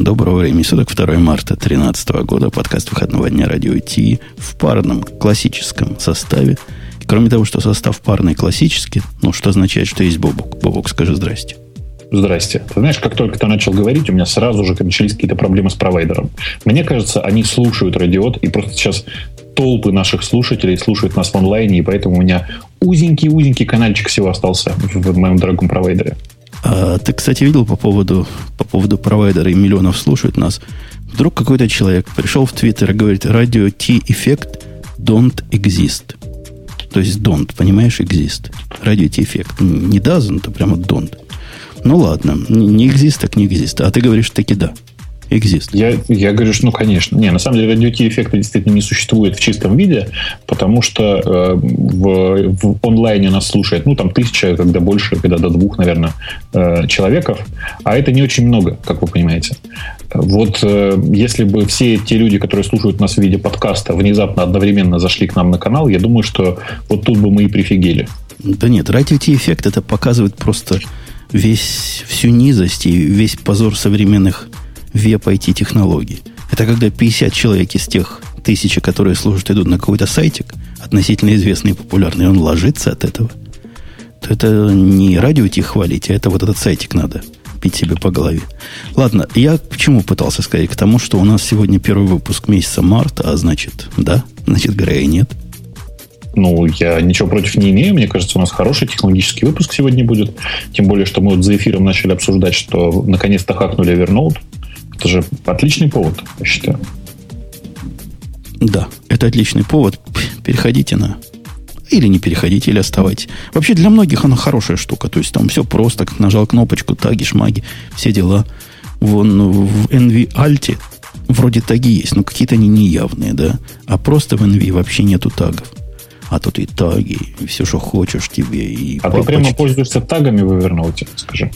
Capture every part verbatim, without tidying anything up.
Доброго времени суток, второго марта две тысячи тринадцатого года, подкаст выходного дня Радио Ти в парном классическом составе. И кроме того, что состав парный классический, ну, что означает, что есть Бобук. Бобук, скажи здрасте. Здрасте. Ты знаешь, как только ты начал говорить, у меня сразу же начались какие-то проблемы с провайдером. Мне кажется, они слушают Радиот, и просто сейчас толпы наших слушателей слушают нас в онлайне, и поэтому у меня узенький-узенький канальчик всего остался в, в моем дорогом провайдере. А, ты, кстати, видел по поводу, по поводу провайдера и миллионов слушают нас? Вдруг какой-то человек пришел в Твиттер и говорит, радио Ти эффект don't exist. То есть don't, понимаешь, exist. Радио Ти эффект. Не doesn't, а прямо don't. Ну ладно, не exist, так не exist. А ты говоришь таки да. Exist. Я, я говорю, что ну, конечно. Не, на самом деле, радио Ти эффекта действительно не существует в чистом виде, потому что э, в, в онлайне нас слушает, ну, там, тысяча, когда больше, когда до двух, наверное, э, человеков. А это не очень много, как вы понимаете. Вот э, если бы все те люди, которые слушают нас в виде подкаста, внезапно одновременно зашли к нам на канал, я думаю, что вот тут бы мы и прифигели. Да нет, радио Ти эффект это показывает просто весь, всю низость и весь позор современных веб-ай ти-технологий. Это когда пятьдесят человек из тех тысячи, которые служат, идут на какой-то сайтик, относительно известный и популярный, и он ложится от этого, то это не радио Ти хвалить, а это вот этот сайтик надо бить себе по голове. Ладно, я к чему пытался сказать? К тому, что у нас сегодня первый выпуск месяца марта, а значит, да, значит, Грея нет. Ну, я ничего против не имею. Мне кажется, у нас хороший технологический выпуск сегодня будет. Тем более, что мы вот за эфиром начали обсуждать, что наконец-то хакнули Evernote. Это же отличный повод, я считаю. Да, это отличный повод. Переходите на... Или не переходите, или оставайтесь. Вообще, для многих она хорошая штука. То есть, там все просто. Как нажал кнопочку, таги, шмаги, все дела. Вон в эн ви Alt вроде таги есть, но какие-то они неявные, да? А просто в эн ви вообще нету тагов. А тут и таги, и все, что хочешь тебе. И а папочки. Ты прямо пользуешься тагами в Evernote, скажи?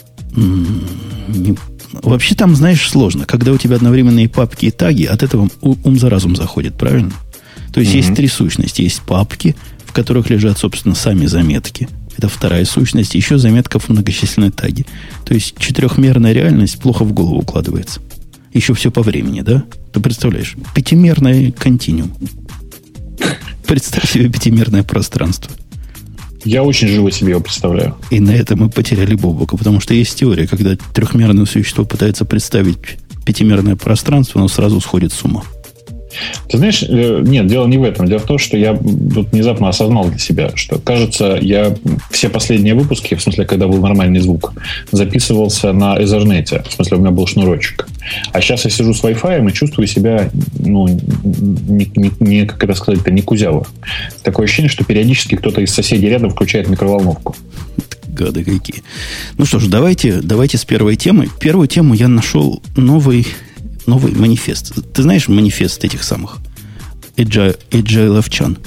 Не... Вообще там, знаешь, сложно. Когда у тебя одновременные папки и таги, от этого ум за разум заходит, правильно? То есть, mm-hmm. есть три сущности. Есть папки, в которых лежат, собственно, сами заметки. Это вторая сущность. Еще заметков многочисленные таги. То есть, четырехмерная реальность плохо в голову укладывается. Еще все по времени, да? Ты представляешь? Пятимерный континуум. Представь себе пятимерное пространство. Я очень живо себе его представляю. И на это мы потеряли Бобука, потому что есть теория, когда трехмерное существо пытается представить пятимерное пространство, оно сразу сходит с ума. Ты знаешь, нет, дело не в этом. Дело в том, что я тут внезапно осознал для себя, что, кажется, я все последние выпуски, в смысле, когда был нормальный звук, записывался на Ethernet. В смысле, у меня был шнурочек. А сейчас я сижу с Wi-Fi и чувствую себя, ну, не, не, не как это сказать-то, не кузяво. Такое ощущение, что периодически кто-то из соседей рядом включает микроволновку. Гады какие. Ну что ж, давайте, давайте с первой темы. Первую тему я нашел новый... Новый манифест. Ты знаешь манифест этих самых Agile-овчан?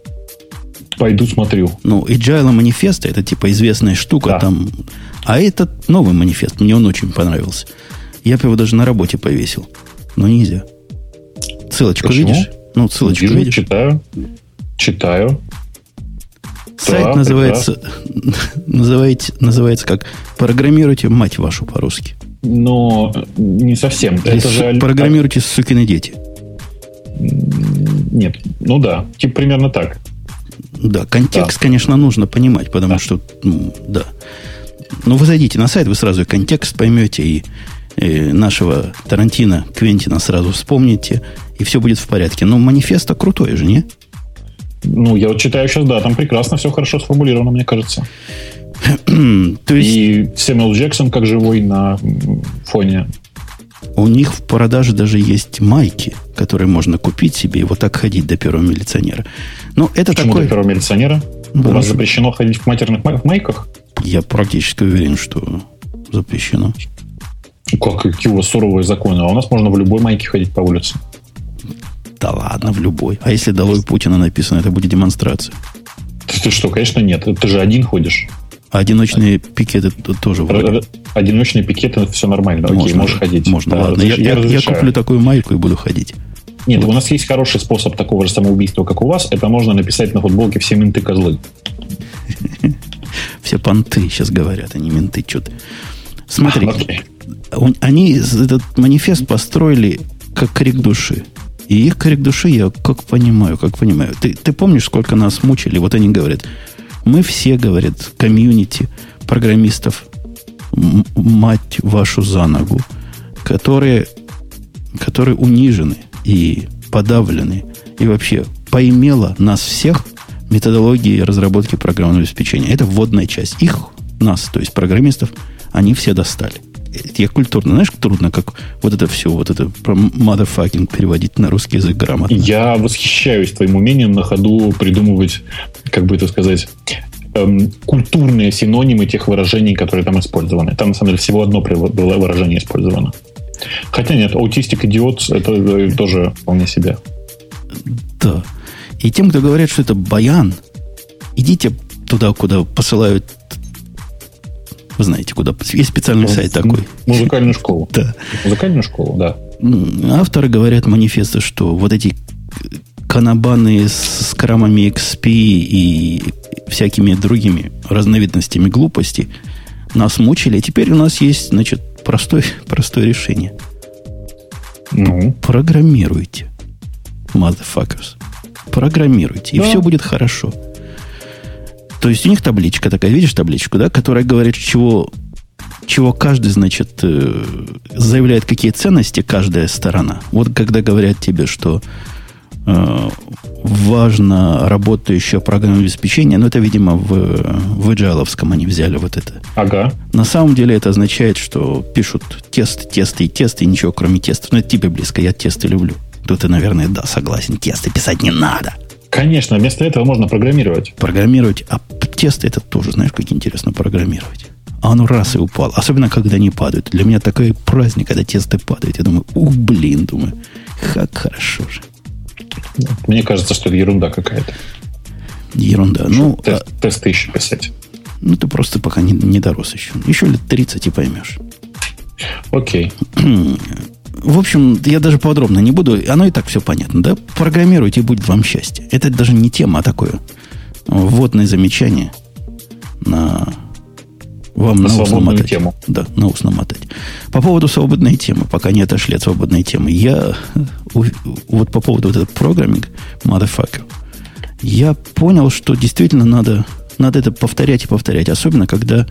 Пойду смотрю. Ну, Agile манифест это типа известная штука. Да. Там. А этот новый манифест, мне он очень понравился. Я бы его даже на работе повесил. Но нельзя. Ссылочку Почему? видишь? Ну, ссылочку Вижу, видишь? Читаю. Читаю. Сайт да, называется, называется, называется как «Программируйте мать вашу» по-русски. Но не совсем. Это же... Программируйте сукины дети. Нет. Ну да. Типа примерно так. Да, контекст, да. конечно, нужно понимать, потому да. что, ну, да. Ну, вы зайдите на сайт, вы сразу и контекст поймете, и, и нашего Тарантино, Квентина сразу вспомните, и все будет в порядке. Но манифест крутое же, не? Ну, я вот читаю сейчас, да, там прекрасно все хорошо сформулировано, мне кажется. То есть, и Сэмюэл Джексон как живой на фоне. У них в продаже даже есть майки, которые можно купить себе и вот так ходить до первого милиционера. Но это Почему такой... до первого милиционера? Да, У вас что... запрещено ходить в матерных майках? Я практически уверен, что запрещено. Как, какие у вас суровые законы? А у нас можно в любой майке ходить по улице. Да ладно, в любой. А если «Долой Путина» написано, это будет демонстрация. Ты, ты что, конечно, нет. Ты же один ходишь. А одиночные пикеты тоже вроде. Одиночные пикеты, все нормально. Окей, можно, можешь ходить. Можно, да, ладно. Я, я, я куплю такую майку и буду ходить. Нет, вот. У нас есть хороший способ такого же самоубийства, как у вас. Это можно написать на футболке «Все менты козлы». Все понты сейчас говорят, а не менты. Что-то. Смотри, okay. Они этот манифест построили как крик души. И их крик души я как понимаю, как понимаю. Ты, ты помнишь, сколько нас мучили? Вот они говорят, мы все, говорят, комьюнити программистов, м- мать вашу за ногу, которые, которые унижены и подавлены, и вообще поимела нас всех методологии разработки программного обеспечения. Это вводная часть. Их, нас, то есть программистов, они все достали. Я культурно, знаешь, трудно, как вот это все, вот это про motherfucking переводить на русский язык грамотно. Я восхищаюсь твоим умением на ходу придумывать, как бы это сказать, эм, культурные синонимы тех выражений, которые там использованы. Там, на самом деле, всего одно было выражение использовано. Хотя нет, аутистик идиот, это тоже вполне себе. Да. И тем, кто говорят, что это баян, идите туда, куда посылают. Вы знаете, куда. Есть специальный ну, сайт такой. Музыкальную школу. Да. Музыкальную школу, да. Авторы говорят манифеста, что вот эти канабаны с скрамами икс пи и всякими другими разновидностями глупости нас мучили. А теперь у нас есть, значит, простое, простое решение. Ну? Программируйте. Motherfuckers. Программируйте. И да. Все будет хорошо. То есть у них табличка такая, видишь табличку, да, которая говорит, чего, чего каждый, значит, заявляет, какие ценности каждая сторона. Вот когда говорят тебе, что э, важно работающее программное обеспечение, ну, это, видимо, в, в agile-овском они взяли вот это. Ага. На самом деле это означает, что пишут тесты, тесты и тесты, и ничего кроме тестов. Ну, это тебе близко, я тесты люблю. Тут ты, наверное, да, согласен, тесты писать не надо. Конечно, вместо этого можно программировать. Программировать, а тесты это тоже, знаешь, как интересно программировать. А оно раз и упало. Особенно, когда они падают. Для меня такой праздник, когда тесты падают. Я думаю, ух, блин, думаю, как хорошо же. Мне кажется, что это ерунда какая-то. Ерунда. Ну, тест, а, тесты еще писать. Ну, ты просто пока не, не дорос еще. Еще лет тридцать и поймешь. Окей. В общем, я даже подробно не буду. Оно и так все понятно, да? Программируйте, и будет вам счастье. Это даже не тема, а такое вводное замечание на вам на, на ус намотать. Тему. Да, на ус намотать. По поводу свободной темы, пока не отошли от свободной темы, я вот по поводу вот этого программинга, motherfucker, я понял, что действительно надо, надо это повторять и повторять. Особенно, когда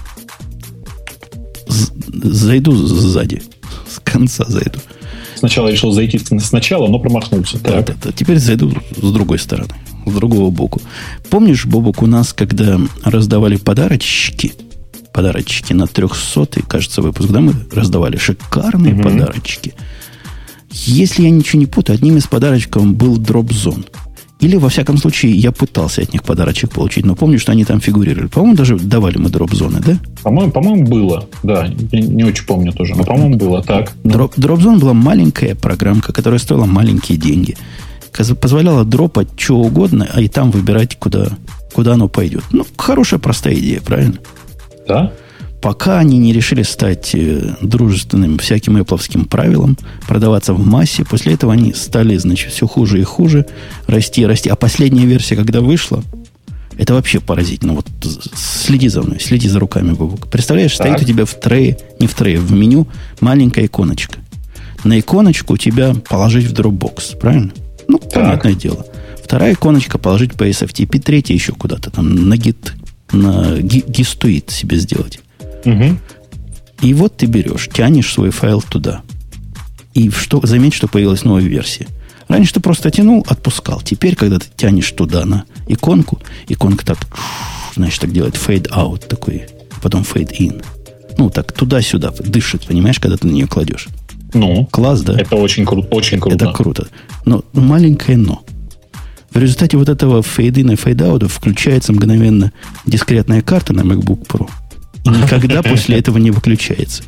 зайду сзади. С конца зайду. Сначала решил зайти сначала, но промахнулся. Да, да, да. Теперь зайду с другой стороны, с другого боку. Помнишь, Бобок, у нас, когда раздавали подарочки, подарочки на трехсотый, кажется, выпуск, да, мы раздавали шикарные угу. подарочки. Если я ничего не путаю, одним из подарочков был Dropzone. Или, во всяком случае, я пытался от них подарочек получить, но помню, что они там фигурировали. По-моему, даже давали мы дроп-зоны, да? По-моему, по-моему, было, да. Я не очень помню тоже, но, по-моему, было так. Дроп, дроп-зон была маленькая программка, которая стоила маленькие деньги. Позволяла дропать что угодно, а и там выбирать, куда, куда оно пойдет. Ну, хорошая, простая идея, правильно? Да. Пока они не решили стать э, дружественным всяким эппловским правилам, продаваться в массе, после этого они стали, значит, все хуже и хуже, расти и расти. А последняя версия, когда вышла, это вообще поразительно. Вот следи за мной, следи за руками, Бабук. Представляешь, так. Стоит у тебя в трее, не в трее, в меню маленькая иконочка. На иконочку у тебя положить в Dropbox, правильно? Ну, так. Понятное дело. Вторая иконочка положить по эс эф ти пи, третья еще куда-то там на гит, на гистуит себе сделать. Угу. И вот ты берешь, тянешь свой файл туда. И что, заметь, что появилась новая версия. Раньше ты просто тянул, отпускал. Теперь, когда ты тянешь туда на иконку, иконка так, значит, так делает fade out такой, потом fade in. Ну, так туда-сюда дышит, понимаешь, когда ты на нее кладешь. Ну, класс, да? Это очень, кру- очень круто. Это круто. Но маленькое но. В результате вот этого fade in и fade out включается мгновенно дискретная карта на MacBook Pro. И никогда после этого не выключается.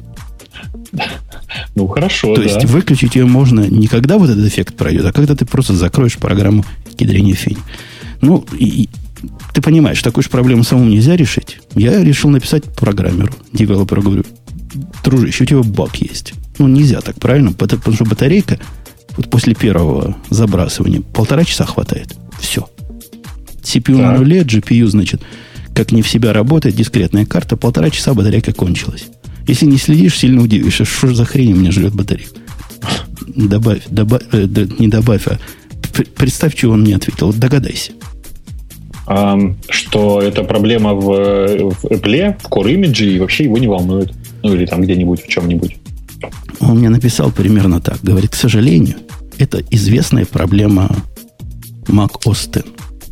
Ну, хорошо, То да. есть выключить ее можно не когда вот этот эффект пройдет, а когда ты просто закроешь программу кедрения фени. Ну, и, и ты понимаешь, такую же проблему самому нельзя решить. Я решил написать программеру, девелоперу, говорю, дружище, у тебя баг есть. Ну, нельзя так, правильно? Потому что батарейка вот после первого забрасывания полтора часа хватает. Все. си пи ю так. на нуле, джи пи ю, значит, как не в себя работает, дискретная карта, полтора часа батарейка кончилась. Если не следишь, сильно удивишься, что же за хрень у меня жрет батарейку. Добавь, добавь, э, да, не добавь, а представь, чего он мне ответил. Догадайся. А, что это проблема в, в Apple, в Core Image, и вообще его не волнует. Ну, или там где-нибудь, в чем-нибудь. Он мне написал примерно так. Говорит, к сожалению, это известная проблема macOS X.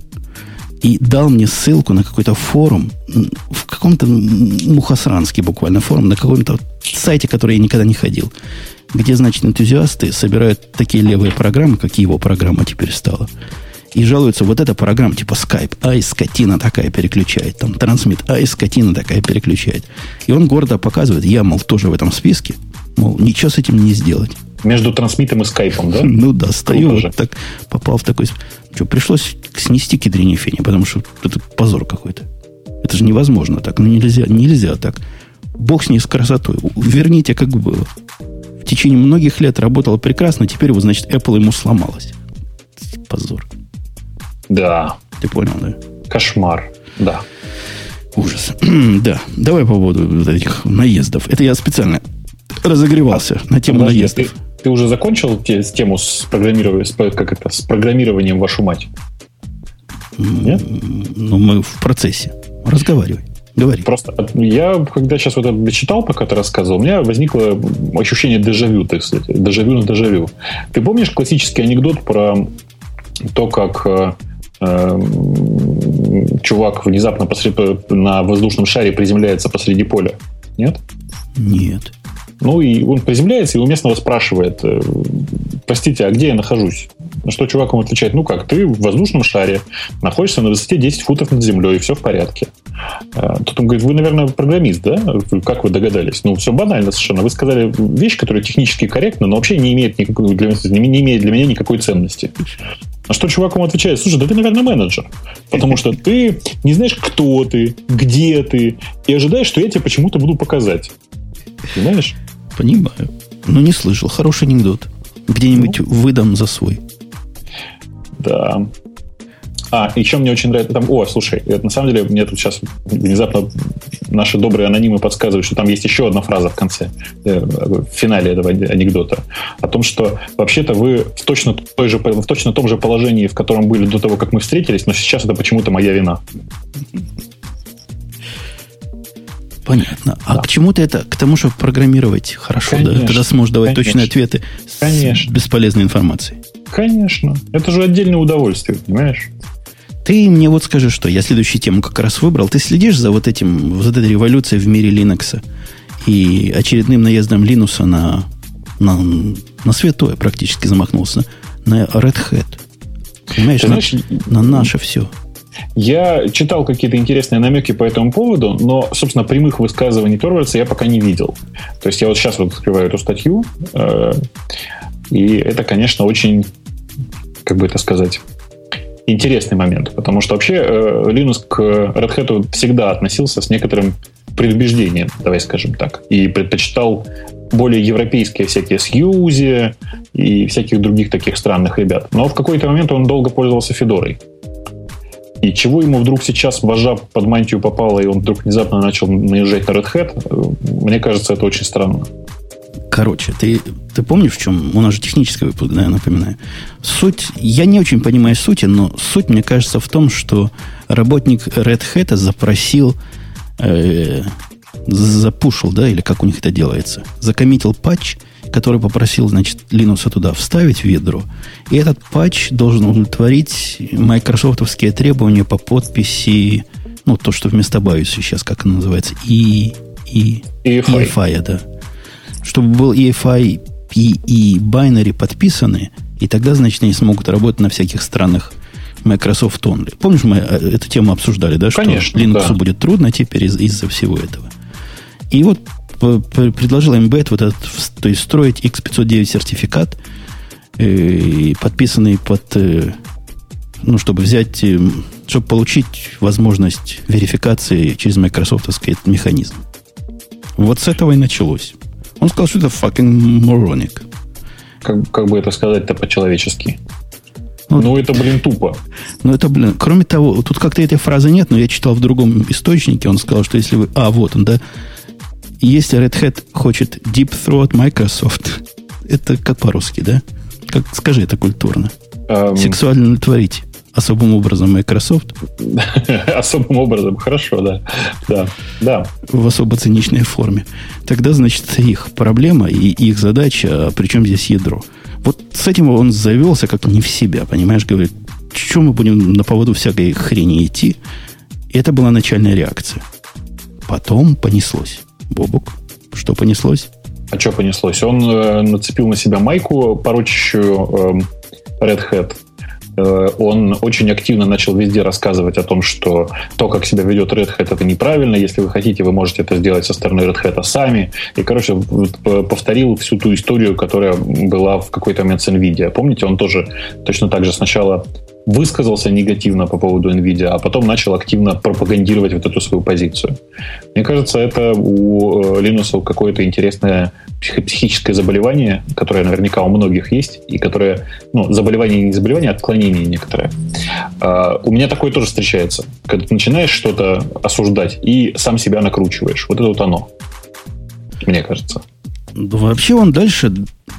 И дал мне ссылку на какой-то форум, в каком-то мухосранский буквально форум, на каком-то сайте, который я никогда не ходил, где, значит, энтузиасты собирают такие левые программы, как его программа теперь стала, и жалуются, вот эта программа типа Skype, ай, скотина такая переключает, там, Transmit, ай, скотина такая переключает. И он гордо показывает, я, мол, тоже в этом списке, мол, ничего с этим не сделать. Между трансмитом и скайпом, да? Ну да, стою, вот так, попал в такой... Что, пришлось снести к ядрине фени, потому что это позор какой-то. Это же невозможно так. Ну нельзя, нельзя так. Бог с ней с красотой. Верните, как было. В течение многих лет работало прекрасно, теперь вот, значит, Apple ему сломалась. Позор. Да. Ты понял, да? Кошмар, да. Ужас. Да, давай по поводу вот этих наездов. Это я специально разогревался а, на тему подожди, наездов. Ты, ты уже закончил те, тему с программированием, с, как это, с программированием, вашу мать? Нет? Ну, мы в процессе. Разговаривай. Говори. Просто я, когда сейчас вот это читал, пока ты рассказывал, у меня возникло ощущение дежавю, так сказать. Дежавю на дежавю. Ты помнишь классический анекдот про то, как э, э, чувак внезапно посред, на воздушном шаре приземляется посреди поля? Нет? Нет. Ну, и он приземляется, и у местного спрашивает, простите, а где я нахожусь? На что чувак ему отвечает, ну как, ты в воздушном шаре, находишься на высоте десять футов над землей, и все в порядке. Тут он говорит, вы, наверное, программист, да? Как вы догадались? Ну, все банально совершенно. Вы сказали вещь, которая технически корректна, но вообще не имеет, никакой, для, не имеет для меня никакой ценности. На что чувак ему отвечает, слушай, да ты, наверное, менеджер. Потому что ты не знаешь, кто ты, где ты, и ожидаешь, что я тебе почему-то буду показать. Понимаешь? Понимаю. Но не слышал. Хороший анекдот. Где-нибудь ну. выдам за свой. Да. А, еще мне очень нравится... Там, о, слушай, это, на самом деле, мне тут сейчас внезапно наши добрые анонимы подсказывают, что там есть еще одна фраза в конце, э, в финале этого анекдота. О том, что вообще-то вы в точно, той же, в точно том же положении, в котором были до того, как мы встретились, но сейчас это почему-то моя вина. Понятно. А да. К чему ты это? К тому, чтобы программировать хорошо, конечно, да? Тогда сможешь давать конечно. точные ответы конечно. с бесполезной информацией. Конечно. Это же отдельное удовольствие, понимаешь? Ты мне вот скажи, что я следующую тему как раз выбрал. Ты следишь за вот этим, вот этой революцией в мире Linux и очередным наездом Linux на, на, на святое практически замахнулся, на Red Hat. Понимаешь, на, знаешь, на наше все. Я читал какие-то интересные намеки по этому поводу, но, собственно, прямых высказываний Торвальдса я пока не видел. То есть я вот сейчас вот открываю эту статью, э, и это, конечно, очень, как бы это сказать, интересный момент, потому что вообще э, Linux к Red Hat всегда относился с некоторым предубеждением, давай скажем так, и предпочитал более европейские всякие Сьюзи и всяких других таких странных ребят. Но в какой-то момент он долго пользовался Федорой. И чего ему вдруг сейчас вожа под мантию попало, и он вдруг внезапно начал наезжать на Red Hat, мне кажется, это очень странно. Короче, ты, ты помнишь, в чем? У нас же технический выпуск, да, я напоминаю. Суть, я не очень понимаю сути, но суть, мне кажется, в том, что работник Red Hat запросил, э, запушил, да, или как у них это делается, закоммитил патч, который попросил, значит, Linux туда вставить в ядро. И этот патч должен удовлетворить майкрософтовские требования по подписи, ну, то, что вместо BIOS сейчас, как оно называется, и, и, и эф ай, да. Чтобы был и эф ай, и, и binary подписаны, и тогда, значит, они смогут работать на всяких странных Microsoft Only. Помнишь, мы эту тему обсуждали, да? Конечно, что Linux да. будет трудно теперь из- из-за всего этого. И вот предложил Embed вот этот, то есть строить икс пятьсот девять сертификат, э, подписанный под, э, ну, чтобы взять, э, чтобы получить возможность верификации через майкрософтовский механизм. Вот с этого и началось. Он сказал, что это fucking moronic. Как, как бы это сказать-то по-человечески? Ну, ну, это, блин, тупо. Ну, это, блин, кроме того, тут как-то этой фразы нет, но я читал в другом источнике, он сказал, что если вы... А, вот он, да. если Red Hat хочет deep throat Microsoft, это как по-русски, да? Как, скажи это культурно. Um... Сексуально удовлетворить особым образом Microsoft. Особым образом, хорошо, да. да. Да. В особо циничной форме. Тогда, значит, это их проблема и их задача, а причем здесь ядро. Вот с этим он завелся как не в себя, понимаешь, говорит, что мы будем на поводу всякой хрени идти. И это была начальная реакция. Потом понеслось. Бобук, что понеслось? А что понеслось? Он э, нацепил на себя майку, порочащую э, Red Hat. Э, он очень активно начал везде рассказывать о том, что то, как себя ведет Red Hat, это неправильно. Если вы хотите, вы можете это сделать со стороны Red Hat сами. И, короче, повторил всю ту историю, которая была в какой-то момент с NVIDIA. Помните, он тоже точно так же сначала высказался негативно по поводу NVIDIA, а потом начал активно пропагандировать вот эту свою позицию. Мне кажется, это у Линуса какое-то интересное психическое заболевание, которое наверняка у многих есть, и которое, ну, заболевание не заболевание, а отклонение некоторое. А, у меня такое тоже встречается. Когда ты начинаешь что-то осуждать и сам себя накручиваешь. Вот это вот оно. Мне кажется. Да, вообще он дальше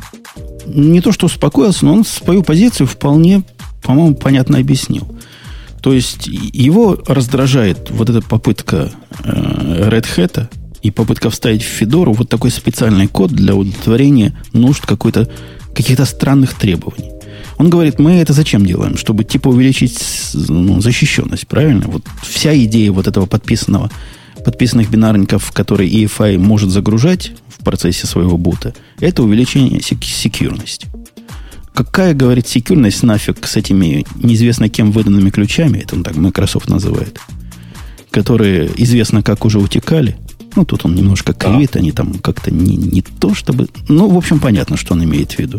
не то что успокоился, но он свою позицию вполне, по-моему, понятно объяснил. То есть его раздражает вот эта попытка э, Red Hat и попытка вставить в Fedora вот такой специальный код для удовлетворения нужд какой-то, каких-то странных требований. Он говорит, мы это зачем делаем? Чтобы типа увеличить, ну, защищенность, правильно? Вот вся идея вот этого подписанного, подписанных бинарников, которые и эф ай может загружать в процессе своего бута, это увеличение секьюрности. Какая, говорит, секьюрность нафиг с этими неизвестно кем выданными ключами, это он так Microsoft называет, которые известно как уже утекали. Ну, тут он немножко кривит, да. Они там как-то не, не то чтобы... Ну, в общем, понятно, что он имеет в виду.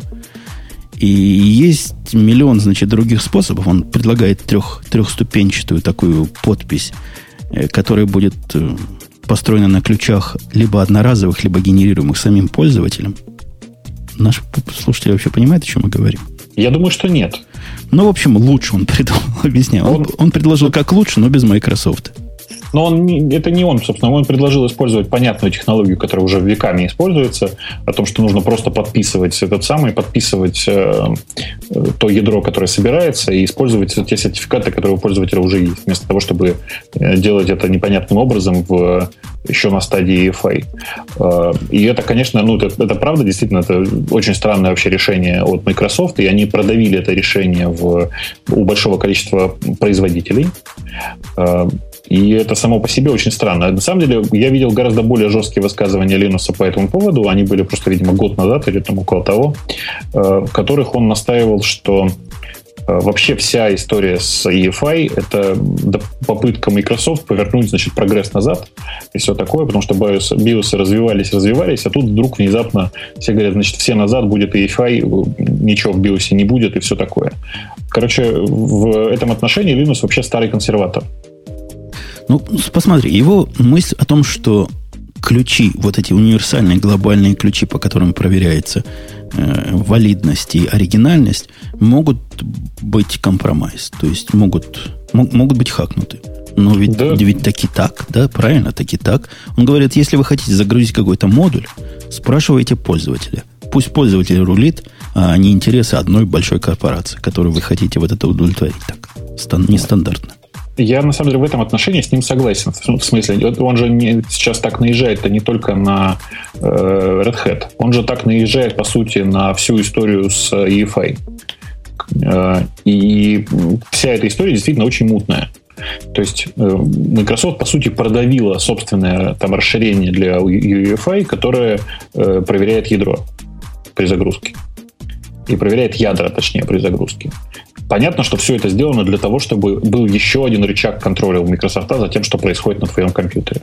И есть миллион, значит, других способов. Он предлагает трех, трехступенчатую такую подпись, которая будет построена на ключах либо одноразовых, либо генерируемых самим пользователем. Наши слушатели вообще понимают, о чем мы говорим? Я думаю, что нет. Ну, в общем, лучше он придумал, объясняю. Он, он предложил как лучше, но без Microsoft. Но он, это не он, собственно. Он предложил использовать понятную технологию, которая уже веками используется, о том, что нужно просто подписывать этот самый, подписывать э, то ядро, которое собирается, и использовать те сертификаты, которые у пользователя уже есть, вместо того, чтобы делать это непонятным образом в, еще на стадии и эф ай. Э, и это, конечно, ну, это, это правда, действительно, это очень странное вообще решение от Microsoft, и они продавили это решение в, у большого количества производителей. Э, И это само по себе очень странно. На самом деле, я видел гораздо более жесткие высказывания Линуса по этому поводу. Они были просто, видимо, год назад или там около того, в которых он настаивал, что вообще вся история с и эф ай – это попытка Microsoft повернуть, значит, прогресс назад и все такое, потому что биосы, биосы развивались, развивались, а тут вдруг внезапно все говорят, значит, все назад, будет и эф ай, ничего в биосе не будет и все такое. Короче, в этом отношении Linux вообще старый консерватор. Ну, посмотри, его мысль о том, что ключи, вот эти универсальные глобальные ключи, по которым проверяется э, валидность и оригинальность, могут быть компромисс. То есть могут, м- могут быть хакнуты. Но ведь, да. ведь таки так, да, правильно, таки так. Он говорит, если вы хотите загрузить какой-то модуль, спрашивайте пользователя. Пусть пользователь рулит, а не интересы одной большой корпорации, которую вы хотите вот это удовлетворить. Так, стан- нестандартно. Я, на самом деле, в этом отношении с ним согласен. В смысле, он же не, сейчас так наезжает-то не только на э, Red Hat. Он же так наезжает, по сути, на всю историю с и эф ай. Э, и вся эта история действительно очень мутная. То есть э, Microsoft, по сути, продавила собственное там расширение для ю эф ай, которое э, проверяет ядро при загрузке. И проверяет ядра, точнее, при загрузке. Понятно, что все это сделано для того, чтобы был еще один рычаг контроля у Microsoft за тем, что происходит на твоем компьютере.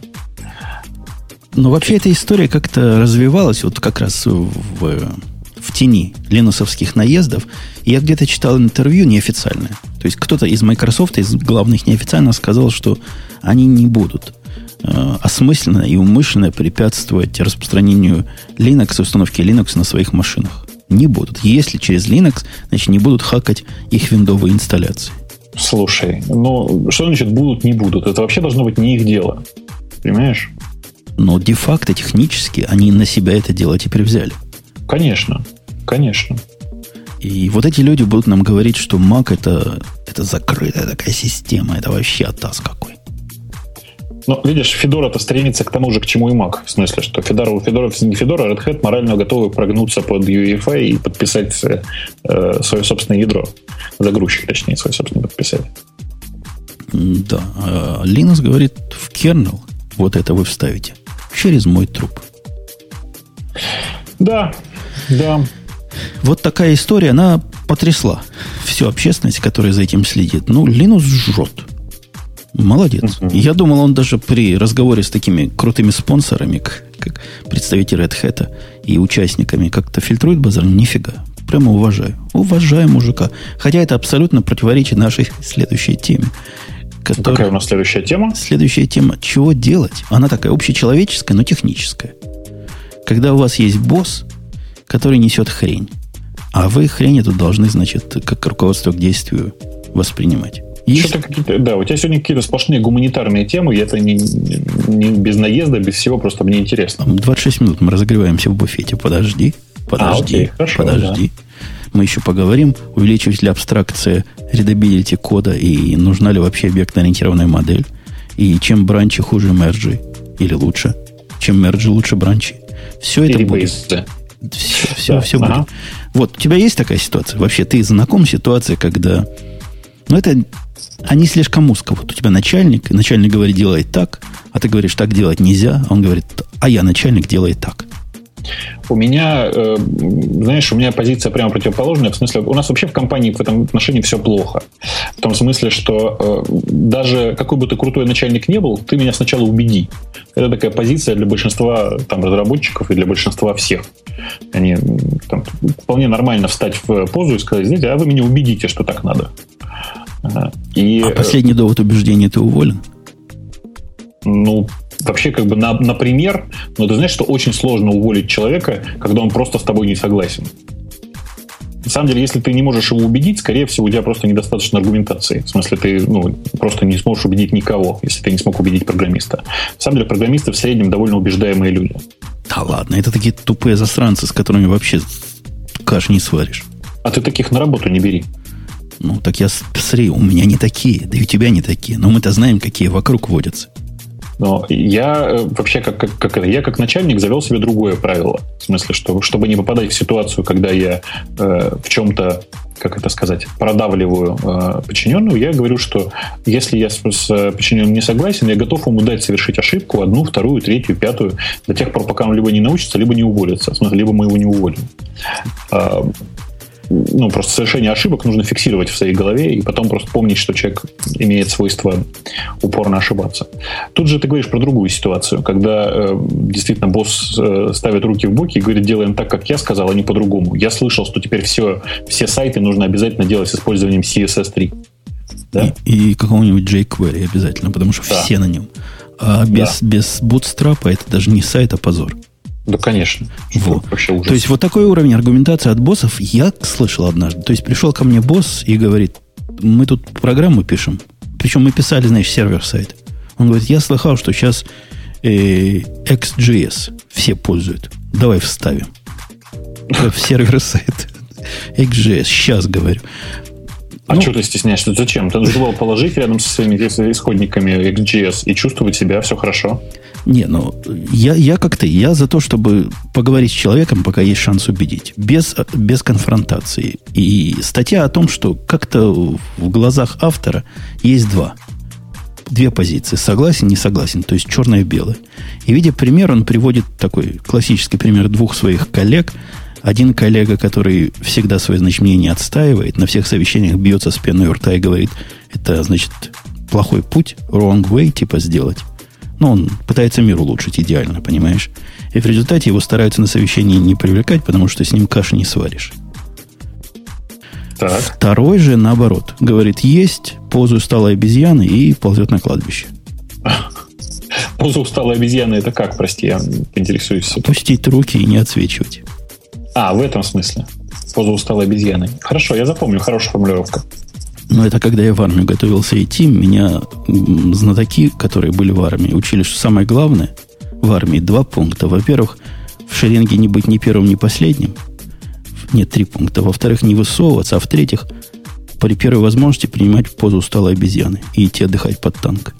Но вообще эта история как-то развивалась вот как раз в, в тени линусовских наездов. И я где-то читал интервью неофициальное. То есть кто-то из Microsoft, из главных неофициально сказал, что они не будут э, осмысленно и умышленно препятствовать распространению Linux и установке Linux на своих машинах. Не будут. Если через Linux, значит, не будут хакать их виндовые инсталляции. Слушай, ну, что значит будут, не будут? Это вообще должно быть не их дело. Понимаешь? Но де-факто технически они на себя это дело теперь взяли. Конечно, конечно. И вот эти люди будут нам говорить, что Mac это, это закрытая такая система, это вообще атас какой. Ну, видишь, Fedora-то стремится к тому же, к чему и Mac. В смысле, что Fedora, Fedora, не Fedora, а Red Hat морально готовы прогнуться под ю и эф эй и подписать э, свое собственное ядро. Загрузчик, точнее, свое собственное подписать. Да. А Linux говорит, в kernel вот это вы вставите через мой труп. Да, да. Вот такая история, она потрясла всю общественность, которая за этим следит. Ну, Linux жжет. Молодец. Uh-huh. Я думал, он даже при разговоре с такими крутыми спонсорами, как, как представители Red Hat и участниками, как-то фильтрует базар. Нифига. Прямо уважаю. Уважаю мужика. Хотя это абсолютно противоречит нашей следующей теме. Которая... Какая у нас следующая тема? Следующая тема. Чего делать? Она такая общечеловеческая, но техническая. Когда у вас есть босс, который несет хрень, а вы хрень эту должны, значит, как руководство к действию воспринимать. Что-то какие-то, да, у тебя сегодня какие-то сплошные гуманитарные темы, и это не, не без наезда, без всего, просто мне интересно. двадцать шесть минут мы разогреваемся в буфете. Подожди, подожди, а, окей, хорошо, подожди. Да. Мы еще поговорим, увеличивает ли абстракция редабилити кода, и нужна ли вообще объектно-ориентированная модель, и чем бранчи хуже мерджи, или лучше, чем мерджи лучше бранчи. Все это или будет. Все, все, да, все ага. будет. Вот, у тебя есть такая ситуация? Вообще, ты знаком с ситуацией, когда... Ну, это... Они слишком узко. Вот у тебя начальник, и начальник говорит, делай так, а ты говоришь, так делать нельзя, а он говорит, а я начальник, делай так. У меня, э, знаешь, у меня позиция прямо противоположная. В смысле, у нас вообще в компании в этом отношении все плохо. В том смысле, что э, даже какой бы ты крутой начальник не был, ты меня сначала убеди. Это такая позиция для большинства там, разработчиков и для большинства всех. Они там, вполне нормально встать в позу и сказать, знаете, а вы меня убедите, что так надо. И, а последний довод убеждения ты уволен? Ну, вообще, как бы, на, например, но ты знаешь, что очень сложно уволить человека, когда он просто с тобой не согласен. На самом деле, если ты не можешь его убедить, скорее всего, у тебя просто недостаточно аргументации. В смысле, ты ну, просто не сможешь убедить никого, если ты не смог убедить программиста. На самом деле, программисты в среднем довольно убеждаемые люди. Да ладно, это такие тупые засранцы, с которыми вообще каш не сваришь. А ты таких на работу не бери. Ну, так я смотри, у меня не такие, да и у тебя не такие. Но мы-то знаем, какие вокруг водятся. Но я вообще, как, как, как я как начальник завел себе другое правило. В смысле, что, чтобы не попадать в ситуацию, когда я э, в чем-то, как это сказать, продавливаю э, подчиненного, я говорю, что если я с, с подчиненным не согласен, я готов ему дать совершить ошибку, одну, вторую, третью, пятую, до тех пор, пока он либо не научится, либо не уволится. В смысле, либо мы его не уволим. Ну, просто совершение ошибок нужно фиксировать в своей голове и потом просто помнить, что человек имеет свойство упорно ошибаться. Тут же ты говоришь про другую ситуацию, когда э, действительно босс э, ставит руки в боки и говорит, делаем так, как я сказал, а не по-другому. Я слышал, что теперь все, все сайты нужно обязательно делать с использованием си эс эс три. Да? И, и какого-нибудь jQuery обязательно, потому что да. все на нем. А без, да. без Bootstrap это даже не сайт, а позор. Да, конечно. Вот. То есть, вот такой уровень аргументации от боссов я слышал однажды. То есть, пришел ко мне босс и говорит, мы тут программу пишем. Причем мы писали, знаешь, сервер-сайт. Он говорит, я слыхал, что сейчас э, экс джей эс все пользуют. Давай вставим. В сервер-сайт. экс джей эс. Сейчас говорю. А ну, что ты стесняешься? Зачем? Ты нужно было положить рядом со своими исходниками экс джей эс и чувствовать себя, все хорошо. Не, ну, я, я как ты, я за то, чтобы поговорить с человеком, пока есть шанс убедить, без, без конфронтации. И статья о том, что как-то в глазах автора есть два. Две позиции. Согласен, не согласен. То есть черное и белое. И видя пример, он приводит такой классический пример двух своих коллег. Один коллега, который всегда свое, значит, мнение отстаивает, на всех совещаниях бьется с пеной у рта и говорит, это, значит, плохой путь, wrong way, типа, сделать. Но он пытается мир улучшить идеально, понимаешь? И в результате его стараются на совещании не привлекать, потому что с ним каши не сваришь. Так. Второй же, наоборот, говорит, есть, позу усталой обезьяны и ползет на кладбище. Позу усталой обезьяны это как, прости, я интересуюсь. Опустить руки и не отсвечивать. А, в этом смысле. Позу усталой обезьяны. Хорошо, я запомню, хорошая формулировка. Но это когда я в армию готовился идти, меня знатоки, которые были в армии, учили, что самое главное в армии два пункта. Во-первых, в шеренге не быть ни первым, ни последним. Нет, три пункта. Во-вторых, не высовываться. А в-третьих, при первой возможности принимать позу усталой обезьяны и идти отдыхать под танк.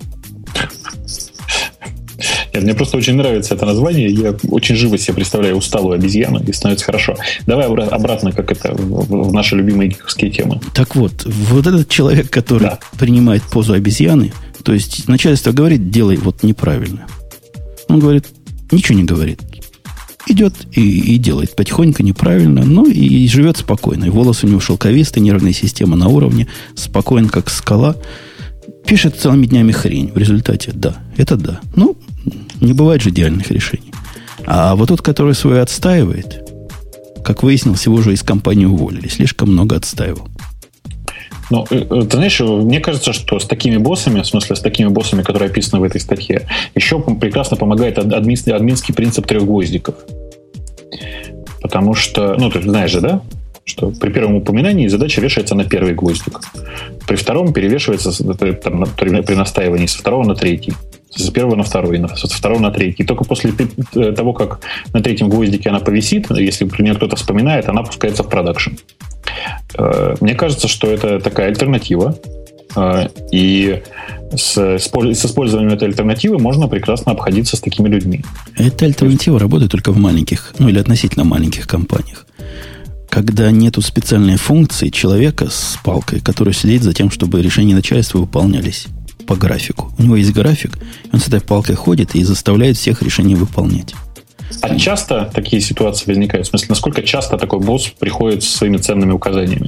Нет, мне просто очень нравится это название. Я очень живо себе представляю усталую обезьяну, и становится хорошо. Давай обратно, как это, в наши любимые гиковские темы. Так вот, вот этот человек, который да. принимает позу обезьяны, то есть начальство говорит, делай вот неправильно. Он говорит, ничего не говорит. Идет и, и делает потихоньку, неправильно, но и, и живет спокойно. И волосы у него шелковистые, нервная система на уровне, спокоен, как скала. Пишет целыми днями хрень. В результате, да, это да. Ну, не бывает же идеальных решений. А вот тот, который свое отстаивает, как выяснилось, его уже из компании уволили. Слишком много отстаивал. Ну, ты знаешь, мне кажется, что с такими боссами, в смысле, с такими боссами, которые описаны в этой статье, еще прекрасно помогает админский, админский принцип трех гвоздиков. Потому что, ну, ты знаешь же, да? Что при первом упоминании задача вешается на первый гвоздик. При втором перевешивается там, при настаивании со второго на третий. С первого на второй, со второго на третий. И только после того, как на третьем гвоздике она повисит, если про нее кто-то вспоминает, она пускается в продакшн. Мне кажется, что это такая альтернатива. И с, с использованием этой альтернативы можно прекрасно обходиться с такими людьми. Эта альтернатива работает только в маленьких, ну или относительно маленьких компаниях. Когда нету специальной функции человека с палкой, который следит за тем, чтобы решения начальства выполнялись по графику. У него есть график, он с этой палкой ходит и заставляет всех решений выполнять. А часто такие ситуации возникают? В смысле, насколько часто такой босс приходит со своими ценными указаниями?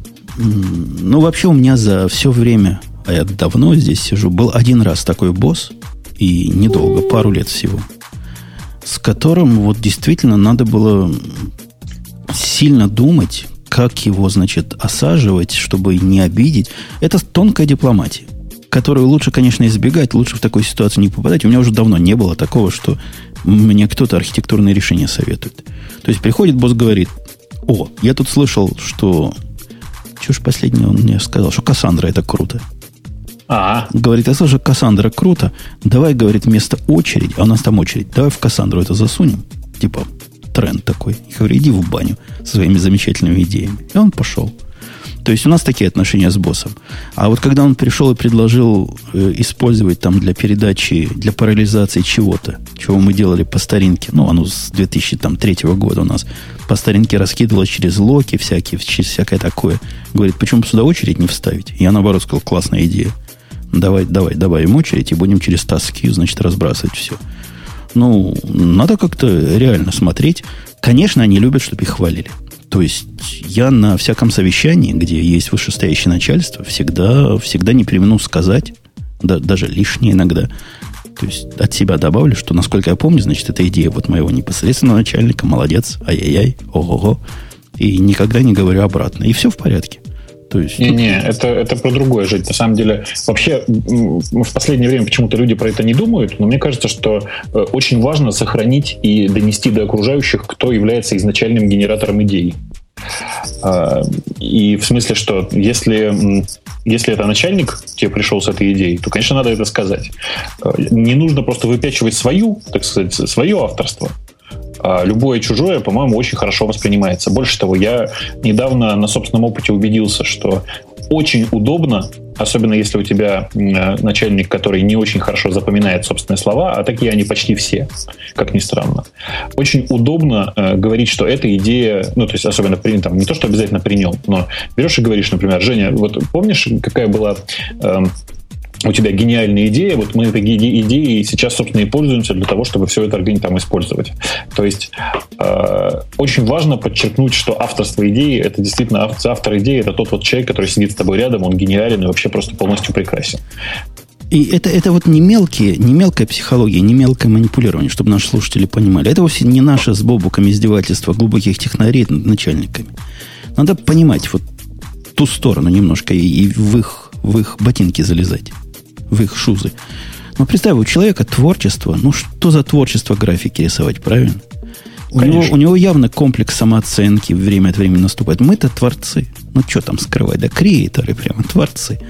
Ну, вообще у меня за все время, а я давно здесь сижу, был один раз такой босс, и недолго, пару лет всего, с которым вот действительно надо было сильно думать, как его, значит, осаживать, чтобы не обидеть. Это тонкая дипломатия, которую лучше, конечно, избегать, лучше в такую ситуацию не попадать. У меня уже давно не было такого, что мне кто-то архитектурные решения советует. То есть приходит босс, говорит, о, я тут слышал, что... Чего ж последнее он мне сказал? Что Кассандра это круто. А-а. Говорит, я слышу, Кассандра круто. Давай, говорит, вместо очереди, а у нас там очередь, давай в Кассандру это засунем. Типа тренд такой. Я говорю, иди в баню со своими замечательными идеями. И он пошел. То есть у нас такие отношения с боссом. А вот когда он пришел и предложил э, использовать там для передачи, для параллелизации чего-то, чего мы делали по старинке, ну, оно с две тысячи третьего года у нас по старинке раскидывалось через локи всякие, через всякое такое. Говорит, почему сюда очередь не вставить? Я, наоборот, сказал, классная идея. Давай, давай, добавим очередь и будем через task-queue, значит, разбрасывать все. Ну, надо как-то реально смотреть. Конечно, они любят, чтобы их хвалили. То есть я на всяком совещании, где есть вышестоящее начальство, всегда, всегда не премину сказать, да, даже лишнее иногда. То есть от себя добавлю, что, насколько я помню, значит, эта идея вот моего непосредственного начальника, молодец, ай-яй-яй, ого-го. И никогда не говорю обратно. И все в порядке. То есть, Не-не, тут... это, это про другое жить. На самом деле, вообще, в последнее время почему-то люди про это не думают, но мне кажется, что очень важно сохранить и донести до окружающих, кто является изначальным генератором идей. И в смысле, что если, если это начальник тебе пришел с этой идеей, то, конечно, надо это сказать. Не нужно просто выпячивать свою, так сказать, свое авторство. А любое чужое, по-моему, очень хорошо воспринимается. Больше того, я недавно на собственном опыте убедился, что очень удобно, особенно если у тебя начальник, который не очень хорошо запоминает собственные слова, а такие они почти все, как ни странно. Очень удобно э, говорить, что эта идея, ну, то есть особенно при, там, не то, что обязательно при нем, но берешь и говоришь, например, Женя, вот помнишь, какая была... Э, у тебя гениальная идея, вот мы этой идеей сейчас, собственно, и пользуемся для того, чтобы все это там использовать. То есть э, очень важно подчеркнуть, что авторство идеи, это действительно автор идеи, это тот вот человек, который сидит с тобой рядом, он гениален и вообще просто полностью прекрасен. И это, это вот не, мелкие, не мелкая психология, не мелкое манипулирование, чтобы наши слушатели понимали. Это вовсе не наше с Бобуком издевательство глубоких технарей над начальниками. Надо понимать вот ту сторону немножко и, и в, их, в их ботинки залезать. В их шузы. Но представь, у человека творчество, ну что за творчество графики рисовать, правильно? У него, у него явно комплекс самооценки время от времени наступает. Мы-то творцы. Ну что там скрывать, да, креаторы прямо, творцы.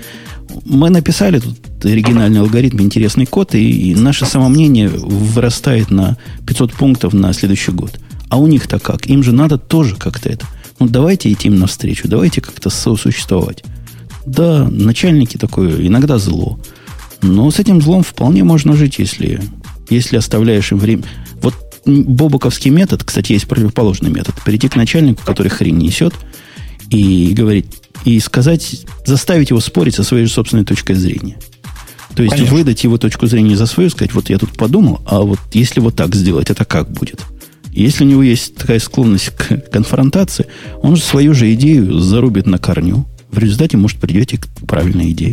Мы написали тут оригинальный алгоритм, интересный код, и, и наше самомнение вырастает на пятьсот пунктов на следующий год. А у них-то как? Им же надо тоже как-то это. Ну, давайте идти им навстречу, давайте как-то сосуществовать. Да, начальники такое иногда зло. Но с этим злом вполне можно жить, если, если оставляешь им время. Вот бобуковский метод, кстати, есть противоположный метод. Прийти к начальнику, который хрень несет, и говорить, и сказать, заставить его спорить со своей же собственной точкой зрения. То есть Конечно. Выдать его точку зрения за свою, сказать, вот я тут подумал, а вот если вот так сделать, это как будет? Если у него есть такая склонность к конфронтации, он же свою же идею зарубит на корню. В результате, может, придете к правильной идее.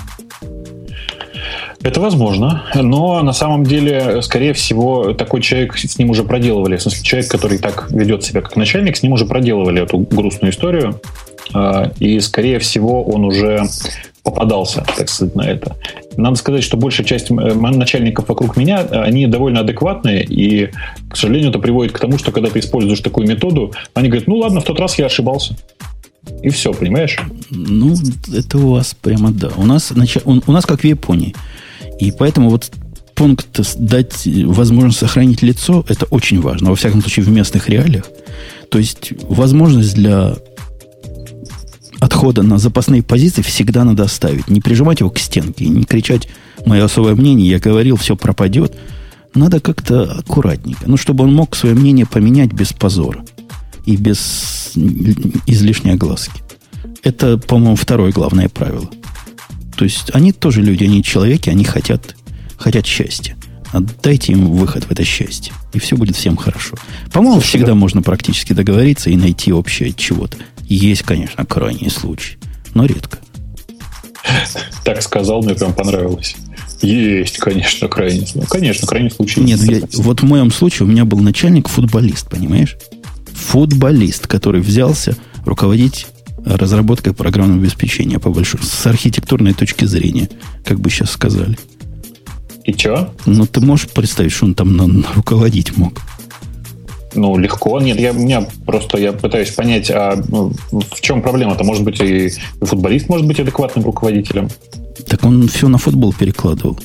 Это возможно, но на самом деле, скорее всего, такой человек, с ним уже проделывали, в смысле, человек, который так ведет себя как начальник, с ним уже проделывали эту грустную историю, и, скорее всего, он уже попадался, так сказать, на это. Надо сказать, что большая часть начальников вокруг меня, они довольно адекватные, и, к сожалению, это приводит к тому, что когда ты используешь такую методу, они говорят, ну ладно, в тот раз я ошибался. И все, понимаешь? Ну, это у вас прямо да. У нас, у нас как в Японии. И поэтому вот пункт дать возможность сохранить лицо, это очень важно. Во всяком случае, в местных реалиях. То есть, возможность для отхода на запасные позиции всегда надо оставить. Не прижимать его к стенке, не кричать «мое особое мнение, я говорил, все пропадет». Надо как-то аккуратненько. Ну, чтобы он мог свое мнение поменять без позора. И без излишней огласки. Это, по-моему, второе главное правило. То есть они тоже люди, они человеки, они хотят, хотят счастья. Отдайте им выход в это счастье. И все будет всем хорошо. По-моему, Слушай, всегда да. можно практически договориться и найти общее чего-то. Есть, конечно, крайние случаи, но редко. Так сказал, мне прям понравилось. Есть, конечно, крайний случай. Конечно, крайний случай. Нет, я, вот в моем случае у меня был начальник футболист, понимаешь? Футболист, который взялся руководить разработкой программного обеспечения по большому, с архитектурной точки зрения, как бы сейчас сказали. И что? Ну, ты можешь представить, что он там на, на руководить мог? Ну, легко. Нет, я, у меня просто я пытаюсь понять, а ну, в чем проблема-то? Может быть, и, и футболист может быть адекватным руководителем? Так он все на футбол перекладывал.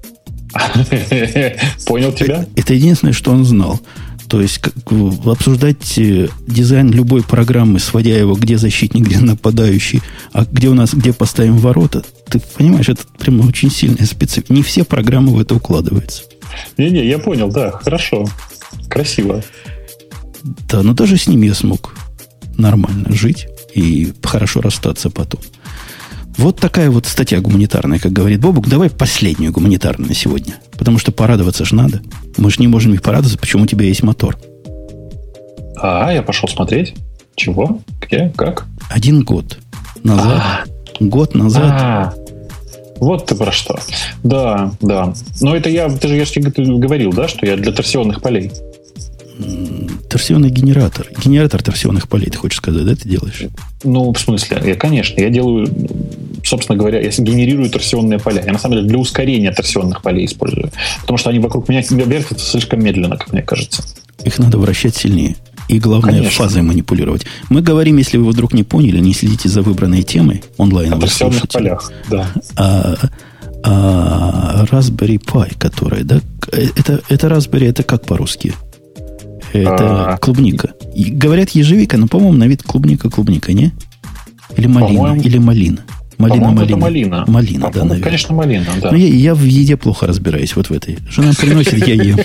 Понял тебя? Это единственное, что он знал. То есть как, обсуждать дизайн любой программы, сводя его, где защитник, где нападающий, а где у нас, где поставим ворота, ты понимаешь, это прямо очень сильная специфика. Не все программы в это укладываются. Не-не, я понял, да, хорошо. Красиво. Да, но даже с ним я смог нормально жить и хорошо расстаться потом. Вот такая вот статья гуманитарная, как говорит Бобук. Давай последнюю гуманитарную на сегодня. Потому что порадоваться ж надо. Мы же не можем их порадоваться, почему у тебя есть мотор. А, я пошел смотреть. Чего? Где? Как? Один год назад. А-а-а. Год назад. А-а-а. Вот ты про что. Да, да. Но это я, ты же, я же тебе говорил, да, что я для торсионных полей. Торсионный генератор. Генератор торсионных полей, ты хочешь сказать, да, ты делаешь? Ну, в смысле, я, конечно, я делаю, собственно говоря, я генерирую торсионные поля. Я, на самом деле, для ускорения торсионных полей использую. Потому что они вокруг меня вертятся слишком медленно, как мне кажется. Их надо вращать сильнее. И, главное, конечно. Фазой манипулировать. Мы говорим, если вы вдруг не поняли, не следите за выбранной темой онлайн. О торсионных полях, да. А, а Raspberry Pi, которая, да? Это, это Raspberry, это как по-русски? Это а, клубника. И говорят ежевика, но, по-моему, на вид клубника-клубника, не? Или малина, или малина. Малина, малина. малина. Малина, да, наверное. Конечно, малина, да. Но я, я в еде плохо разбираюсь вот в этой. Жена приносит, я ем.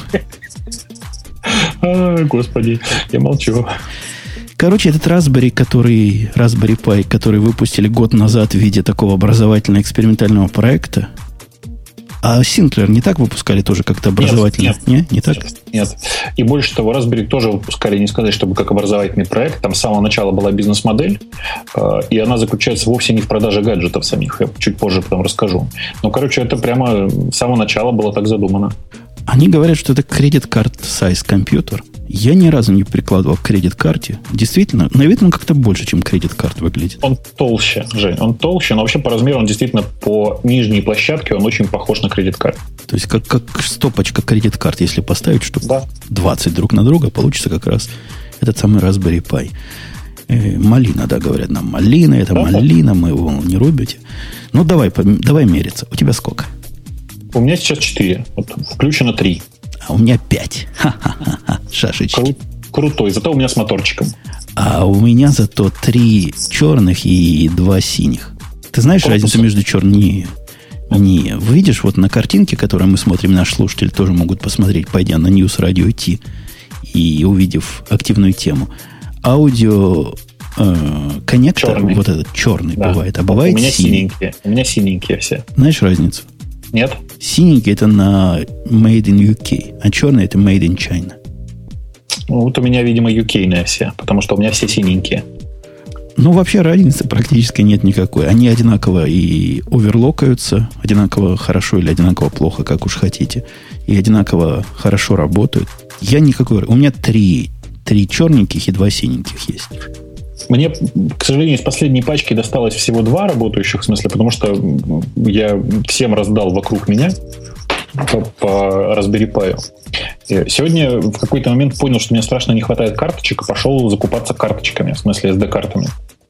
Господи, я молчу. Короче, этот Raspberry, который, Raspberry Pi, который выпустили год назад в виде такого образовательно-экспериментального проекта. А Sinclair не так выпускали тоже как-то образовательно? Нет, нет, не так? Нет. И больше того, Raspberry тоже выпускали, не сказать, чтобы как образовательный проект. Там с самого начала была бизнес-модель, и она заключается вовсе не в продаже гаджетов самих. Я чуть позже потом расскажу. Но, короче, это прямо с самого начала было так задумано. Они говорят, что это кредит-карт size компьютер. Я ни разу не прикладывал к кредит-карте. Действительно, на вид он как-то больше, чем кредит-карт выглядит. Он толще, Жень, он толще, но вообще по размеру он действительно по нижней площадке он очень похож на кредит-карт. То есть как, как стопочка кредит-карт, если поставить штук да. двадцать друг на друга, получится как раз этот самый Raspberry Pi. Э, малина, да, говорят нам. Малина, это да, малина, мы его не рубите. Ну, давай, давай мериться. У тебя сколько? У меня сейчас четыре. Вот, включено три. А у меня пять. Ха-ха-ха. Шашечки. Кру- крутой. Зато у меня с моторчиком. А у меня зато три черных и два синих. Ты знаешь Корпус. разницу между черными? Не, не. Видишь, вот на картинке, которую мы смотрим, наши слушатели тоже могут посмотреть, пойдя на News Radio T и увидев активную тему. Аудио э, коннектор, черный. Вот этот черный да. бывает, а бывает у меня синий. синенькие. У меня синенькие все. Знаешь разницу? Нет. Синенький это на Made in ю кей, а черный это Made in China. Ну, вот у меня, видимо, ю кей-ные все, потому что у меня все синенькие. Ну, вообще разницы практически нет никакой. Они одинаково и оверлокаются, одинаково хорошо или одинаково плохо, как уж хотите, и одинаково хорошо работают. Я никакой... У меня три, три черненьких и два синеньких есть. Мне, к сожалению, из последней пачки досталось всего два работающих, в смысле, потому что я всем раздал вокруг меня по, по Raspberry Pi. Сегодня в какой-то момент понял, что мне страшно не хватает карточек, и пошел закупаться карточками, в смысле эс ди-картами.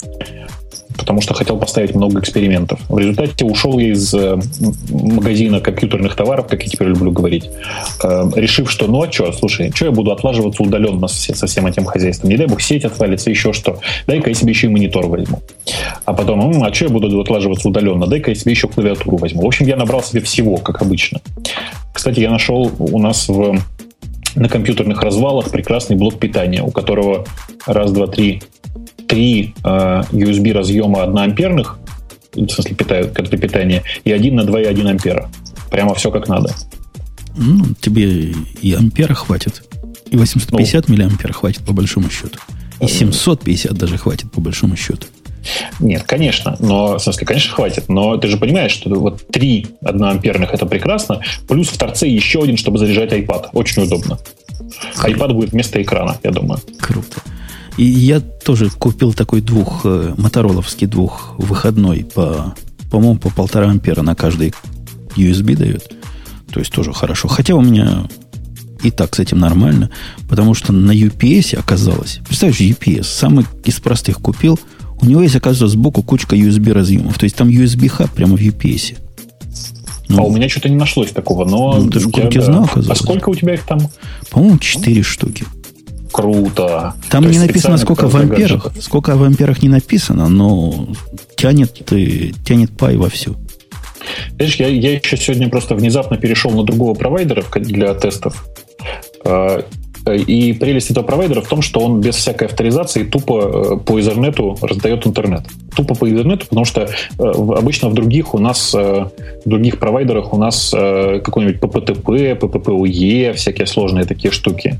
Потому что хотел поставить много экспериментов. В результате ушел я из магазина компьютерных товаров, как я теперь люблю говорить, решив, что ну а что, слушай, что я буду отлаживаться удаленно со всем этим хозяйством? Не дай бог сеть отвалится, еще что. Дай-ка я себе еще и монитор возьму. А потом, ну, а что я буду отлаживаться удаленно? Дай-ка я себе еще клавиатуру возьму. В общем, я набрал себе всего, как обычно. Кстати, я нашел у нас в, на компьютерных развалах прекрасный блок питания, у которого раз, два, три... три э, ю эс би разъема одноамперных, в смысле питают, для питания, и один на два и один ампера. Прямо все как надо. Ну, тебе и ампера хватит. И восемьсот пятьдесят ну, миллиампер хватит по большому счету. И семьсот пятьдесят даже хватит по большому счету. Нет, конечно. Но, в смысле, конечно, хватит. Но ты же понимаешь, что вот три одноамперных это прекрасно, плюс в торце еще один, чтобы заряжать iPad. Очень удобно. Круто. iPad будет вместо экрана, я думаю. Круто. И я тоже купил такой двух, мотороловский двухвыходной, по, по-моему, по полтора ампера на каждый ю эс би дает. То есть тоже хорошо. Хотя у меня и так с этим нормально, потому что на ю пи эс оказалось, представляешь, ю пи эс, самый из простых купил, у него есть, оказывается, сбоку кучка ю эс би разъемов. То есть там ю эс би-хаб прямо в ю пи эс. Ну, а у меня что-то не нашлось такого. Но ну, ты же я, знал, оказывается. А сколько у тебя их там? По-моему, четыре штуки. Круто. Там То не написано, сколько в амперах. Гаджетов. Сколько в амперах не написано, но тянет, тянет пай вовсю. Знаешь, я, я еще сегодня просто внезапно перешел на другого провайдера для тестов. И прелесть этого провайдера в том, что он без всякой авторизации тупо по Ethernet раздает интернет. Тупо по Ethernet, потому что обычно в других у нас, в других провайдерах у нас какой-нибудь пи пи ти пи, пи пи пи ю и, всякие сложные такие штуки.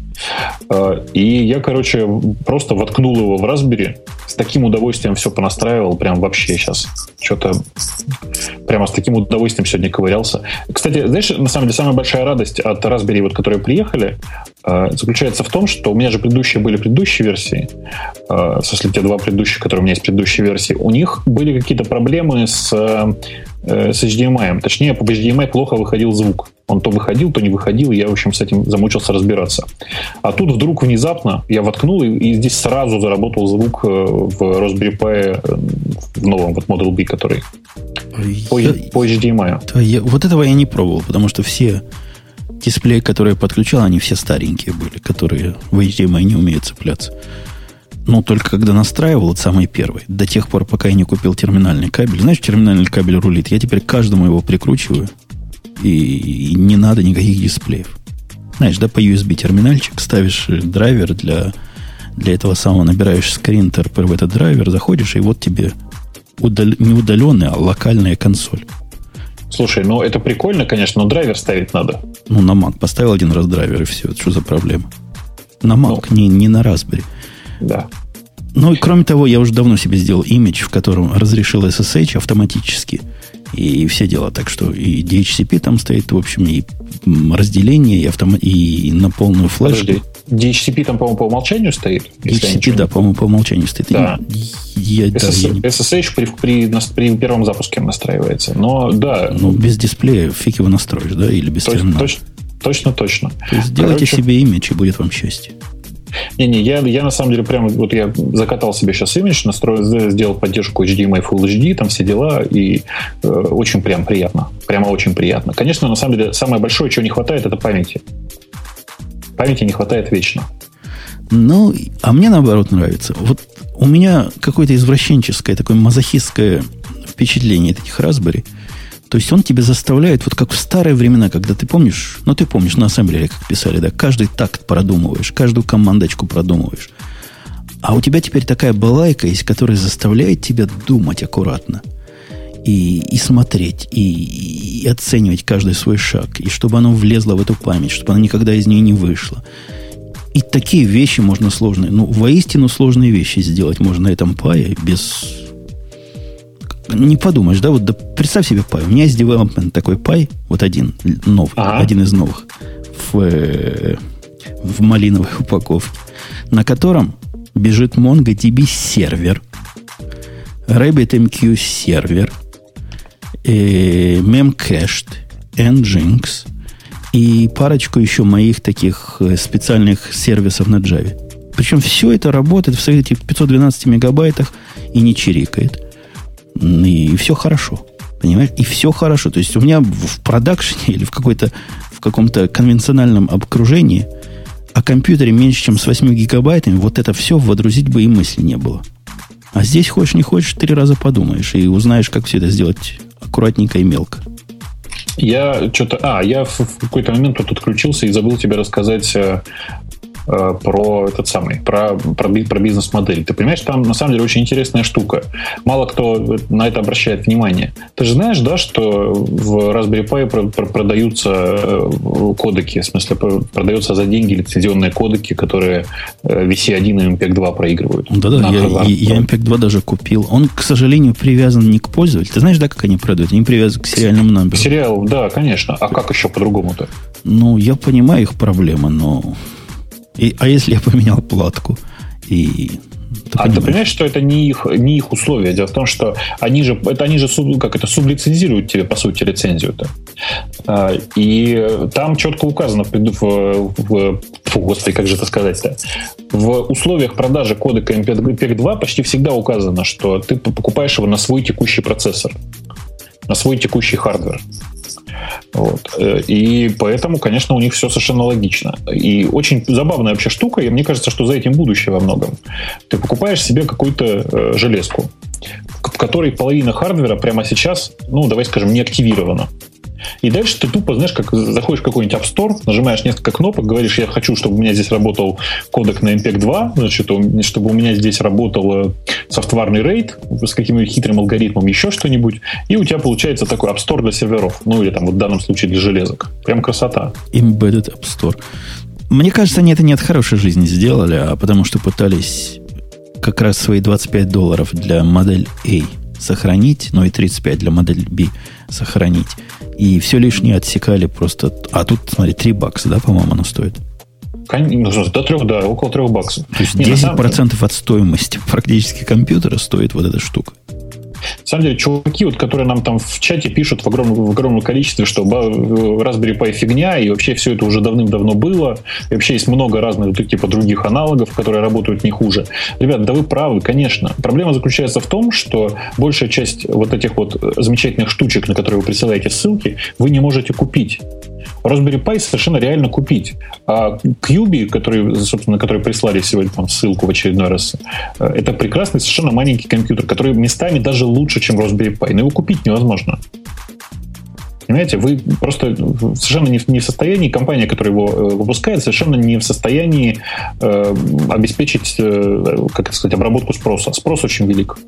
И я, короче, просто воткнул его в Raspberry, с таким удовольствием все понастраивал, прям вообще сейчас что-то прямо с таким удовольствием сегодня ковырялся. Кстати, знаешь, на самом деле самая большая радость от Raspberry, вот, которые приехали, заключается в том, что у меня же предыдущие были предыдущие версии, в смысле, те два предыдущих, которые у меня есть предыдущие версии, у них были какие-то проблемы с, с эйч ди эм ай. Точнее, по эйч ди эм ай плохо выходил звук. Он то выходил, то не выходил, и я, в общем, с этим замучился разбираться. А тут вдруг внезапно я воткнул, и, и здесь сразу заработал звук в Raspberry Pi в новом, вот Model B, который по, я, по эйч ди эм ай. Я, вот этого я не пробовал, потому что все дисплеи, которые я подключал, они все старенькие были, которые в эйч ди эм ай не умеют цепляться. Но только когда настраивал, вот самый первый, до тех пор, пока я не купил терминальный кабель. Знаешь, терминальный кабель рулит. Я теперь каждому его прикручиваю, и, и не надо никаких дисплеев. Знаешь, да, по ю эс би терминальчик ставишь драйвер для, для этого самого, набираешь скрин ТРП в этот драйвер, заходишь, и вот тебе удал, не удаленная, а локальная консоль. Слушай, ну это прикольно, конечно, но драйвер ставить надо. Ну, на Mac поставил один раз драйвер, и все. Что за проблема? На Mac, ну, не, не на Raspberry. Да. Ну, и кроме того, я уже давно себе сделал имидж, в котором разрешил эс эс эйч автоматически. И все дела. Так что и ди эйч си пи там стоит, в общем, и разделение, и, автом... и на полную флешку. Подожди. ди эйч си пи там, по-моему, по умолчанию стоит? ди эйч си пи, да, по-моему, по умолчанию стоит. Да. Я, да, я не... эс эс эйч при, при, при первом запуске настраивается. Но, да. Ну, без дисплея фиг его настроишь, да? Или без точно, терминала. Точно, точно, точно. То есть сделайте себе имидж, и будет вам счастье. Не-не, я, я на самом деле прямо, вот я закатал себе сейчас имидж, настроил, сделал поддержку эйч ди эм ай Full эйч ди, там все дела, и э, очень прям приятно. Прямо очень приятно. Конечно, на самом деле, самое большое, чего не хватает, это памяти. Памяти не хватает вечно. Ну, а мне наоборот нравится. Вот у меня какое-то извращенческое, такое мазохистское впечатление от этих Raspberry. То есть он тебя заставляет, вот как в старые времена, когда ты помнишь, ну ты помнишь, на ассемблере как писали, да, каждый такт продумываешь, каждую командочку продумываешь. А у тебя теперь такая балайка есть, которая заставляет тебя думать аккуратно. И, и смотреть, и, и оценивать каждый свой шаг. И чтобы оно влезло в эту память, чтобы оно никогда из нее не вышло. И такие вещи можно сложные, ну, воистину сложные вещи сделать можно на этом пае без... Не подумаешь, да? Вот да, представь себе пай. У меня есть development такой пай, вот один новый, ага. один из новых в, в малиновой упаковке, на котором бежит MongoDB сервер, RabbitMQ сервер, э, Memcached, Nginx и парочку еще моих таких специальных сервисов на Java. Причем все это работает в своих этих пятьсот двенадцати мегабайтах и не чирикает. И все хорошо. Понимаешь? И все хорошо. То есть у меня в продакшене или в, какой-то, в каком-то конвенциональном окружении о компьютере меньше, чем с восьмью гигабайтами, вот это все водрузить бы и мысли не было. А здесь хочешь не хочешь, три раза подумаешь и узнаешь, как все это сделать аккуратненько и мелко. Я что-то... А, я в, в какой-то момент тут отключился и забыл тебе рассказать э, э, про этот самый, про, про, про бизнес-модель. Ты понимаешь, там на самом деле очень интересная штука. Мало кто на это обращает внимание. Ты же знаешь, да, что в Raspberry Pi про, про, продаются э, кодеки, в смысле, продаются за деньги лицензионные кодеки, которые э, ви си один и эм пи и джи два проигрывают. Да-да, я, я эм пи и джи два даже купил. Он, к сожалению, привязан не к пользователю. Ты знаешь, да, как они продают? Они привязаны к сериальному номеру. Сериал, да, конечно. А как еще по-другому-то? Ну, я понимаю их проблемы, но... И, а если я поменял платку? И... Ты а понимаешь? Ты понимаешь, что это не их, не их условия? Дело в том, что они же, это, они же суб, как это, сублицензируют тебе, по сути, лицензию-то. А, и там четко указано в, в, в фу, господи, как же это сказать-то? В условиях продажи кодека эм пи и джи два почти всегда указано, что ты покупаешь его на свой текущий процессор, на свой текущий хардвер. Вот. И поэтому, конечно, у них все совершенно логично. И очень забавная вообще штука, и мне кажется, что за этим будущее во многом. Ты покупаешь себе какую-то э, железку, в которой половина хардвера прямо сейчас, ну, давай скажем, не активирована. И дальше ты тупо, знаешь, как заходишь в какой-нибудь App Store, нажимаешь несколько кнопок, говоришь, я хочу, чтобы у меня здесь работал кодек на эм пи и джи два, значит, чтобы у меня здесь работал софтварный рейд с каким-нибудь хитрым алгоритмом, еще что-нибудь, и у тебя получается такой App Store для серверов. Ну, или там вот в данном случае для железок. Прям красота. Embedded App Store. Мне кажется, они это не от хорошей жизни сделали, а потому что пытались как раз свои двадцать пять долларов для модель A сохранить, ну и тридцать пять для модели B сохранить. И все лишнее отсекали просто... А тут, смотри, три бакса, да, по-моему, оно стоит? До трех, да, около трех баксов. То есть десять процентов от стоимости практически компьютера стоит вот эта штука. На самом деле, чуваки, вот, которые нам там в чате пишут в огромном, в огромном количестве, что Raspberry Pi фигня, и вообще все это уже давным-давно было, и вообще есть много разных типа других аналогов, которые работают не хуже. Ребят, да вы правы, конечно. Проблема заключается в том, что большая часть вот этих вот замечательных штучек, на которые вы присылаете ссылки, вы не можете купить. Raspberry Pi совершенно реально купить. А Qiubi, который, собственно, на который прислали сегодня там, ссылку в очередной раз, это прекрасный, совершенно маленький компьютер, который местами даже лучше, чем Raspberry Pi. Но его купить невозможно. Понимаете, вы просто совершенно не в, не в состоянии, компания, которая его выпускает, совершенно не в состоянии э, обеспечить, э, как это сказать, обработку спроса. Спрос очень велик.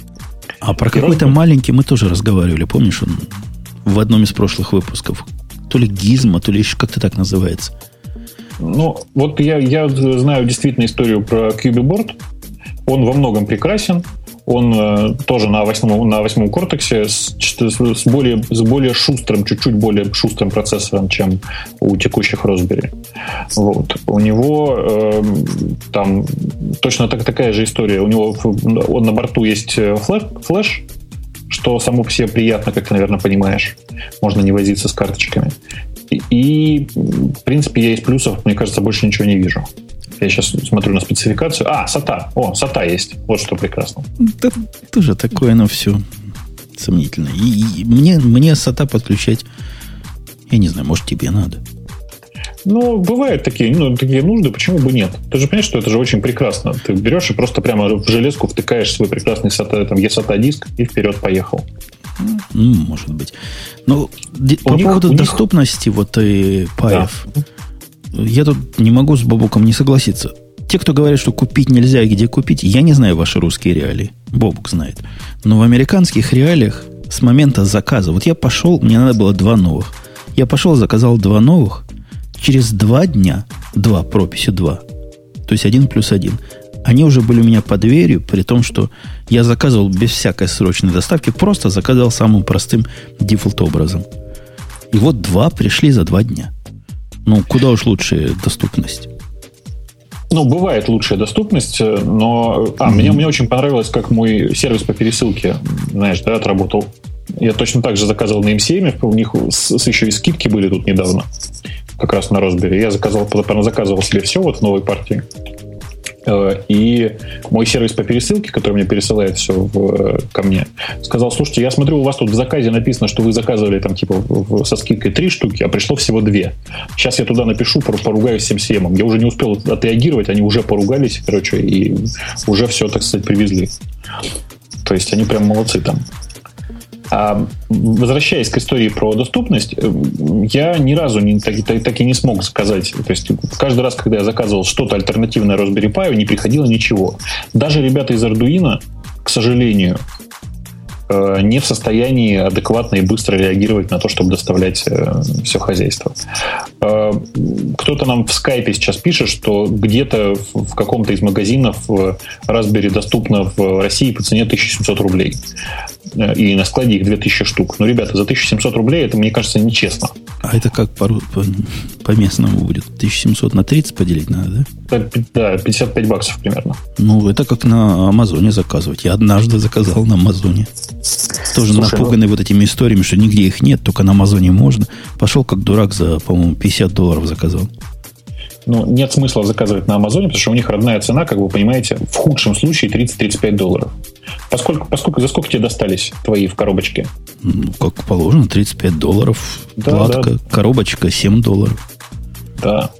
А про какой-то Raspberry... маленький мы тоже разговаривали, помнишь, он в одном из прошлых выпусков. То ли Gizmo, то ли еще как-то так называется. Ну, вот я, я знаю действительно историю про Qiubi Board. Он во многом прекрасен. Он э, тоже на восьмом, на восьмом кортексе с, с, более, с более шустрым, чуть-чуть более шустрым процессором, чем у текущих Raspberry. Вот. У него э, там точно так, такая же история. У него он на борту есть флеш, флеш, что само по себе приятно, как ты, наверное, понимаешь. Можно не возиться с карточками. И, и в принципе, я из плюсов, мне кажется, больше ничего не вижу. Я сейчас смотрю на спецификацию. А, сата. О, сата есть. Вот что прекрасно. Да, тоже такое, но все сомнительно. И, и мне, мне сата подключать, я не знаю, может, тебе надо. Ну, бывают такие, ну, такие нужды, почему бы нет? Ты же понимаешь, что это же очень прекрасно. Ты берешь и просто прямо в железку втыкаешь свой прекрасный сата, там, eSATA диск и вперед поехал. Ну, может быть. Но по них, поводу доступности них... вот и паев, да. Я тут не могу с Бобуком не согласиться. Те, кто говорят, что купить нельзя и где купить, я не знаю ваши русские реалии. Бобук знает. Но в американских реалиях с момента заказа, вот я пошел, мне надо было два новых. Я пошел, заказал два новых. Через два дня, два, прописью два, то есть один плюс один, они уже были у меня под дверью, при том, что я заказывал без всякой срочной доставки, просто заказал самым простым дефолт образом. И вот два пришли за два дня. Ну, куда уж лучшая доступность. Ну, бывает лучшая доступность, но... А, mm-hmm. мне, мне очень понравилось, как мой сервис по пересылке, знаешь, да, отработал. Я точно так же заказывал на эм си эм, у них с, с еще и скидки были тут недавно, как раз на Raspberry. Я заказал, заказывал себе все вот в новой партии. И мой сервис по пересылке, который мне пересылает все в, ко мне, сказал: слушайте, я смотрю, у вас тут в заказе написано, что вы заказывали там типа в, со скидкой три штуки, а пришло всего две. Сейчас я туда напишу, поругаюсь с эм си эм. Я уже не успел отреагировать, они уже поругались, короче, и уже все, так сказать, привезли. То есть они прям молодцы там. А возвращаясь к истории про доступность, я ни разу не, так, так, так и не смог сказать. То есть каждый раз, когда я заказывал что-то альтернативное Raspberry Pi, не приходило ничего. Даже ребята из Arduino, к сожалению, не в состоянии адекватно и быстро реагировать на то, чтобы доставлять все хозяйство. Кто-то нам в скайпе сейчас пишет, что где-то в каком-то из магазинов Raspberry доступно в России по цене тысяча семьсот рублей. И на складе их две тысячи штук. Ну, ребята, за тысячу семьсот рублей это, мне кажется, нечестно. А это как по, по, по местному будет? тысяча семьсот на тридцать поделить надо, да? Да, пятьдесят пять баксов примерно. Ну, это как на Амазоне заказывать. Я однажды заказал на Амазоне. Тоже Слушай, напуганный ну... вот этими историями, что нигде их нет, только на Амазоне можно. Пошел как дурак за, по-моему, пятьдесят долларов заказал. Ну, нет смысла заказывать на Амазоне, потому что у них родная цена, как вы понимаете, в худшем случае тридцать-тридцать пять долларов. Поскольку, поскольку, за сколько тебе достались твои в коробочке? Ну, как положено, тридцать пять долларов. Да, платка, да. Коробочка семь долларов. Да.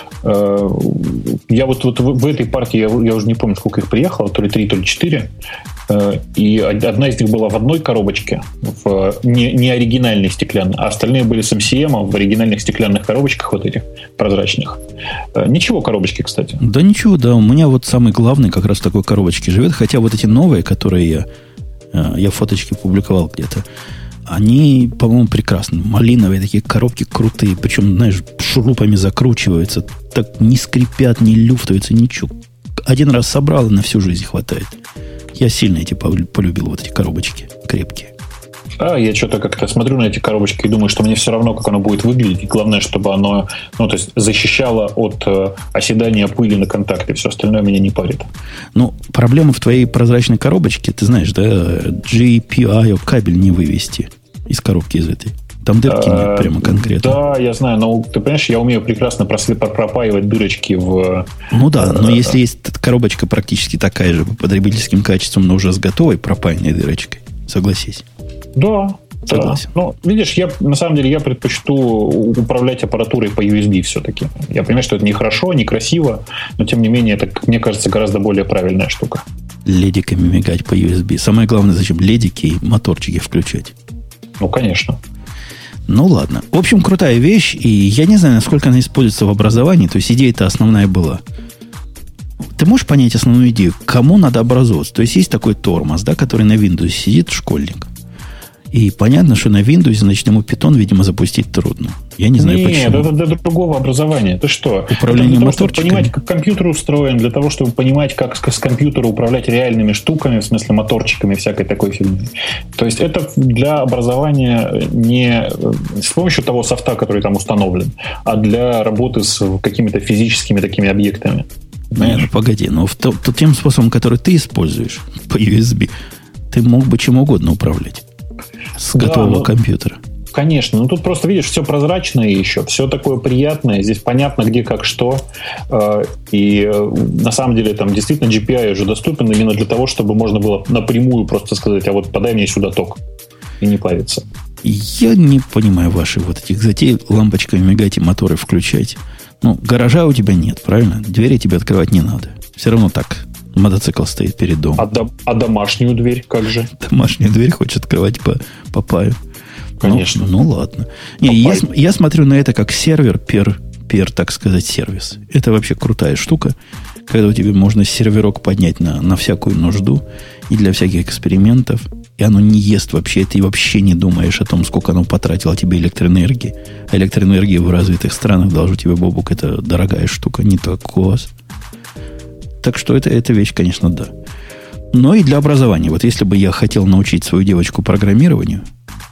Я вот, вот в этой партии, я, я уже не помню, сколько их приехало, то ли три, то ли четыре. И одна из них была в одной коробочке, в не, не оригинальной стеклянной, а остальные были с эм си эм в оригинальных стеклянных коробочках вот этих прозрачных. Ничего коробочки, кстати. Да ничего, да. У меня вот самый главный как раз в такой коробочке живет. Хотя вот эти новые, которые я, я фоточки публиковал где-то, они, по-моему, прекрасны. Малиновые такие коробки крутые. Причем, знаешь, шурупами закручиваются. Так не скрипят, не люфтаются, ничего. Один раз собрал, и на всю жизнь хватает. Я сильно эти полюбил, вот эти коробочки крепкие. А я что-то как-то смотрю на эти коробочки и думаю, что мне все равно, как оно будет выглядеть. И главное, чтобы оно, ну, то есть защищало от э, оседания пыли на контакте. Все остальное меня не парит. Ну, проблема в твоей прозрачной коробочке, ты знаешь, да, джи пи ай кабель не вывести из коробки из этой. Там дырки нет прямо конкретно. Да, я знаю, но ты понимаешь, я умею прекрасно пропаивать дырочки в... Ну да, но если есть коробочка практически такая же по потребительским качествам, но уже с готовой пропаянной дырочкой, согласись. Да, согласен. Да. Ну, видишь, я на самом деле я предпочту управлять аппаратурой по ю эс би все-таки. Я понимаю, что это не хорошо, не красиво, но тем не менее это, мне кажется, гораздо более правильная штука. Ледиками мигать по ю эс би. Самое главное, зачем ледики и моторчики включать. Ну, конечно. Ну, ладно. В общем, крутая вещь, и я не знаю, насколько она используется в образовании, то есть идея-то основная была. Ты можешь понять основную идею? Кому надо образовываться? То есть есть такой тормоз, да, который на Windows сидит, школьник. И понятно, что на Windows, значит, ему Python, видимо, запустить трудно. Я не знаю, Нет, почему. Нет, это для другого образования. Ты что? Управление это для моторчиками? того, чтобы понимать, как компьютер устроен, для того, чтобы понимать, как с компьютера управлять реальными штуками, в смысле моторчиками, всякой такой фигней. То есть это для образования не с помощью того софта, который там установлен, а для работы с какими-то физическими такими объектами. Не, ну погоди, но в то, то, тем способом, который ты используешь по ю эс би, ты мог бы чем угодно управлять с да, готового но, компьютера. Конечно, ну тут просто, видишь, все прозрачное еще, все такое приятное, здесь понятно, где, как, что, и на самом деле там действительно джи пи ай уже доступен именно для того, чтобы можно было напрямую просто сказать, а вот подай мне сюда ток, и не париться. Я не понимаю ваших вот этих затей, лампочками мигайте, моторы включайте. Ну, гаража у тебя нет, правильно? Двери тебе открывать не надо. Все равно так. Мотоцикл стоит перед домом. А, до, а домашнюю дверь как же? Домашнюю дверь хочешь открывать по, по паю. Конечно. Ну, ну ладно. Не, я, я смотрю на это как сервер, пер, пер, так сказать, сервис. Это вообще крутая штука, когда у тебя можно серверок поднять на, на всякую нужду и для всяких экспериментов, и оно не ест вообще, ты вообще не думаешь о том, сколько оно потратило тебе электроэнергии. А электроэнергия в развитых странах, должен тебе, Бобук, это дорогая штука, не так у вас. Так что это, эта вещь, конечно, да. Но и для образования. Вот если бы я хотел научить свою девочку программированию,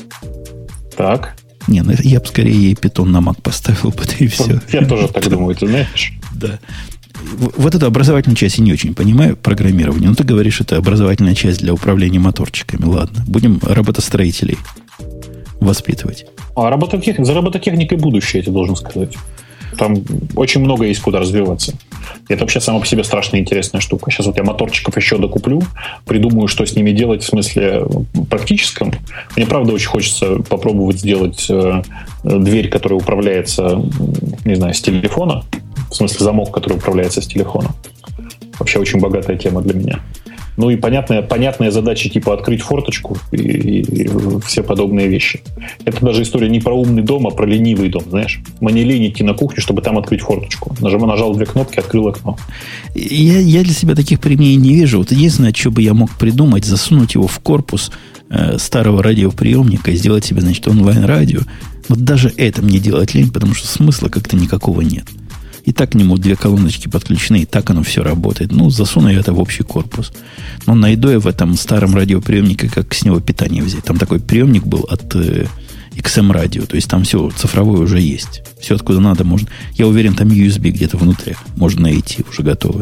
так. Не, ну, я бы скорее ей питон на Mac поставил бы, и все. Я тоже так думаю, ты знаешь. Да. Вот эту образовательную часть я не очень понимаю, программирование. Но ты говоришь, это образовательная часть для управления моторчиками. Ладно, будем работостроителей воспитывать. А робототех... за робототехникой будущее, я тебе должен сказать. Там очень много есть куда развиваться. И это вообще сама по себе страшно интересная штука. Сейчас вот я моторчиков еще докуплю, придумаю, что с ними делать в смысле практическом. Мне, правда, очень хочется попробовать сделать э, дверь, которая управляется, не знаю, с телефона. В смысле замок, который управляется с телефона. Вообще очень богатая тема для меня. Ну и понятная, понятная задача типа открыть форточку и, и, и все подобные вещи. Это даже история не про умный дом, а про ленивый дом, знаешь. Мне лень идти на кухню, чтобы там открыть форточку. Нажал, нажал две кнопки, открыл окно. Я, я для себя таких применений не вижу. Вот единственное, что бы я мог придумать, засунуть его в корпус э, старого радиоприемника и сделать себе, значит, онлайн-радио. Вот даже это мне делать лень, потому что смысла как-то никакого нет. И так к нему две колоночки подключены, и так оно все работает. Ну, засуну я это в общий корпус. Но найду я в этом старом радиоприемнике, как с него питание взять. Там такой приемник был от э, икс эм радио. То есть там все цифровое уже есть. Все откуда надо можно. Я уверен, там ю эс би где-то внутри можно найти уже готовые.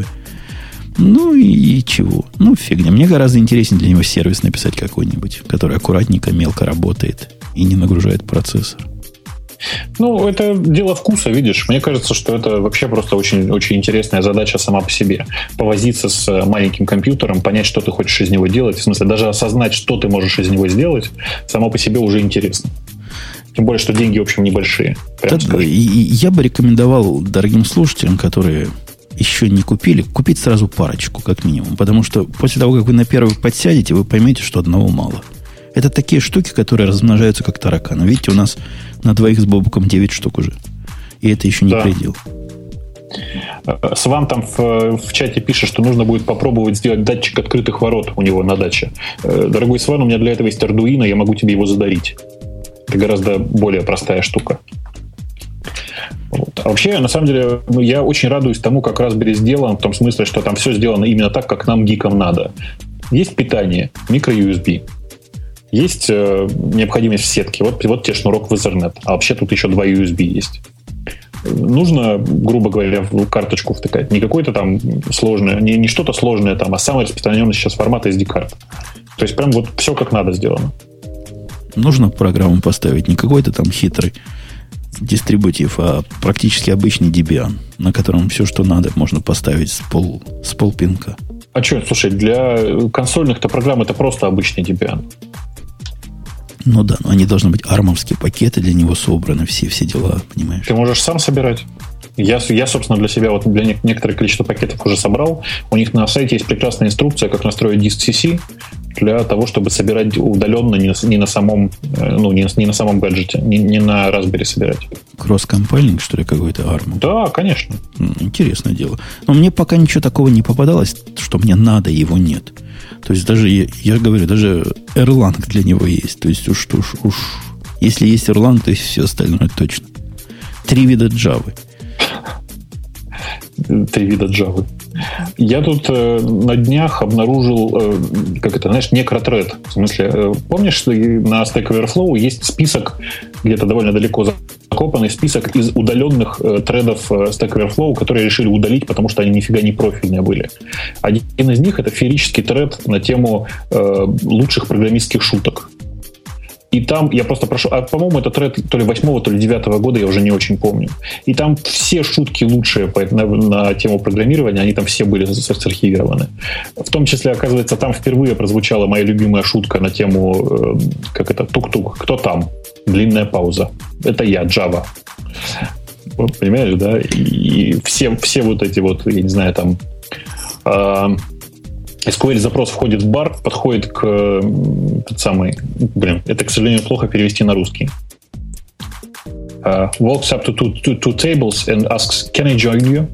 Ну и, и чего? Ну, фигня. Мне гораздо интереснее для него сервис написать какой-нибудь, который аккуратненько, мелко работает и не нагружает процессор. Ну, это дело вкуса, видишь. Мне кажется, что это вообще просто очень, очень интересная задача сама по себе. Повозиться с маленьким компьютером, понять, что ты хочешь из него делать. В смысле, даже осознать, что ты можешь из него сделать, само по себе уже интересно. Тем более, что деньги, в общем, небольшие. Так, и, и я бы рекомендовал дорогим слушателям, которые еще не купили, купить сразу парочку, как минимум. Потому что после того, как вы на первый подсядете, вы поймете, что одного мало. Это такие штуки, которые размножаются как тараканы. Видите, у нас на двоих с Бобуком девять штук уже. И это еще не да. предел. Сван там в, в чате пишет, что нужно будет попробовать сделать датчик открытых ворот у него на даче. Дорогой Сван, у меня для этого есть Arduino, я могу тебе его задарить. Это гораздо более простая штука. Вот. А вообще, на самом деле, ну, я очень радуюсь тому, как Raspberry сделан, в том смысле, что там все сделано именно так, как нам, гикам, надо. Есть питание, микро-ю эс би. Есть э, необходимость в сетке. Вот, вот тебе шнурок в Ethernet. А вообще тут еще два ю эс би есть. Нужно, грубо говоря, в карточку втыкать. Не какое-то там сложное, не, не что-то сложное там, а самый распространенный сейчас формат эс ди-карт. То есть прям вот все как надо сделано. Нужно программу поставить. Не какой-то там хитрый дистрибутив, а практически обычный Debian, на котором все, что надо, можно поставить с, пол, с полпинка. А что, слушай, для консольных-то программ это просто обычный Debian. Ну да, но они должны быть армовские пакеты, для него собраны все, все дела, понимаешь? Ты можешь сам собирать. Я, я, собственно, для себя вот для не, некоторое количество пакетов уже собрал. У них на сайте есть прекрасная инструкция, как настроить диск си си для того, чтобы собирать удаленно не, не на самом, ну, не, не на самом гаджете, не, не на Raspberry собирать. Кросс-компайлинг, что ли, какой-то арм? Да, конечно. Интересное дело. Но мне пока ничего такого не попадалось, что мне надо, его нет. То есть даже, я, я говорю, даже Erlang для него есть. То есть уж, уж, уж если есть Erlang, то есть все остальное точно. Три вида Java. Три вида Java. Я тут э, на днях обнаружил, э, как это, знаешь, некротред. В смысле, э, помнишь, что на Stack Overflow есть список, где-то довольно далеко закопанный список из удаленных э, тредов э, Stack Overflow, которые решили удалить, потому что они нифига не профильные были. Один из них — это феерический тред на тему э, лучших программистских шуток. И там я просто прошу, а, по-моему, это тред то ли восьмого, то ли девятого года, я уже не очень помню. И там все шутки лучшие по, на, на тему программирования, они там все были сархивированы. В том числе, оказывается, там впервые прозвучала моя любимая шутка на тему, э, как это, тук-тук, кто там? Длинная пауза. Это я, Java. Понимаешь, да? И все, все вот эти вот, я не знаю, там... Э, эс ку эль-запрос входит в бар, подходит к тот самый... Блин, это, к сожалению, плохо перевести на русский. Uh, walks up to two, two, two tables and asks, can I join you?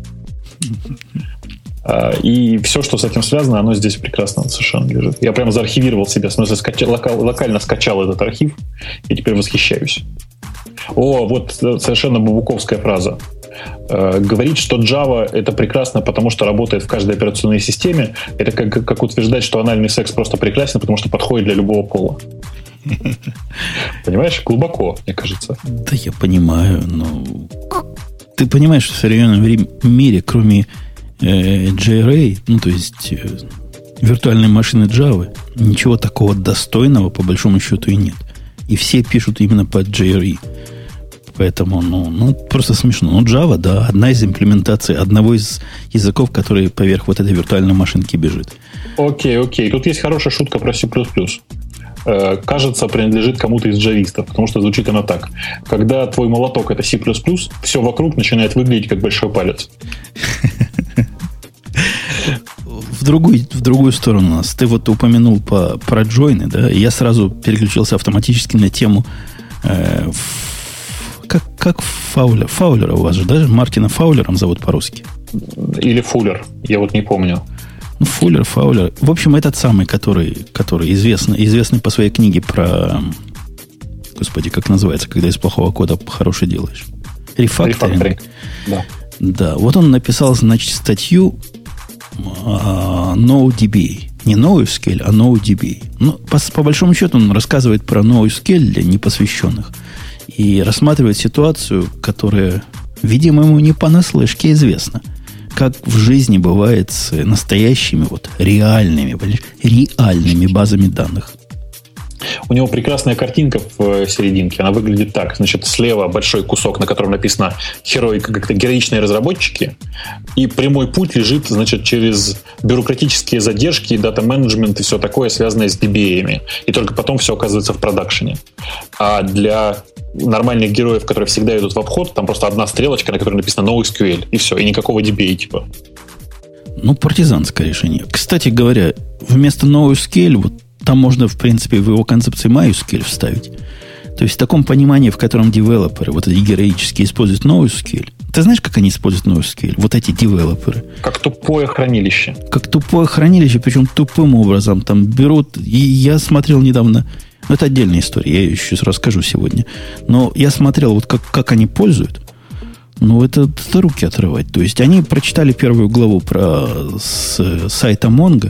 Uh, и все, что с этим связано, оно здесь прекрасно совершенно лежит. Я прям заархивировал себя, в смысле, скачал, локал, локально скачал этот архив, и теперь восхищаюсь. О, вот совершенно бабуковская фраза. Uh, говорить, что Java это прекрасно, потому что работает в каждой операционной системе, это как, как утверждать, что анальный секс просто прекрасен, потому что подходит для любого пола. Понимаешь? Глубоко, мне кажется. Да, я понимаю, но... Ты понимаешь, что в современном мире, кроме э, джей ар эй, ну, то есть э, виртуальной машины Java, ничего такого достойного, по большому счету, и нет. И все пишут именно под джей ар эй. Поэтому, ну, ну, просто смешно. Ну, Java, да, одна из имплементаций одного из языков, который поверх вот этой виртуальной машинки бежит. Окей, окей. Тут есть хорошая шутка про C++. Кажется, принадлежит кому-то из джавистов, потому что звучит она так. Когда твой молоток — это C++, все вокруг начинает выглядеть как большой палец. В другую, в другую сторону у нас. Ты вот упомянул по, про джойны, да, и я сразу переключился автоматически на тему э, ф, как, как Фаулер. Фаулера у вас же, даже Мартина Фаулером зовут по-русски. Или Фуллер, я вот не помню. Ну, Фуллер, Фаулер. В общем, этот самый, который, который известный, известный по своей книге про... Господи, как называется, когда из плохого кода хороший делаешь? Рефакторинг. Да. Да, вот он написал, значит, статью uh, NoDB. Не NoSQL, а NoDB. Ну, по, по большому счету он рассказывает про NoSQL для непосвященных и рассматривает ситуацию, которая, видимо, ему не понаслышке известна. Как в жизни бывает с настоящими, вот, реальными, реальными базами данных. У него прекрасная картинка в серединке. Она выглядит так. Значит, слева большой кусок, на котором написано «Герои, как-то героичные разработчики». И прямой путь лежит, значит, через бюрократические задержки, дата-менеджмент и все такое, связанное с ди би эй-ами. И только потом все оказывается в продакшене. А для нормальных героев, которые всегда идут в обход, там просто одна стрелочка, на которой написано NoSQL. И все. И никакого ди би эй типа. Ну, партизанское решение. Кстати говоря, вместо NoSQL вот там можно, в принципе, в его концепции MySQL вставить. То есть в таком понимании, в котором девелоперы, вот эти героические, используют NoSQL. Ты знаешь, как они используют NoSQL? Вот эти девелоперы. Как тупое хранилище. Как тупое хранилище, причем тупым образом. Там берут... И я смотрел недавно... Ну, это отдельная история, я ее еще расскажу сегодня. Но я смотрел, вот как, как они пользуют. Ну, это, это руки отрывать. То есть они прочитали первую главу про с сайта Mongo,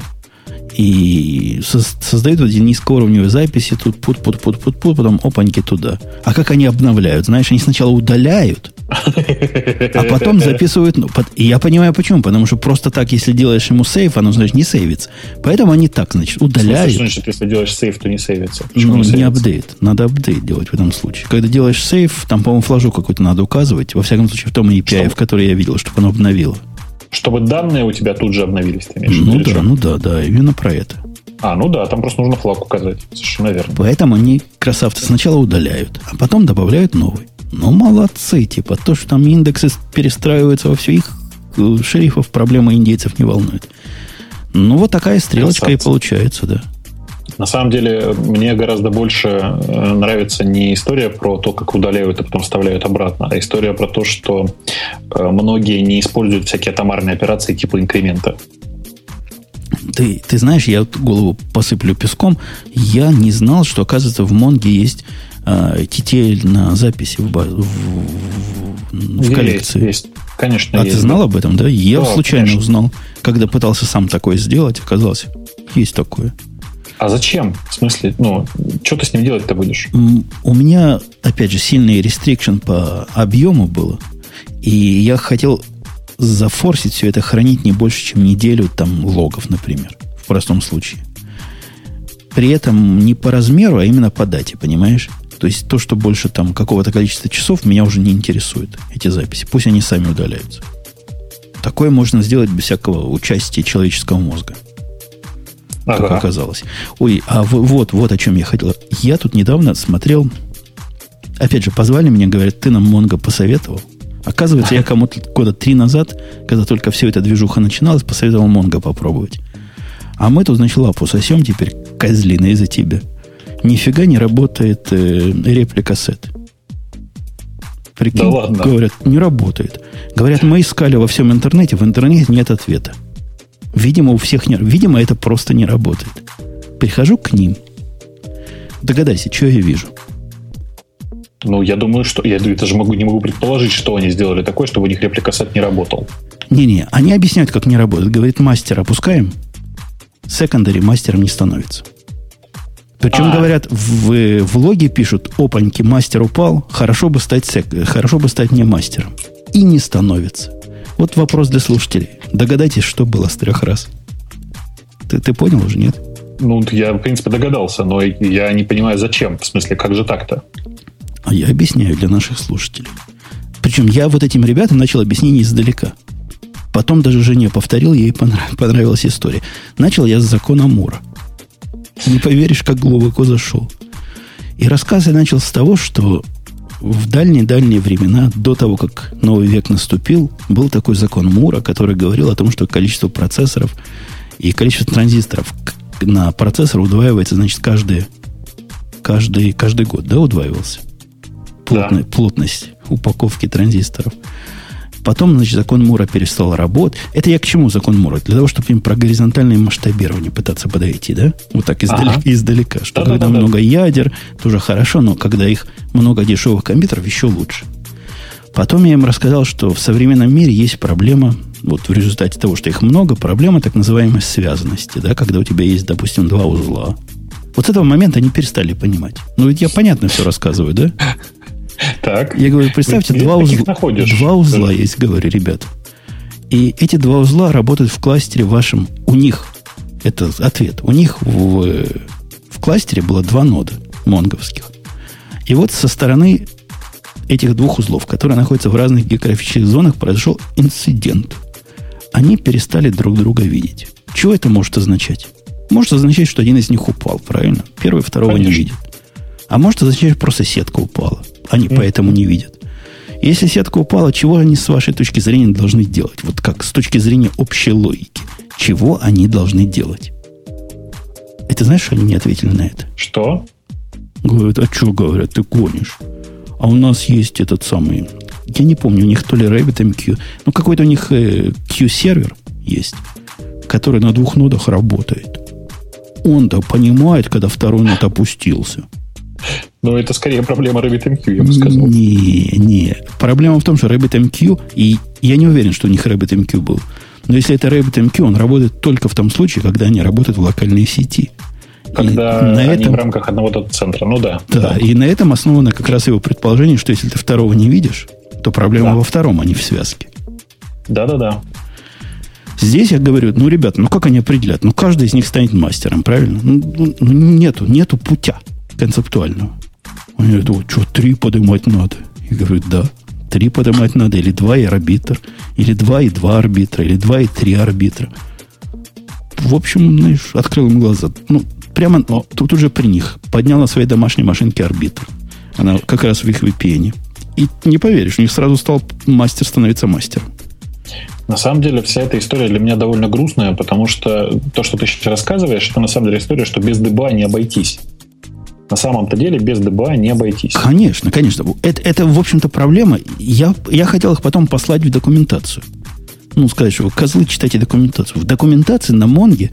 и создают эти низкоуровневые записи, тут пут-пут-пут-пут-пут, потом опаньки туда. А как они обновляют? Знаешь, они сначала удаляют, а потом записывают... Ну, и я понимаю, почему. Потому что просто так, если делаешь ему сейв, оно, значит, не сейвится. Поэтому они так, значит, удаляют. Что значит, если делаешь сейв, то не сейвится? Почему ну, не, не апдейт. Надо апдейт делать в этом случае. Когда делаешь сейв, там, по-моему, флажок какой-то надо указывать. Во всяком случае, в том эй пи ай, в который я видел, чтобы оно обновило. Чтобы данные у тебя тут же обновились, ты имеешь в виду? Ну да, что? ну да, да, именно про это. А, ну да, там просто нужно флаг указать. Совершенно верно. Поэтому они, красавцы, сначала удаляют, а потом добавляют новый. Ну, молодцы, типа, то, что там индексы перестраиваются во все, их шерифов проблема индейцев не волнует. Ну, вот такая стрелочка красавцы. И получается, да. На самом деле, мне гораздо больше нравится не история про то, как удаляют и потом вставляют обратно, а история про то, что многие не используют всякие атомарные операции типа инкремента. Ты, ты знаешь, я голову посыплю песком. Я не знал, что, оказывается, в Монге есть э, ти ти эл на записи в, в, в, в коллекции. Есть, есть. Конечно, а есть. ты знал об этом, да? Я да, случайно конечно. узнал, когда пытался сам такое сделать, оказалось, есть такое. А зачем? В смысле, ну, что ты с ним делать-то будешь? У меня, опять же, сильный рестрикшн по объему было. И я хотел зафорсить все это, хранить не больше, чем неделю там логов, например. В простом случае. при этом не по размеру, а именно по дате, понимаешь? То есть то, что больше там какого-то количества часов, меня уже не интересует, эти записи. Пусть они сами удаляются. Такое можно сделать без всякого участия человеческого мозга. Ага. Как оказалось. Ой, а вот, вот о чем я хотел. Я тут недавно смотрел... Опять же, позвали меня, говорят, ты нам Монго посоветовал. Оказывается, я кому-то года три назад, когда только все это движуха начиналась, посоветовал Монго попробовать. А мы тут, значит, лапу сосем теперь, козлина, из-за тебя. Нифига не работает э, реплика сет. Прикинь, да ладно. Говорят, не работает. Говорят, мы искали во всем интернете, в интернете нет ответа. Видимо, у всех не... Видимо, это просто не работает. Прихожу к ним. Догадайся, что я вижу. Ну, я думаю, что... Я даже могу, не могу предположить, что они сделали такое, чтобы у них репликасет не работал. Не-не, они объясняют, как не работает. Говорит, мастер опускаем, секондари мастером не становится. Причем, а. говорят, в, в логе пишут, опаньки, мастер упал, хорошо бы стать сек, хорошо бы стать не мастером. И не становится. Вот вопрос для слушателей. Догадайтесь, что было с трех раз. Ты, ты понял уже, нет? Ну, я, в принципе, догадался, но я не понимаю, зачем. В смысле, как же так-то? А я объясняю для наших слушателей. Причем я вот этим ребятам начал объяснение издалека. Потом даже жене повторил, ей понрав... понравилась история. Начал я с закона Мура. Не поверишь, как глубоко зашел. И рассказ я начал с того, что в дальние-дальние времена, до того, как новый век наступил, был такой закон Мура, который говорил о том, что количество процессоров и количество транзисторов на процессор удваивается, значит, каждый, каждый, каждый год, да, удваивался? Плотно, да. Плотность упаковки транзисторов. Потом, значит, закон Мура перестал работать. Это я к чему закон Мура? Для того, чтобы им про горизонтальное масштабирование пытаться подойти, да? Вот так издалека, ага. издалека. Что да, когда да, да, много да. ядер, тоже хорошо, но когда их много дешевых компьютеров, еще лучше. Потом я им рассказал, что в современном мире есть проблема, вот в результате того, что их много, проблема так называемой связанности, да? Когда у тебя есть, допустим, два узла. Вот с этого момента они перестали понимать. Ну, ведь я понятно все рассказываю, да? Так. Я говорю, представьте, два узла, два узла есть, говорю, ребят. И эти два узла работают в кластере вашем. У них, это ответ, у них в, в кластере было два нода монговских. И вот со стороны этих двух узлов, которые находятся в разных географических зонах, произошел инцидент. Они перестали друг друга видеть. Чего это может означать? Может означать, что один из них упал, правильно? Первый второго Конечно. не видит. А может означать, что просто сетка упала. Они mm. поэтому не видят. Если сетка упала, чего они с вашей точки зрения должны делать? Вот как с точки зрения общей логики. Чего они должны делать? И ты знаешь, что они не ответили на это? Что? Говорят, а что, говорят, ты гонишь? А у нас есть этот самый... Я не помню, у них то ли RabbitMQ, ну какой-то у них э, Q-сервер есть, который на двух нодах работает. Он-то понимает, когда второй нод опустился. Но это скорее проблема RabbitMQ, я бы сказал. Не, не. Проблема в том, что RabbitMQ, и я не уверен, что у них RabbitMQ был, но если это RabbitMQ, он работает только в том случае, когда они работают в локальной сети. Когда и на они этом, в рамках одного дата-центра, ну да. Да, да, и на этом основано как раз его предположение, что если ты второго не видишь, то проблема да. во втором, а не в связке. Да-да-да. Здесь я говорю, ну, ребята, ну как они определят? Ну, каждый из них станет мастером, правильно? Ну, ну нету, нету путя концептуального. Они говорят, о, что, три поднимать надо? Я говорю, да, три поднимать надо, или два и арбитр, или два и два арбитра, или два и три арбитра. В общем, знаешь, открыл им глаза. Ну, прямо ну, тут уже при них поднял на своей домашней машинке арбитр. Она как раз в их ви пи эн. И не поверишь, у них сразу стал мастер становиться мастером. На самом деле, вся эта история для меня довольно грустная, потому что то, что ты сейчас рассказываешь, это на самом деле история, что без ДБА не обойтись. На самом-то деле без ДБА не обойтись. Конечно, конечно. Это, это в общем-то, проблема. Я, я хотел их потом послать в документацию. Ну, сказать, что вы, козлы, читайте документацию. В документации на Монге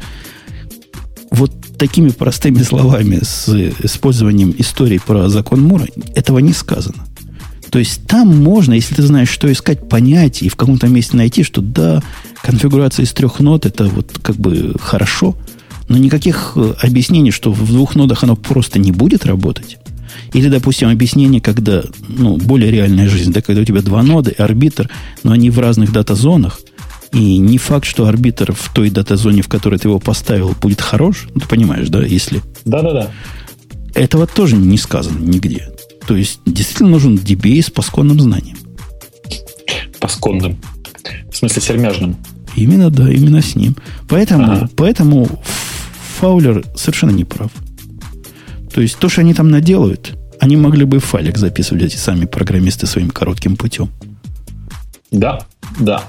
вот такими простыми словами с использованием истории про закон Мура этого не сказано. То есть там можно, если ты знаешь, что искать, понять и в каком-то месте найти, что да, конфигурация из трех нод это вот как бы хорошо, но никаких объяснений, что в двух нодах оно просто не будет работать. Или, допустим, объяснение, когда, ну, более реальная жизнь, да, когда у тебя два нода и арбитр, но они в разных дата-зонах, И не факт, что арбитр в той дата-зоне, в которой ты его поставил, будет хорош. Ты понимаешь, да, если... Да-да-да. Этого тоже не сказано нигде. То есть, действительно нужен ди би эй с пасконным знанием. Пасконным. В смысле, сермяжным. Именно, да, именно с ним. Поэтому, ага. поэтому Фаулер совершенно не прав. То есть, то, что они там наделают, они могли бы файлик записывать, эти сами программисты, своим коротким путем. Да, да.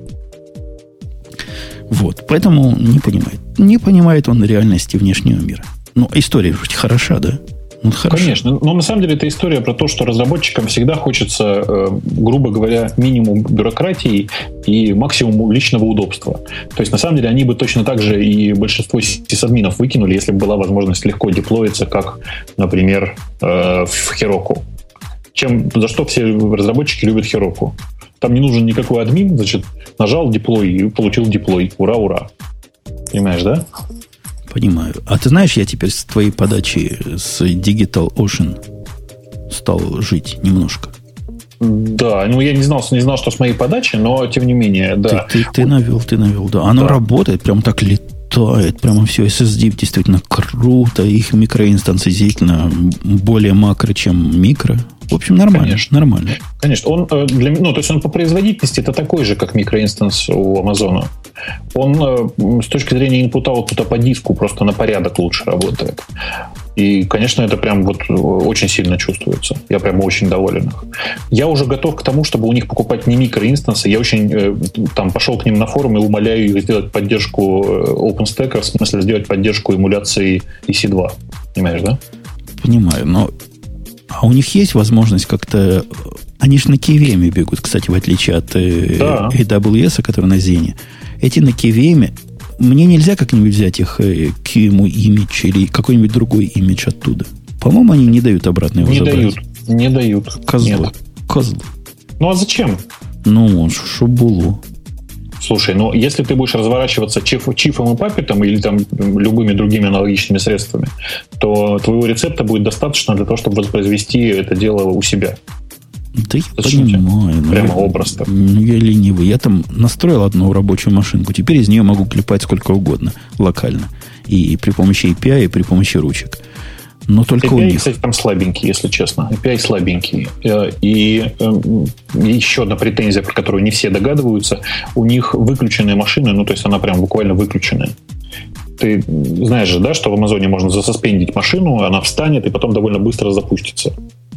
Вот, поэтому не понимает. Не понимает он реальности внешнего мира. Ну, история ведь хороша, да? Ну, конечно. Но на самом деле это история про то, что разработчикам всегда хочется, э, грубо говоря, минимум бюрократии и максимум личного удобства. То есть, на самом деле, они бы точно так же и большинство сисадминов выкинули, если бы была возможность легко деплоиться, как, например, э, в Heroku. Чем, за что все разработчики любят Heroku. Там не нужен никакой админ, значит, нажал деплой и получил деплой. Ура, ура. Понимаешь, да? Понимаю. А ты знаешь, я теперь с твоей подачи с DigitalOcean стал жить немножко. Да, ну я не знал, не знал, что с моей подачи, но тем не менее, да. Ты, ты, ты навел, ты навел, да. Оно да. работает, прям так летает, прямо все. эс эс ди действительно круто, их микроинстанции действительно более макро, чем микро. В общем, нормально. Конечно. Нормально. Конечно. Он, для, ну, то есть он по производительности это такой же, как микроинстанс у Амазона. Он с точки зрения инпута-аутпута по диску просто на порядок лучше работает. И, конечно, это прям вот очень сильно чувствуется. Я прям очень доволен их. Я уже готов к тому, чтобы у них покупать не микроинстансы. Я очень там пошел к ним на форум и умоляю их сделать поддержку OpenStack, в смысле сделать поддержку эмуляции и си два. Понимаешь, да? Понимаю, но а у них есть возможность как-то... Они же на кей ви эм бегут, кстати, в отличие от да. эй дабл ю эс, который на Зене. Эти на кей ви эм... Мне нельзя как-нибудь взять их кью эм имидж или какой-нибудь другой имидж оттуда. По-моему, они не дают обратно его не забрать. Дают, не дают. Козлы. Нет. Козлы. Ну, а зачем? Ну, шубулу. Слушай, ну, если ты будешь разворачиваться чиф, чифом и паппетом или там любыми другими аналогичными средствами, то твоего рецепта будет достаточно для того, чтобы воспроизвести это дело у себя. Да я Зачем понимаю. Прямо я, образ-то. Ну, я ленивый. Я там настроил одну рабочую машинку. Теперь из нее могу клепать сколько угодно локально. И, и при помощи эй пи ай, и при помощи ручек. Но только эй пи ай, у них... кстати, там слабенький, если честно. эй пи ай слабенький. И еще одна претензия, про которую не все догадываются. У них выключенная машина, ну, то есть она прям буквально выключенная. Ты знаешь же, да, что в Амазоне можно засаспендить машину, она встанет и потом довольно быстро запустится.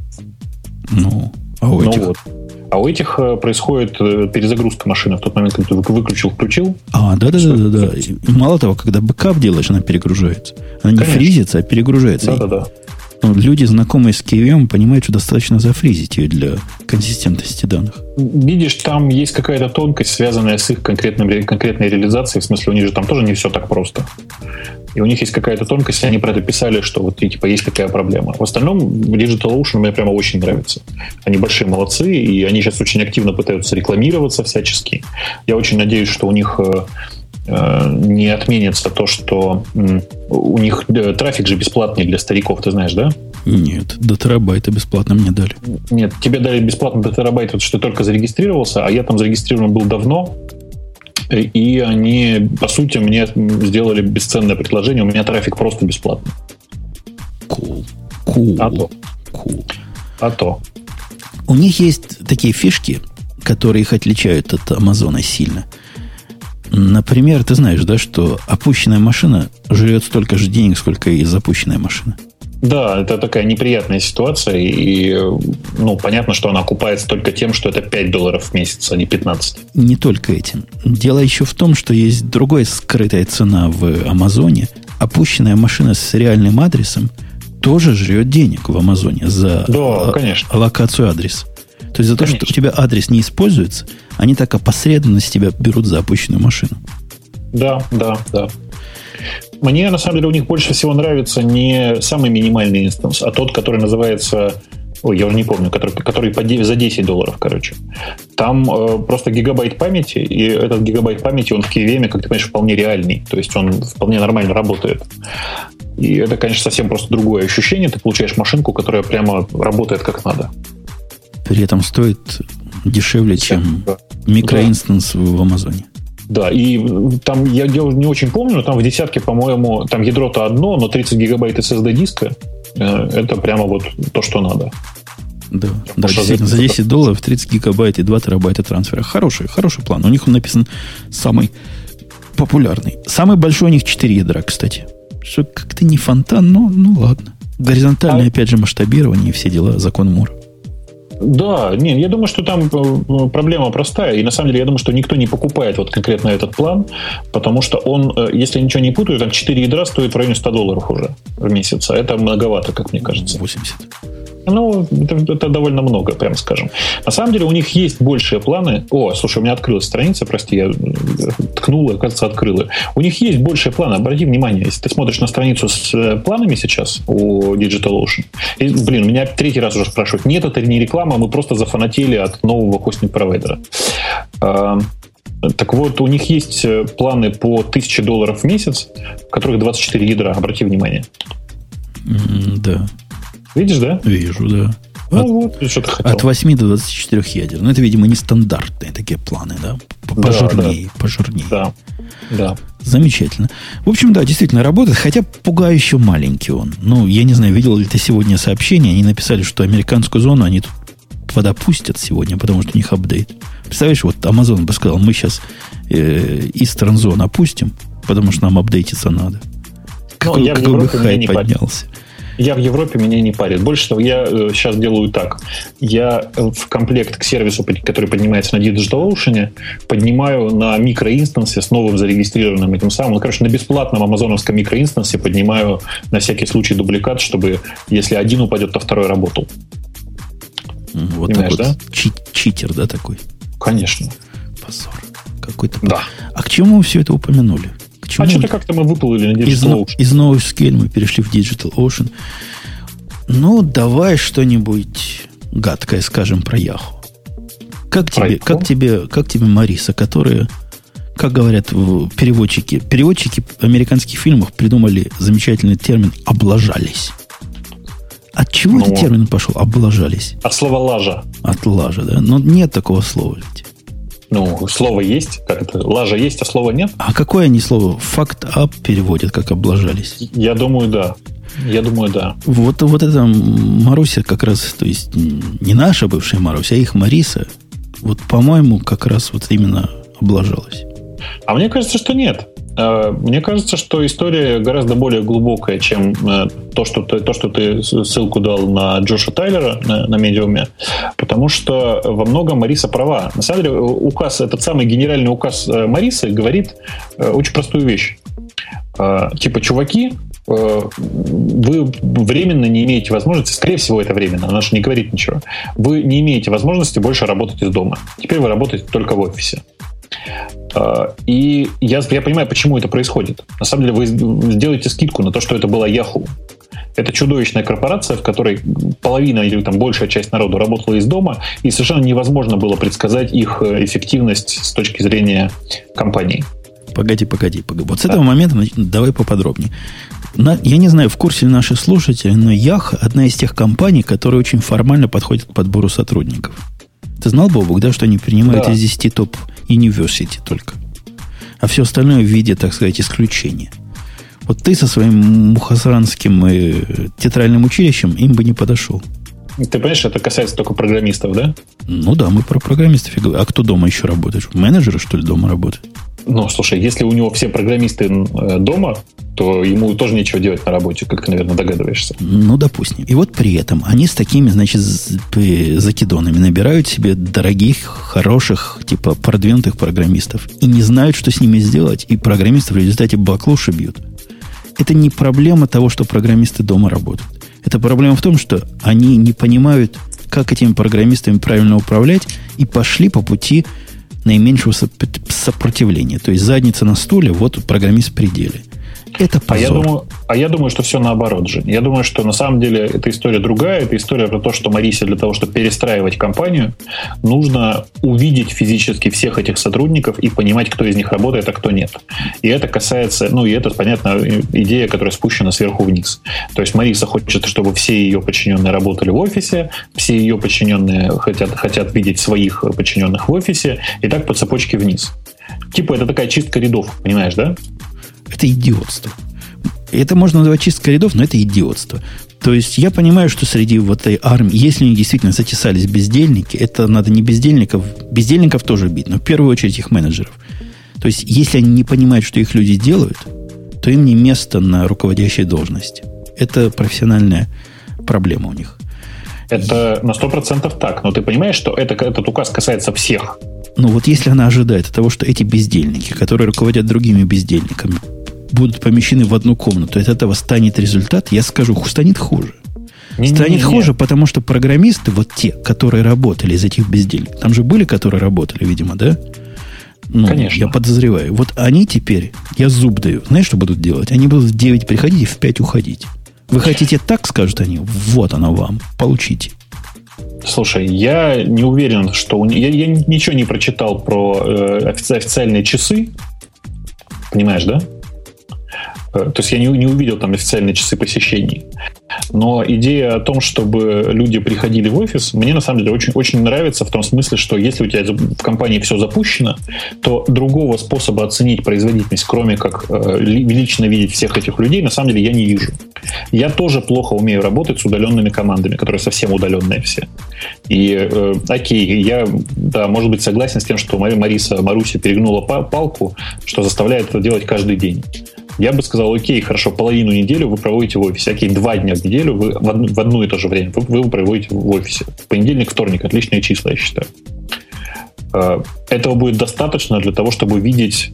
Ну, а у ну этих... вот. А у этих происходит перезагрузка машины в тот момент, когда ты выключил, включил. А, да-да-да. Мало того, когда бэкап делаешь, она перегружается. Она не Конечно. фризится, а перегружается. Да-да-да. Ну, люди, знакомые с кей ви эм, понимают, что достаточно зафризить ее для консистентности данных. Видишь, там есть какая-то тонкость, связанная с их конкретной, конкретной реализацией. В смысле, у них же там тоже не все так просто. И у них есть какая-то тонкость, они про это писали, что вот типа есть такая проблема. В остальном DigitalOcean мне прямо очень нравится. Они большие молодцы, и они сейчас очень активно пытаются рекламироваться всячески. Я очень надеюсь, что у них не отменится то, что у них трафик же бесплатный для стариков, ты знаешь, да? Нет, до терабайта бесплатно мне дали. Нет, тебе дали бесплатно до терабайта, вот что ты только зарегистрировался, а я там зарегистрирован был давно, и они, по сути, мне сделали бесценное предложение, у меня трафик просто бесплатный. Cool. Cool. А то. Cool. А то. У них есть такие фишки, которые их отличают от Амазона сильно. Например, ты знаешь, да, что опущенная машина жрет столько же денег, сколько и запущенная машина. Да, это такая неприятная ситуация, и ну, понятно, что она окупается только тем, что это пять долларов в месяц, а не пятнадцать. Не только этим. Дело еще в том, что есть другая скрытая цена в Амазоне. Опущенная машина с реальным адресом тоже жрет денег в Амазоне за да, конечно. локацию адреса. То есть за то, конечно. Что у тебя адрес не используется, они так опосредованно с тебя берут за опущенную машину. Да, да, да. Мне, на самом деле, у них больше всего нравится не самый минимальный инстанс, а тот, который называется... Ой, я уже не помню, который, который по, за десять долларов, короче. Там э, просто гигабайт памяти, и этот гигабайт памяти, он в кей ви эм, как ты понимаешь, вполне реальный. То есть он вполне нормально работает. И это, конечно, совсем просто другое ощущение. Ты получаешь машинку, которая прямо работает как надо. При этом стоит дешевле, чем да. микроинстанс да. в Амазоне. Да, и там, я, я не очень помню, но там в десятке, по-моему, там ядро-то одно, но тридцать гигабайт эс эс ди диска, это прямо вот то, что надо. Да, да, действительно, за десять долларов тридцать гигабайт и два терабайта трансфера. Хороший, хороший план. У них он написан самый популярный. Самый большой у них четыре ядра, кстати. Что как-то не фонтан, но ну ладно. Горизонтальное, а... опять же, масштабирование и все дела, закон Мура. Да, не, я думаю, что там проблема простая, и на самом деле я думаю, что никто не покупает вот конкретно этот план, потому что он, если я ничего не путаю, там четыре ядра стоит в районе сто долларов уже в месяц, а это многовато, как мне кажется. восемьдесят. Ну, это, это довольно много, прямо скажем. На самом деле у них есть большие планы. О, слушай, у меня открылась страница, прости, я ткнул, и, кажется, открыла. У них есть большие планы. Обрати внимание, если ты смотришь на страницу с планами сейчас у DigitalOcean, и, блин, меня третий раз уже спрашивают, нет, это не реклама, мы просто зафанатели от нового хостинг-провайдера. Так вот, у них есть планы по тысяче долларов в месяц, в которых двадцать четыре ядра, обрати внимание. Mm, да. Видишь, да? Вижу, да. Ну, от, вот, что ты хотел. От восьми до двадцати четырёх ядер. Ну, это, видимо, нестандартные такие планы, да? Пожирнее, да, да. пожирнее. Да, да. Замечательно. В общем, да, действительно работает, хотя пугающе маленький он. Ну, я не знаю, видел ли ты сегодня сообщение, они написали, что американскую зону они тут подопустят сегодня, потому что у них апдейт. Представляешь, вот Amazon бы сказал, мы сейчас э, Eastern Zone опустим, потому что нам апдейтиться надо. Какой, ну, какой бы хайп поднялся. Я в Европе, меня не парит. Больше того, я э, сейчас делаю так. Я в комплект к сервису, который поднимается на DigitalOcean, поднимаю на микроинстансе с новым зарегистрированным этим самым. Ну, короче, на бесплатном амазоновском микроинстансе поднимаю на всякий случай дубликат, чтобы, если один упадет, то второй работал. Вот такой, да? Чит, читер, да, такой? Конечно. Позор. Какой-то... Да. А к чему мы все это упомянули? А что-то как-то мы выплыли на DigitalOcean. Из, из NoSQL мы перешли в DigitalOcean. Ну, давай что-нибудь гадкое скажем про Yahoo. Как тебе, как тебе, как тебе Мариса, которые, как говорят переводчики, переводчики американских фильмов придумали замечательный термин «облажались». От чего ну, этот термин пошел? «Облажались». От слова «лажа». От «лажа», да? Но нет такого слова ведь. Ну, слово есть, как это, лажа есть, а слова нет. А какое они слово? Факт ап переводят, как облажались. Я думаю, да. Я думаю, да. Вот, вот эта Маруся как раз, то есть не наша бывшая Маруся, а их Мариса, вот, по-моему, как раз вот именно облажалась. А мне кажется, что нет. Мне кажется, что история гораздо более глубокая, чем то, что ты, то, что ты ссылку дал на Джоша Тайлера на, на медиуме, потому что во многом Мариса права. На самом деле, указ, этот самый генеральный указ Марисы говорит очень простую вещь. Типа, чуваки, вы временно не имеете возможности, скорее всего, это временно, она же не говорит ничего, вы не имеете возможности больше работать из дома. Теперь вы работаете только в офисе. И я, я понимаю, почему это происходит. На самом деле, вы сделаете скидку на то, что это была Yahoo. Это чудовищная корпорация, в которой половина или там большая часть народу работала из дома, и совершенно невозможно было предсказать их эффективность с точки зрения компании. Погоди, погоди, погоди. Вот с да. этого момента давай поподробнее. На, я не знаю, в курсе ли наши слушатели, но Yahoo одна из тех компаний, которые очень формально подходят к подбору сотрудников. Ты знал, Бобук, да, что они принимают да. из десяти топ University только. А все остальное в виде, так сказать, исключения. Вот ты со своим мухасранским э, театральным училищем им бы не подошел. Ты понимаешь, это касается только программистов, да? Ну да, мы про программистов и говорим. А кто дома еще работает? Менеджеры, что ли, дома работают? Ну, слушай, если у него все программисты дома, то ему тоже нечего делать на работе, как ты, наверное, догадываешься. Ну, допустим. И вот при этом они с такими, значит, закидонами набирают себе дорогих, хороших, типа продвинутых программистов и не знают, что с ними сделать, и программисты в результате баклуши бьют. Это не проблема того, что программисты дома работают. Это проблема в том, что они не понимают, как этими программистами правильно управлять, и пошли по пути наименьшего сопротивления. То есть задница на стуле, вот программист в пределе. Это позор. А я думаю, а я думаю, что все наоборот, Жень. Я думаю, что на самом деле эта история другая. Это история про то, что Марисе для того, чтобы перестраивать компанию, нужно увидеть физически всех этих сотрудников и понимать, кто из них работает, а кто нет. И это касается, ну и это, понятно, идея, которая спущена сверху вниз. То есть Мариса хочет, чтобы все ее подчиненные работали в офисе, все ее подчиненные хотят, хотят видеть своих подчиненных в офисе, и так по цепочке вниз. Типа это такая чистка рядов, понимаешь, да? Это идиотство. Это можно называть чисткой рядов, но это идиотство. То есть я понимаю, что среди вот этой армии, если они действительно затесались бездельники, это надо не бездельников, бездельников тоже бить, но в первую очередь их менеджеров. То есть если они не понимают, что их люди делают, то им не место на руководящей должности. Это профессиональная проблема у них. Это на сто процентов так, но ты понимаешь, что это, этот указ касается всех. Ну вот если она ожидает того, что эти бездельники, которые руководят другими бездельниками, будут помещены в одну комнату, от этого станет результат, я скажу, станет хуже. Не, станет не, не, хуже, не. Потому что программисты, вот те, которые работали из этих бездельников, там же были, которые работали, видимо, да? Ну, конечно. Я подозреваю. Вот они теперь, я зуб даю, знаешь, что будут делать? Они будут в девять приходить и в пять уходить. Вы хотите так, скажут они, вот оно вам, получите. Слушай, я не уверен, что... Я, я ничего не прочитал про э, офици- официальные часы. Понимаешь, да? То есть я не, не увидел там официальные часы посещений. Но идея о том, чтобы люди приходили в офис, мне на самом деле очень, очень нравится в том смысле, что если у тебя в компании все запущено, то другого способа оценить производительность, кроме как э, лично видеть всех этих людей, на самом деле я не вижу. Я тоже плохо умею работать с удаленными командами, которые совсем удаленные все. И э, окей, я, да, может быть, согласен с тем, что Мариса, Маруся перегнула палку, что заставляет это делать каждый день. Я бы сказал, окей, хорошо, половину недели вы проводите в офисе. Окей, два дня в неделю вы в одно, в одно и то же время вы, вы проводите в офисе. Понедельник, вторник, отличные числа, я считаю. Этого будет достаточно для того, чтобы видеть,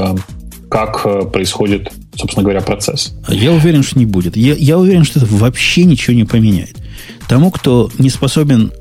как происходит, собственно говоря, процесс. Я уверен, что не будет. Я, я уверен, что это вообще ничего не поменяет. Тому, кто не способен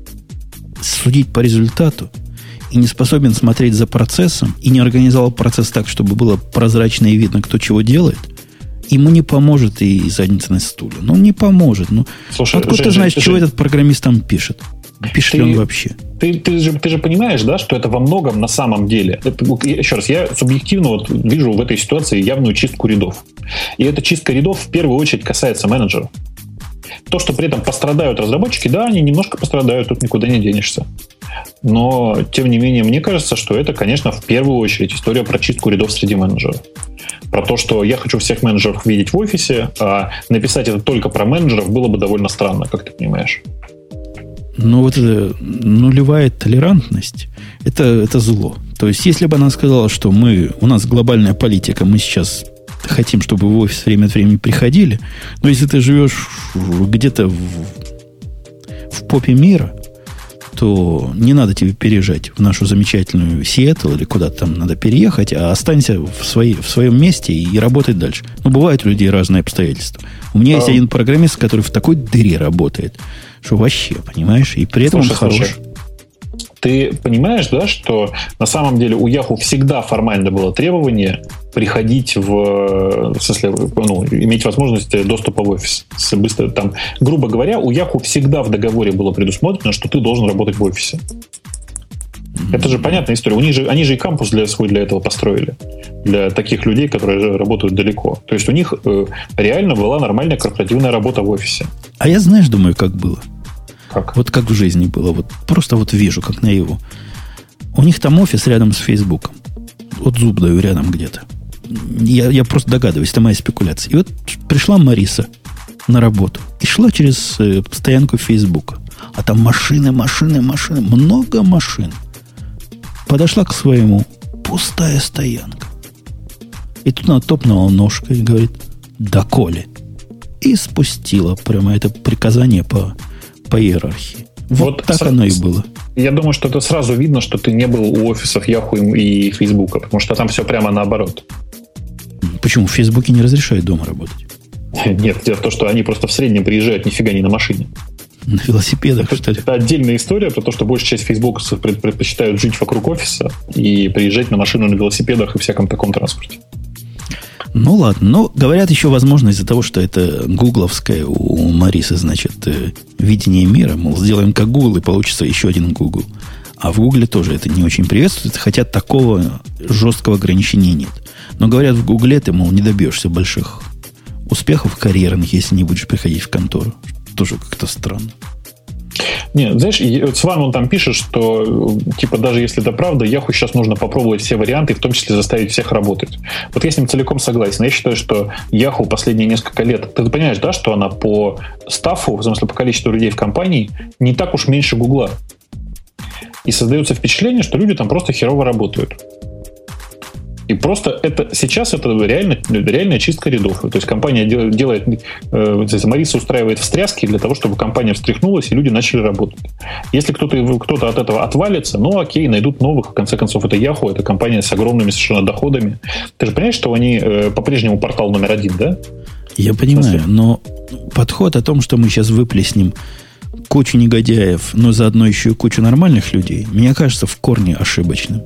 судить по результату, и не способен смотреть за процессом, и не организовал процесс так, чтобы было прозрачно и видно, кто чего делает, ему не поможет и задница на стуле. Ну, не поможет. Ну, слушай, откуда Жень, ты знаешь, Жень, чего Жень, этот программист там пишет? Пишет ты, ли он вообще? Ты, ты, же, ты же понимаешь, да, что это во многом на самом деле. Это, еще раз, я субъективно вот вижу в этой ситуации явную чистку рядов. И эта чистка рядов в первую очередь касается менеджеров. То, что при этом пострадают разработчики, да, они немножко пострадают, тут никуда не денешься. Но, тем не менее, мне кажется, что это, конечно, в первую очередь история про чистку рядов среди менеджеров. Про то, что я хочу всех менеджеров видеть в офисе, а написать это только про менеджеров было бы довольно странно, как ты понимаешь. Ну, вот это нулевая толерантность, это, это зло. То есть, если бы она сказала, что мы, у нас глобальная политика, мы сейчас хотим, чтобы в офис время от времени приходили, но если ты живешь где-то в, в попе мира, то не надо тебе переезжать в нашу замечательную Сиэтл или куда-то там надо переехать, а останься в, своей, в своем месте и, и работай дальше. Ну, бывают у людей разные обстоятельства. У меня а... есть один программист, который в такой дыре работает, что вообще, понимаешь, и при этом слушай, он хорош. Слушай. Ты понимаешь, да, что на самом деле у Yahoo всегда формально было требование приходить в, в смысле, ну, иметь возможность доступа в офис. Быстро, там, грубо говоря, у Yahoo всегда в договоре было предусмотрено, что ты должен работать в офисе. Mm-hmm. Это же понятная история. У них же, они же и кампус для, свой для этого построили. Для таких людей, которые работают далеко. То есть у них э, реально была нормальная корпоративная работа в офисе. А я, знаешь, думаю, как было. Как? Вот как в жизни было. Вот просто вот вижу, как наяву. У них там офис рядом с Фейсбуком. Вот зуб даю рядом где-то. Я, я просто догадываюсь, это моя спекуляция. И вот пришла Мариса на работу и шла через э, стоянку Фейсбука. А там машины, машины, машины. Много машин. Подошла к своему. Пустая стоянка. И тут она топнула ножкой и говорит: доколе. И спустила прямо это приказание по по иерархии. Вот, вот так сразу, оно и было. Я думаю, что это сразу видно, что ты не был у офисов Yahoo и Фейсбука, потому что там все прямо наоборот. Почему? В Фейсбуке не разрешают дома работать? Нет, дело в том, что они просто в среднем приезжают нифига не на машине. На велосипедах, это, что ли? Это отдельная история про то, что большая часть фейсбуковцев предпочитают жить вокруг офиса и приезжать на машину на велосипедах и всяком таком транспорте. Ну, ладно. Но, говорят, еще возможно из-за того, что это гугловское у Марисы, значит, видение мира. Мол, сделаем как Google, и получится еще один Google. А в Гугле тоже это не очень приветствуется, хотя такого жесткого ограничения нет. Но, говорят, в Гугле ты, мол, не добьешься больших успехов карьерных, если не будешь приходить в контору. Тоже как-то странно. Нет, знаешь, Сван, он там пишет, что, типа, даже если это правда, Yahoo сейчас нужно попробовать все варианты, в том числе заставить всех работать. Вот я с ним целиком согласен. Я считаю, что Yahoo последние несколько лет, ты понимаешь, да, что она по стаффу, в смысле, по количеству людей в компании, не так уж меньше Гугла. И создается впечатление, что люди там просто херово работают. И просто это сейчас это реально, реальная чистка рядов. То есть компания делает, делает э, Мариса устраивает встряски для того, чтобы компания встряхнулась и люди начали работать. Если кто-то, кто-то от этого отвалится, ну окей, найдут новых. В конце концов, это Yahoo, это компания с огромными совершенно доходами. Ты же понимаешь, что они э, по-прежнему портал номер один, да? Я понимаю, но подход о том, что мы сейчас выплеснем кучу негодяев, но заодно еще и кучу нормальных людей, мне кажется в корне ошибочным.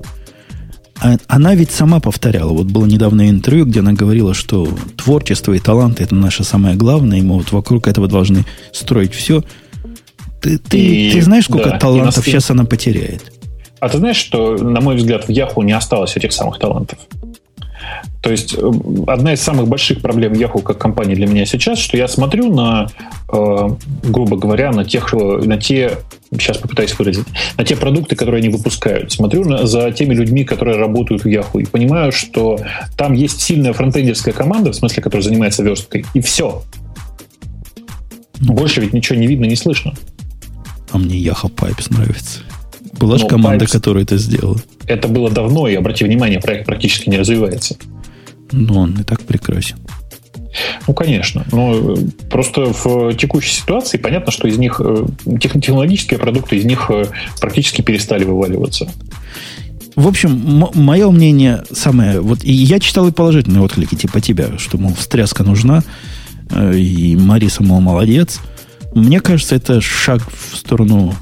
Она ведь сама повторяла. Вот было недавно интервью, где она говорила, что творчество и таланты – это наше самое главное, и мы вот вокруг этого должны строить все. Ты, ты, и, ты знаешь, сколько да, талантов сейчас она потеряет? А ты знаешь, что, на мой взгляд, в Yahoo не осталось этих самых талантов? То есть одна из самых больших проблем Yahoo как компании для меня сейчас, что я смотрю на, э, грубо говоря, на, тех, на те, сейчас попытаюсь выразить, на те продукты, которые они выпускают. Смотрю на, за теми людьми, которые работают в Yahoo, и понимаю, что там есть сильная фронтендерская команда, в смысле, которая занимается версткой, и все. Больше ведь ничего не видно, не слышно. А мне Yahoo Pipes нравится. Была же команда, Pipes, которая это сделала. Это было давно, и, обрати внимание, проект практически не развивается. Но он и так прекрасен. Ну, конечно. Но просто в текущей ситуации понятно, что из них технологические продукты из них практически перестали вываливаться. В общем, м- мое мнение самое... Вот, и я читал и положительные отклики типа тебя, что, мол, встряска нужна, и Мариса, мол, молодец. Мне кажется, это шаг в сторону...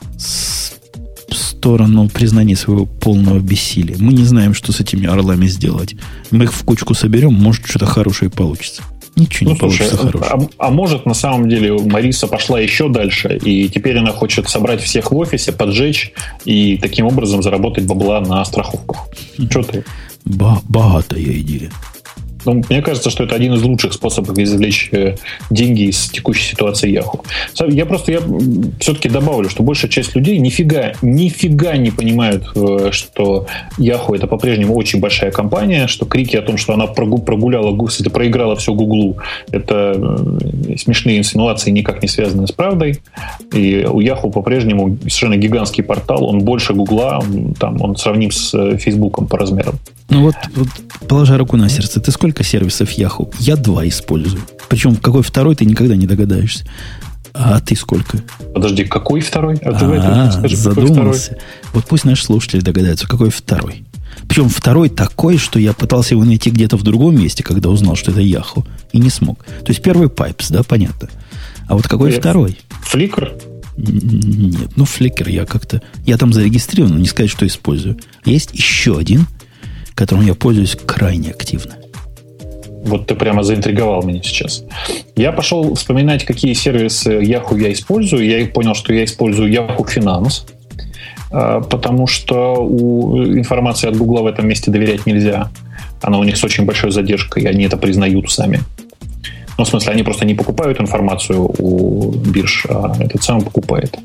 в сторону признания своего полного бессилия. Мы не знаем, что с этими орлами сделать. Мы их в кучку соберем, может, что-то хорошее получится. Ничего ну, не слушай, получится хорошего. А, а может, на самом деле, Мариса пошла еще дальше, и теперь она хочет собрать всех в офисе, поджечь, и таким образом заработать бабла на страховках. Что ты? Богатая идея. Ну, мне кажется, что это один из лучших способов извлечь деньги из текущей ситуации Yahoo. Я просто я все-таки добавлю, что большая часть людей нифига, нифига не понимают, что Yahoo это по-прежнему очень большая компания, что крики о том, что она прогуляла, проиграла все Гуглу, это смешные инсинуации, никак не связанные с правдой. И у Yahoo по-прежнему совершенно гигантский портал, он больше Гугла, он, там, он сравним с Фейсбуком по размерам. Ну вот, вот, положа руку на сердце, ты сколько сервисов Yahoo? Я два использую. Причем какой второй ты никогда не догадаешься. А ты сколько? Подожди, какой второй? А, а, скажи, задумался. Второй? Вот пусть наши слушатели догадаются, какой второй. Причем второй такой, что я пытался его найти где-то в другом месте, когда узнал, что это Yahoo, и не смог. То есть первый Pipes, да, понятно. А вот какой Привет. Второй? Flickr? Нет, ну Flickr я как-то... Я там зарегистрирован, но не сказать, что использую. Есть еще один, которым я пользуюсь крайне активно. Вот ты прямо заинтриговал меня сейчас. Я пошел вспоминать, какие сервисы Yahoo я использую. Я понял, что я использую Yahoo Finance, потому что у информации от Гугла в этом месте доверять нельзя. Она у них с очень большой задержкой, и они это признают сами. Ну, в смысле, они просто не покупают информацию у бирж, а этот сам покупает.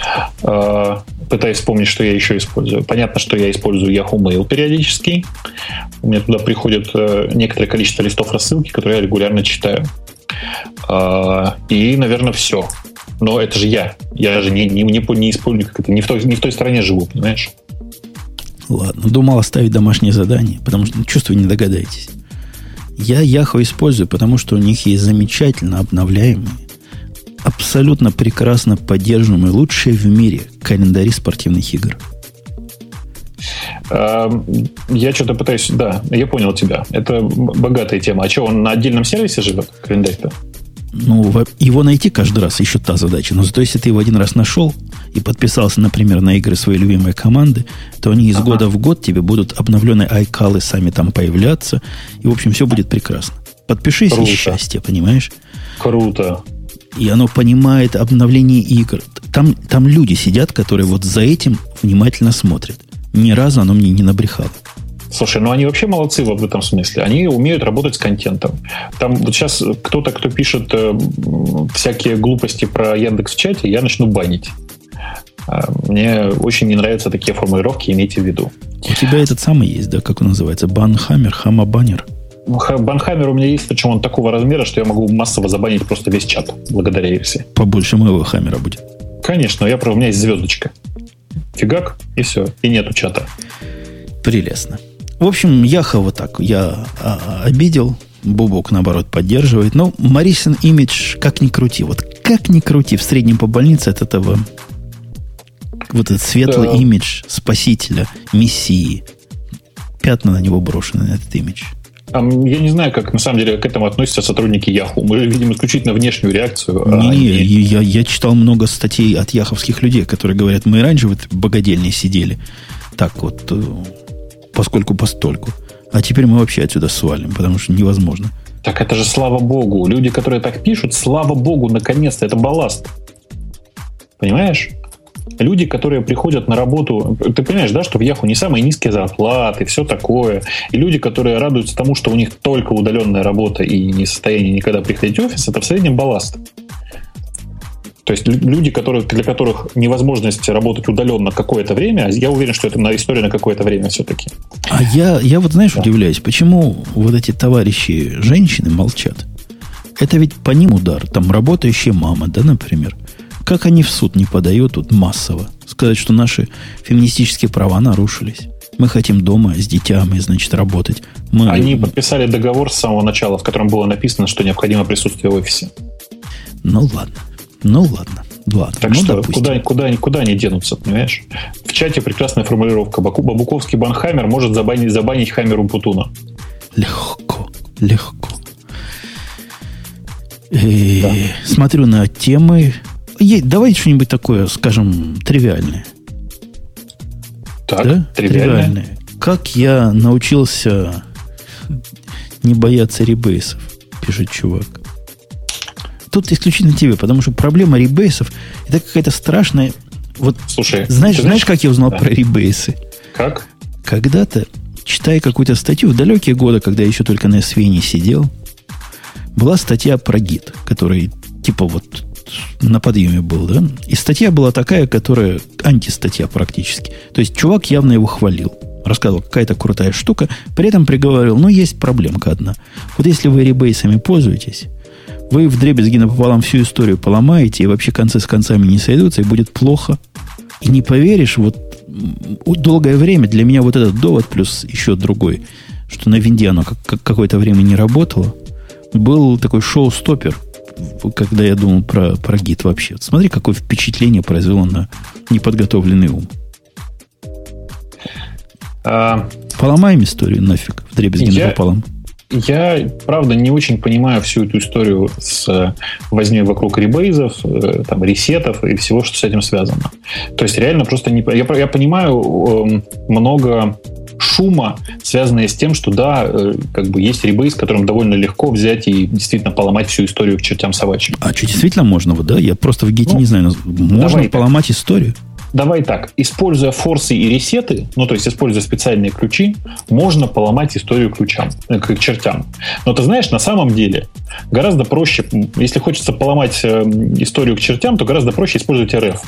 Пытаюсь вспомнить, что я еще использую. Понятно, что я использую Yahoo Mail периодически. У меня туда приходит некоторое количество листов рассылки, которые я регулярно читаю. И, наверное, все. Но это же я. Я же не, не, не, не использую, как это, не в той, не в той стране живу, понимаешь? Ладно, думал оставить домашнее задание, потому что, чувствую, не догадаетесь. Я Yahoo использую, потому что у них есть замечательно обновляемые, абсолютно прекрасно поддерживаемые, лучшие в мире календари спортивных игр. Я что-то пытаюсь... Да, я понял тебя. Это богатая тема. А что, он на отдельном сервисе живет, календарь-то? Ну, его найти каждый раз еще та задача. Но зато если ты его один раз нашел и подписался, например, на игры своей любимой команды, то они из ага. года в год тебе будут обновленные айкалы сами там появляться. И, в общем, все будет прекрасно. Подпишись, Круто. И счастье, понимаешь? Круто. И оно понимает обновление игр. Там, там люди сидят, которые вот за этим внимательно смотрят. Ни разу оно мне не набрехало. Слушай, ну они вообще молодцы в этом смысле. Они умеют работать с контентом. Там вот сейчас кто-то, кто пишет э, всякие глупости про Яндекс в чате, я начну банить. Мне очень не нравятся такие формулировки, имейте в виду. У тебя этот самый есть, да, как он называется? Банхаммер, хамабаннер? Банхаммер у меня есть, причем он такого размера, что я могу массово забанить просто весь чат, благодаря версии. Побольше моего хаммера будет. Конечно, я, у меня есть звездочка. Фигак, и все, и нету чата. Прелестно. В общем, Яха вот так. Я а, обидел, Бобок, наоборот, поддерживает. Но Моррисон имидж, как ни крути, вот как ни крути, в среднем по больнице от этого вот этот светлый да. имидж спасителя, мессии. Пятна на него брошены, на этот имидж. Я не знаю, как на самом деле к этому относятся сотрудники Yahoo. Мы видим исключительно внешнюю реакцию. Не, а не... Я, я читал много статей от яховских людей, которые говорят, мы и раньше в этой богадельне сидели. Так вот, поскольку постольку. А теперь мы вообще отсюда свалим, потому что невозможно. Так это же слава богу. Люди, которые так пишут, слава богу, наконец-то, это балласт. Понимаешь? Люди, которые приходят на работу, ты понимаешь, да, что в Yahoo не самые низкие зарплаты, все такое. И люди, которые радуются тому, что у них только удаленная работа и не в состоянии никогда приходить в офис, это в среднем балласт. То есть люди, которые, для которых невозможность работать удаленно какое-то время, я уверен, что это на история на какое-то время все-таки. А я, я вот, знаешь, да. удивляюсь, почему вот эти товарищи женщины молчат? Это ведь по ним удар. Там работающая мама, да, например. Как они в суд не подают тут массово? Сказать, что наши феминистические права нарушились. Мы хотим дома с детьми, значит, работать. Мы... Они подписали договор с самого начала, в котором было написано, что необходимо присутствие в офисе. Ну, ладно. Ну, ладно. ладно. Так ну, что куда, куда, куда они денутся, понимаешь? В чате прекрасная формулировка. Бабуковский банхаммер может забанить, забанить хаммеру Путуна. Легко. Легко. И да. Смотрю на темы... Давай что-нибудь такое, скажем, тривиальное. Так, да? тривиальное. тривиальное. Как я научился не бояться ребейсов, пишет чувак. Тут исключительно тебе, потому что проблема ребейсов это какая-то страшная. Вот, слушай, знаешь, знаешь, как я узнал да. про ребейсы? Как? Когда-то, читая какую-то статью, в далекие годы, когда я еще только на эс ви эй не сидел, была статья про гид, который типа вот на подъеме был, да? И статья была такая, которая антистатья практически. То есть чувак явно его хвалил. Рассказывал, какая-то крутая штука. При этом приговорил, ну, есть проблемка одна. Вот если вы ребейсами пользуетесь, вы вдребезги напополам всю историю поломаете, и вообще концы с концами не сойдутся, и будет плохо. И не поверишь, вот долгое время для меня вот этот довод, плюс еще другой, что на винде оно как, какое-то время не работало, был такой шоу-стоппер, когда я думал про, про гид вообще. Смотри, какое впечатление произвело на неподготовленный ум. А... Поломаем историю нафиг, вдребезги я... напополам. Я, правда, не очень понимаю всю эту историю с возней вокруг ребейзов, там, ресетов и всего, что с этим связано. То есть, реально просто не... Я, я понимаю много шума, связанное с тем, что, да, как бы есть ребейс, которым довольно легко взять и действительно поломать всю историю к чертям собачьим. А что, действительно можно? Вот, да? Я просто в гите ну, не знаю. Можно поломать так. историю? Давай так. Используя форсы и ресеты, ну, то есть, используя специальные ключи, можно поломать историю ключам, к чертям. Но ты знаешь, на самом деле, гораздо проще, если хочется поломать историю к чертям, то гораздо проще использовать эр эф.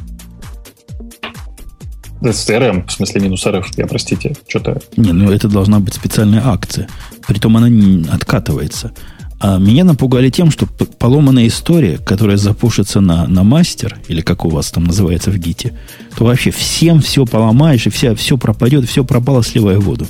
эр эм, в смысле минус эр эф, я, простите, что-то... Не, ну это должна быть специальная акция. Притом она не откатывается. А меня напугали тем, что поломанная история, которая запушится на, на мастер, или как у вас там называется в гите, то вообще всем все поломаешь, и вся, все пропадет, все пропало, сливая воду.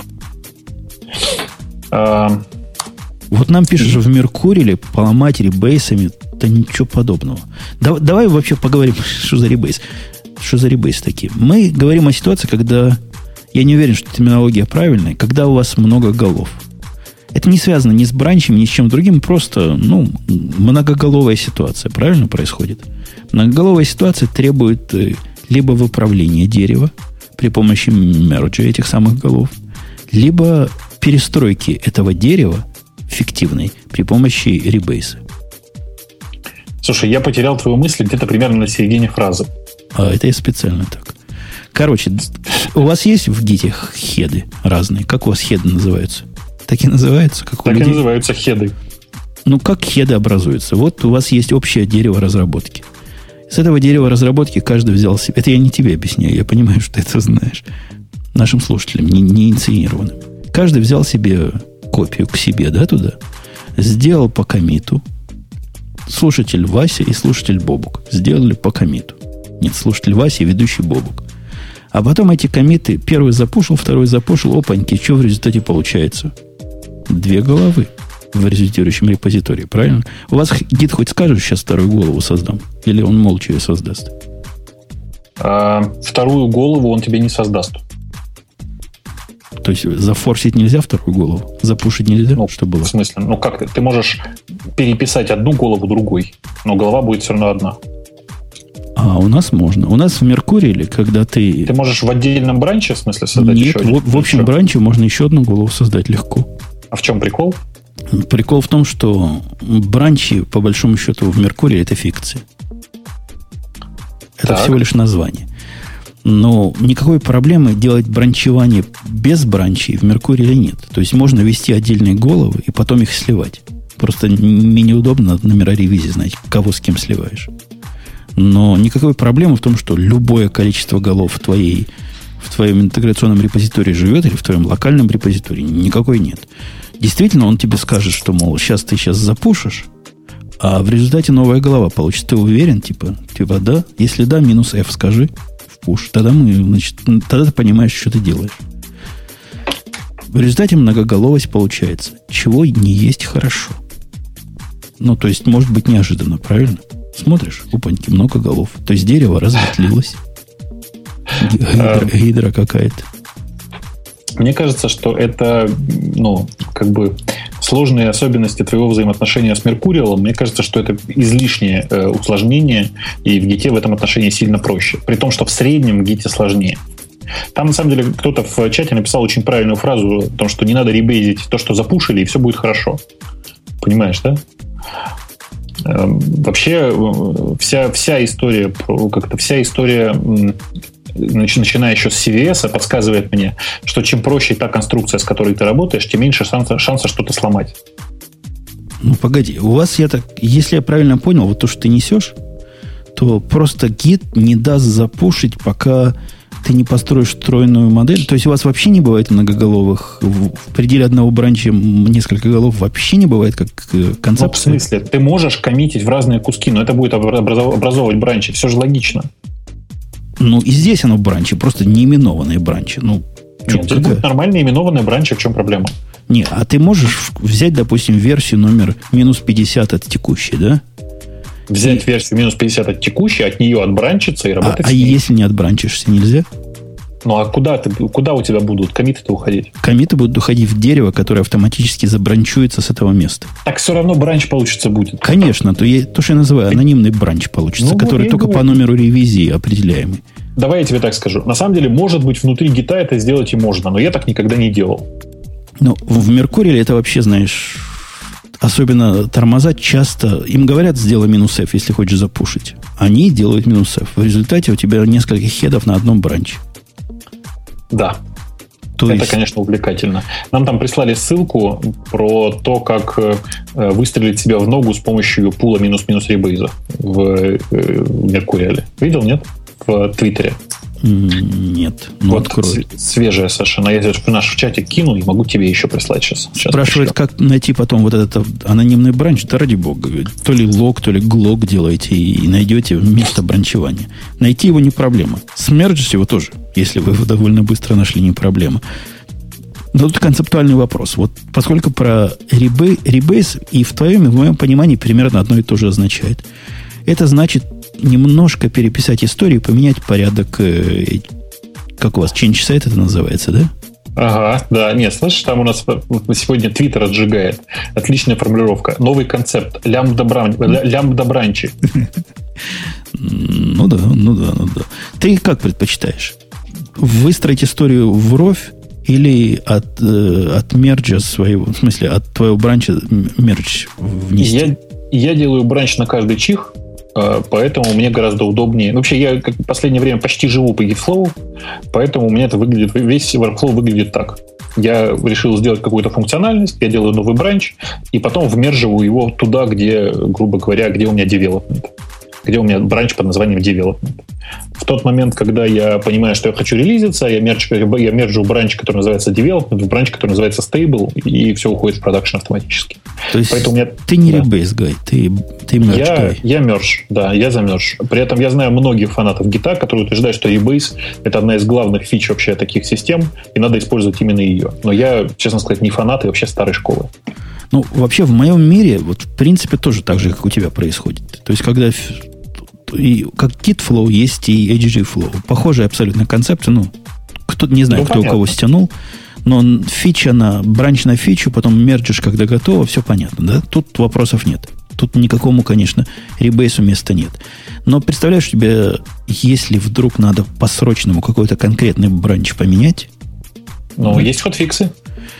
А... Вот нам пишут, что в Меркурии поломать ребейсами, да ничего подобного. Да, давай вообще поговорим, что за ребейс. Что за ребейс такие? Мы говорим о ситуации, когда, я не уверен, что терминология правильная, когда у вас много голов. Это не связано ни с бранчем, ни с чем другим, просто, ну, многоголовая ситуация, правильно происходит? Многоголовая ситуация требует либо выправления дерева при помощи мерджа этих самых голов, либо перестройки этого дерева фиктивной при помощи ребейса. Слушай, я потерял твою мысль где-то примерно на середине фразы. А это я специально так. Короче, у вас есть в гите хеды разные? Как у вас хеды называются? Так и называются? Как так и называются хеды. Ну, как хеды образуются? Вот у вас есть общее дерево разработки. С этого дерева разработки каждый взял себе... Это я не тебе объясняю, я понимаю, что ты это знаешь. Нашим слушателям, не, не инициированным. Каждый взял себе копию к себе, да, туда. Сделал по коммиту. Слушатель Вася и слушатель Бобук сделали по коммиту. Нет, слушатель Вася и ведущий Бобук. А потом эти коммиты первый запушил, второй запушил. Опаньки, что в результате получается? Две головы в результирующем репозитории, правильно? У вас гид хоть скажет, сейчас вторую голову создам? Или он молча ее создаст? А, вторую голову он тебе не создаст. То есть зафорсить нельзя вторую голову? Запушить нельзя? Ну, что было? В смысле? Ну как ты? Ты можешь переписать одну голову другой, но голова будет все равно одна. А, у нас можно. У нас в Меркурии, когда ты... Ты можешь в отдельном бранче, в смысле, создать Нет, еще один? в, в общем еще? бранче можно еще одну голову создать легко. А в чем прикол? Прикол в том, что бранчи, по большому счету, в Меркурии это фикция. Это Так. всего лишь название. Но никакой проблемы делать бранчевание без бранчей в Меркурии нет. То есть можно вести отдельные головы и потом их сливать. Просто мне неудобно на номера ревизии знать, кого с кем сливаешь. Но никакой проблемы в том, что любое количество голов в, твоей, в твоем интеграционном репозитории живет или в твоем локальном репозитории, никакой нет. Действительно, он тебе скажет, что, мол, сейчас ты сейчас запушишь, а в результате новая голова получится. Ты уверен? Типа, типа да? Если да, минус F скажи в пуш. Тогда, мы, значит, тогда ты понимаешь, что ты делаешь. В результате многоголовость получается. Чего не есть хорошо. Ну, то есть, может быть, неожиданно, правильно? Смотришь, опаньки, много голов. То есть, дерево разветвлилось. Гидра, гидра какая-то. Мне кажется, что это, ну, как бы сложные особенности твоего взаимоотношения с Меркуриалом. Мне кажется, что это излишнее э, усложнение, и в Гите в этом отношении сильно проще. При том, что в среднем в Гите сложнее. Там, на самом деле, кто-то в чате написал очень правильную фразу о том, что не надо ребейзить то, что запушили, и все будет хорошо. Понимаешь, да? Э, вообще, вся, вся история, как-то вся история... начиная еще с си ви эс, подсказывает мне, что чем проще та конструкция, с которой ты работаешь, тем меньше шанса, шанса что-то сломать. Ну, погоди. У вас, я так, если я правильно понял, вот то, что ты несешь, то просто гид не даст запушить, пока ты не построишь встроенную модель. То есть у вас вообще не бывает многоголовых, в, в пределе одного бранча несколько голов вообще не бывает, как концепция? Ну, в смысле? Ты можешь коммитить в разные куски, но это будет образовывать бранчи. Все же логично. Ну, и здесь оно бранчи, просто неименованные бранчи. Ну, нет, здесь будет нормально именованные бранчи, в чем проблема? Не, а ты можешь взять, допустим, версию номер минус пятьдесят от текущей, да? Взять и... версию минус пятьдесят от текущей, от нее отбранчиться и работать а, с ней. А если не отбранчишься, нельзя? Ну, а куда, ты, куда у тебя будут коммиты-то уходить? Коммиты будут уходить в дерево, которое автоматически забранчуется с этого места. Так все равно бранч получится будет. Конечно, то, я, то что я называю анонимный бранч получится, ну, который только говорю. По номеру ревизии определяемый. Давай я тебе так скажу. На самом деле, может быть, внутри гита это сделать и можно, но я так никогда не делал. Ну, в Меркурии это вообще, знаешь, особенно тормоза часто... Им говорят, сделай минус F, если хочешь запушить. Они делают минус F. В результате у тебя несколько хедов на одном бранче. Да. То это, есть... конечно, увлекательно. Нам там прислали ссылку про то, как э, выстрелить себя в ногу с помощью пула минус-минус ребейза в, э, в Меркуриале. Видел, нет? В Твиттере. Нет. Ну, вот открой. Свежая совершенно. Я в наш чатик кину и могу тебе еще прислать сейчас. сейчас Спрашивает, пришлю. Как найти потом вот этот анонимный бранч? Да ради бога. То ли лог, то ли глок делаете и найдете место бранчевания. Найти его не проблема. Смерджить его тоже, если вы его довольно быстро нашли, не проблема. Но тут концептуальный вопрос. Вот поскольку про ребейс и в твоем, и в моем понимании примерно одно и то же означает. Это значит немножко переписать историю, поменять порядок, э, как у вас, change site это называется, да? Ага, да, нет, слышишь, там у нас сегодня Твиттер отжигает. Отличная формулировка. Новый концепт. Лямбда-бранчи. Ну да, ну да, ну да. Ты как предпочитаешь? Выстроить историю вровь или от, э, от мерджа своего, в смысле, от твоего бранча мердж внести? Я, я делаю бранч на каждый чих, поэтому мне гораздо удобнее. Вообще, я как в последнее время почти живу по GitFlow, поэтому у меня это выглядит, весь workflow выглядит так. Я решил сделать какую-то функциональность, я делаю новый бранч, и потом вмерживаю его туда, где, грубо говоря, где у меня development. где у меня бранч под названием development. В тот момент, когда я понимаю, что я хочу релизиться, я мерджу, я мерджу бранч, который называется development, в бранч, который называется stable, и все уходит в продакшн автоматически. То есть Поэтому меня, ты не да. Rebase guy, ты, ты merge я, guy. Я мерж, да, я за мерж. При этом я знаю многих фанатов гита, которые утверждают, что Rebase — это одна из главных фич вообще таких систем, и надо использовать именно ее. Но я, честно сказать, не фанат и вообще старой школы. Ну, вообще, в моем мире, вот, в принципе, тоже так же, как у тебя происходит. То есть, когда и, как Git-flow есть и эйч джи-flow. Похожая абсолютно концепция. Ну, кто, не знаю, ну, кто понятно. У кого стянул, но фича на бранч на фичу, потом мерджишь, когда готово, все понятно, да? Тут вопросов нет. Тут никакому, конечно, ребейсу места нет. Но представляешь тебе, если вдруг надо по-срочному какой-то конкретный бранч поменять... Ну, да? Есть хотфиксы.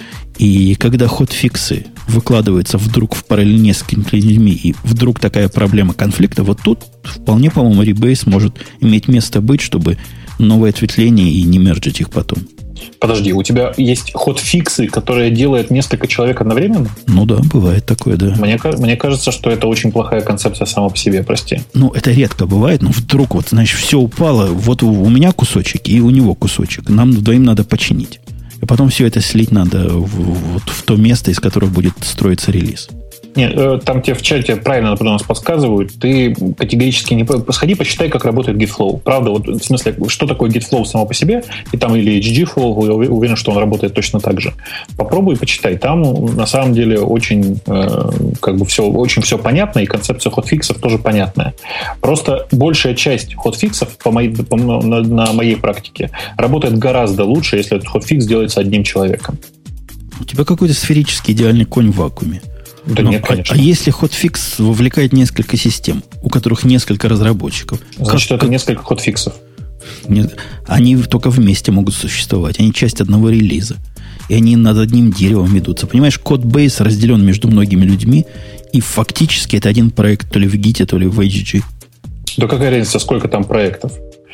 И когда хотфиксы выкладываются вдруг в параллель несколькими людьми, и вдруг такая проблема конфликта, вот тут вполне, по-моему, Rebase может иметь место быть, чтобы новое ответвление и не мерджить их потом. Подожди, у тебя есть хотфиксы, которые делают несколько человек одновременно? Ну да, бывает такое, да. Мне, мне кажется, что это очень плохая концепция сама по себе, прости. Ну, это редко бывает, но вдруг вот, значит, все упало, вот у меня кусочек и у него кусочек. Нам вдвоим надо починить. И потом все это слить надо в, вот в то место, из которого будет строиться релиз. Нет, там тебе в чате правильно, например, нас подсказывают. Ты категорически не... Сходи, почитай, как работает GitFlow. Правда, вот в смысле, что такое GitFlow само по себе, и там или эйч джи-Flow, я уверен, что он работает точно так же. Попробуй, почитай. Там, на самом деле, очень э, как бы все, очень все понятно, и концепция хотфиксов тоже понятная. Просто большая часть хотфиксов по моей, по, на, на моей практике работает гораздо лучше, если этот хотфикс делается одним человеком. У тебя какой-то сферический идеальный конь в вакууме. Да Но, нет, конечно. А, а если хотфикс вовлекает несколько систем, у которых несколько разработчиков? Значит, как, это как... несколько хотфиксов. Нет, они только вместе могут существовать. Они часть одного релиза. И они над одним деревом ведутся. Понимаешь, код-бейс разделен между многими людьми, и фактически это один проект то ли в Git, то ли в эйч джи. Да какая разница, сколько там проектов?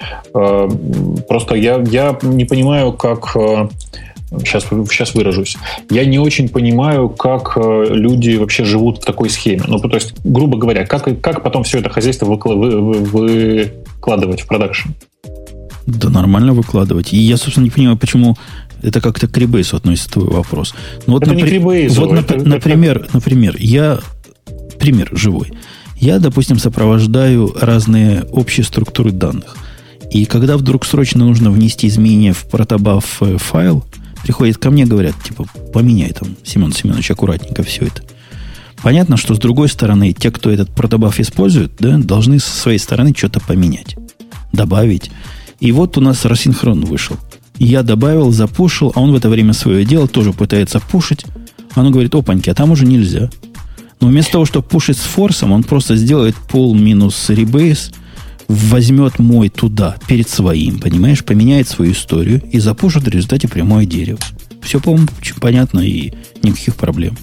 Просто я, я не понимаю, как... Сейчас, сейчас выражусь. Я не очень понимаю, как люди вообще живут в такой схеме. Ну, то есть, грубо говоря, как, как потом все это хозяйство выкладывать в продакшн? Да нормально выкладывать. И я, собственно, не понимаю, почему это как-то к Rebase относится, твой вопрос. Ну, вот, это напри- не к Rebase. Вот, это, нап- это, например, это... например, я... Пример живой. Я, допустим, сопровождаю разные общие структуры данных. И когда вдруг срочно нужно внести изменения в протобаф файл, приходят ко мне, говорят, типа, поменяй там, Семен Семенович, аккуратненько все это. Понятно, что с другой стороны, те, кто этот протобаф использует, да, должны со своей стороны что-то поменять, добавить. И вот у нас рассинхрон вышел. Я добавил, запушил, а он в это время свое дело тоже пытается пушить. Оно говорит, опаньки, а там уже нельзя. Но вместо того, чтобы пушить с форсом, он просто сделает pull минус Rebase, возьмет мой туда, перед своим, понимаешь, поменяет свою историю и запушит в результате прямое дерево. Все, по-моему, понятно и никаких проблем.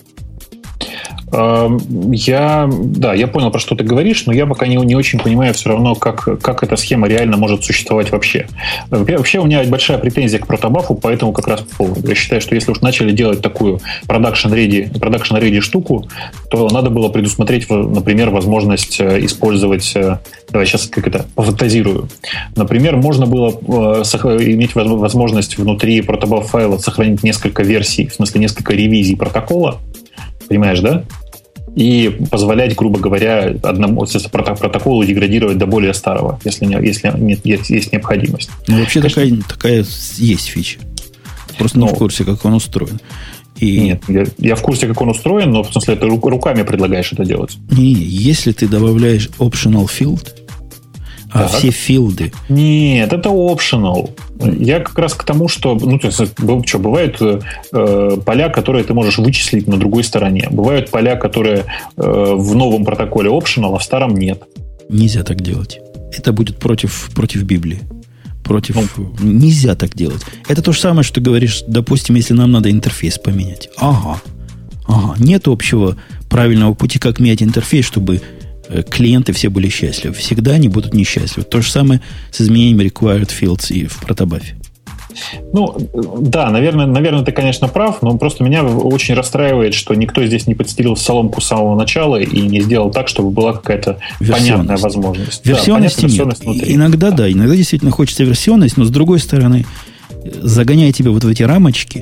Я, да, я понял, про что ты говоришь, но я пока не, не очень понимаю все равно, как, как эта схема реально может существовать вообще. Вообще у меня большая претензия к протобафу, поэтому как раз по поводу. Я считаю, что если уж начали делать такую production-ready, production-ready штуку, то надо было предусмотреть, например, возможность использовать, давай сейчас как это, пофантазирую. Например, можно было иметь возможность внутри протобаф-файла сохранить несколько версий, в смысле несколько ревизий протокола, понимаешь, да? И позволять, грубо говоря, одному протоколу деградировать до более старого, если, не, если нет, есть, есть необходимость. Ну, вообще такая, такая есть фича. Просто но, не в курсе, как он устроен. И... Нет, я, я в курсе, как он устроен, но в смысле ты руками предлагаешь это делать. Не, не, если ты добавляешь optional field, а так. Все филды... Нет, это optional. Я как раз к тому, что... Ну, то есть, что, бывают э, поля, которые ты можешь вычислить на другой стороне. Бывают поля, которые э, в новом протоколе optional, а в старом нет. Нельзя так делать. Это будет против, против Библии. Против... Ну, нельзя так делать. Это то же самое, что ты говоришь, допустим, если нам надо интерфейс поменять. Ага. Ага. Нет общего правильного пути, как менять интерфейс, чтобы... клиенты все были счастливы. Всегда они будут несчастливы. То же самое с изменением required fields и в протобафе. Ну, да, наверное, наверное, ты, конечно, прав, но просто меня очень расстраивает, что никто здесь не подстелил соломку с самого начала и не сделал так, чтобы была какая-то понятная возможность. Версионности да, нет. Внутри. Иногда, да, иногда действительно хочется версионность, но с другой стороны, загоняя тебя вот в эти рамочки,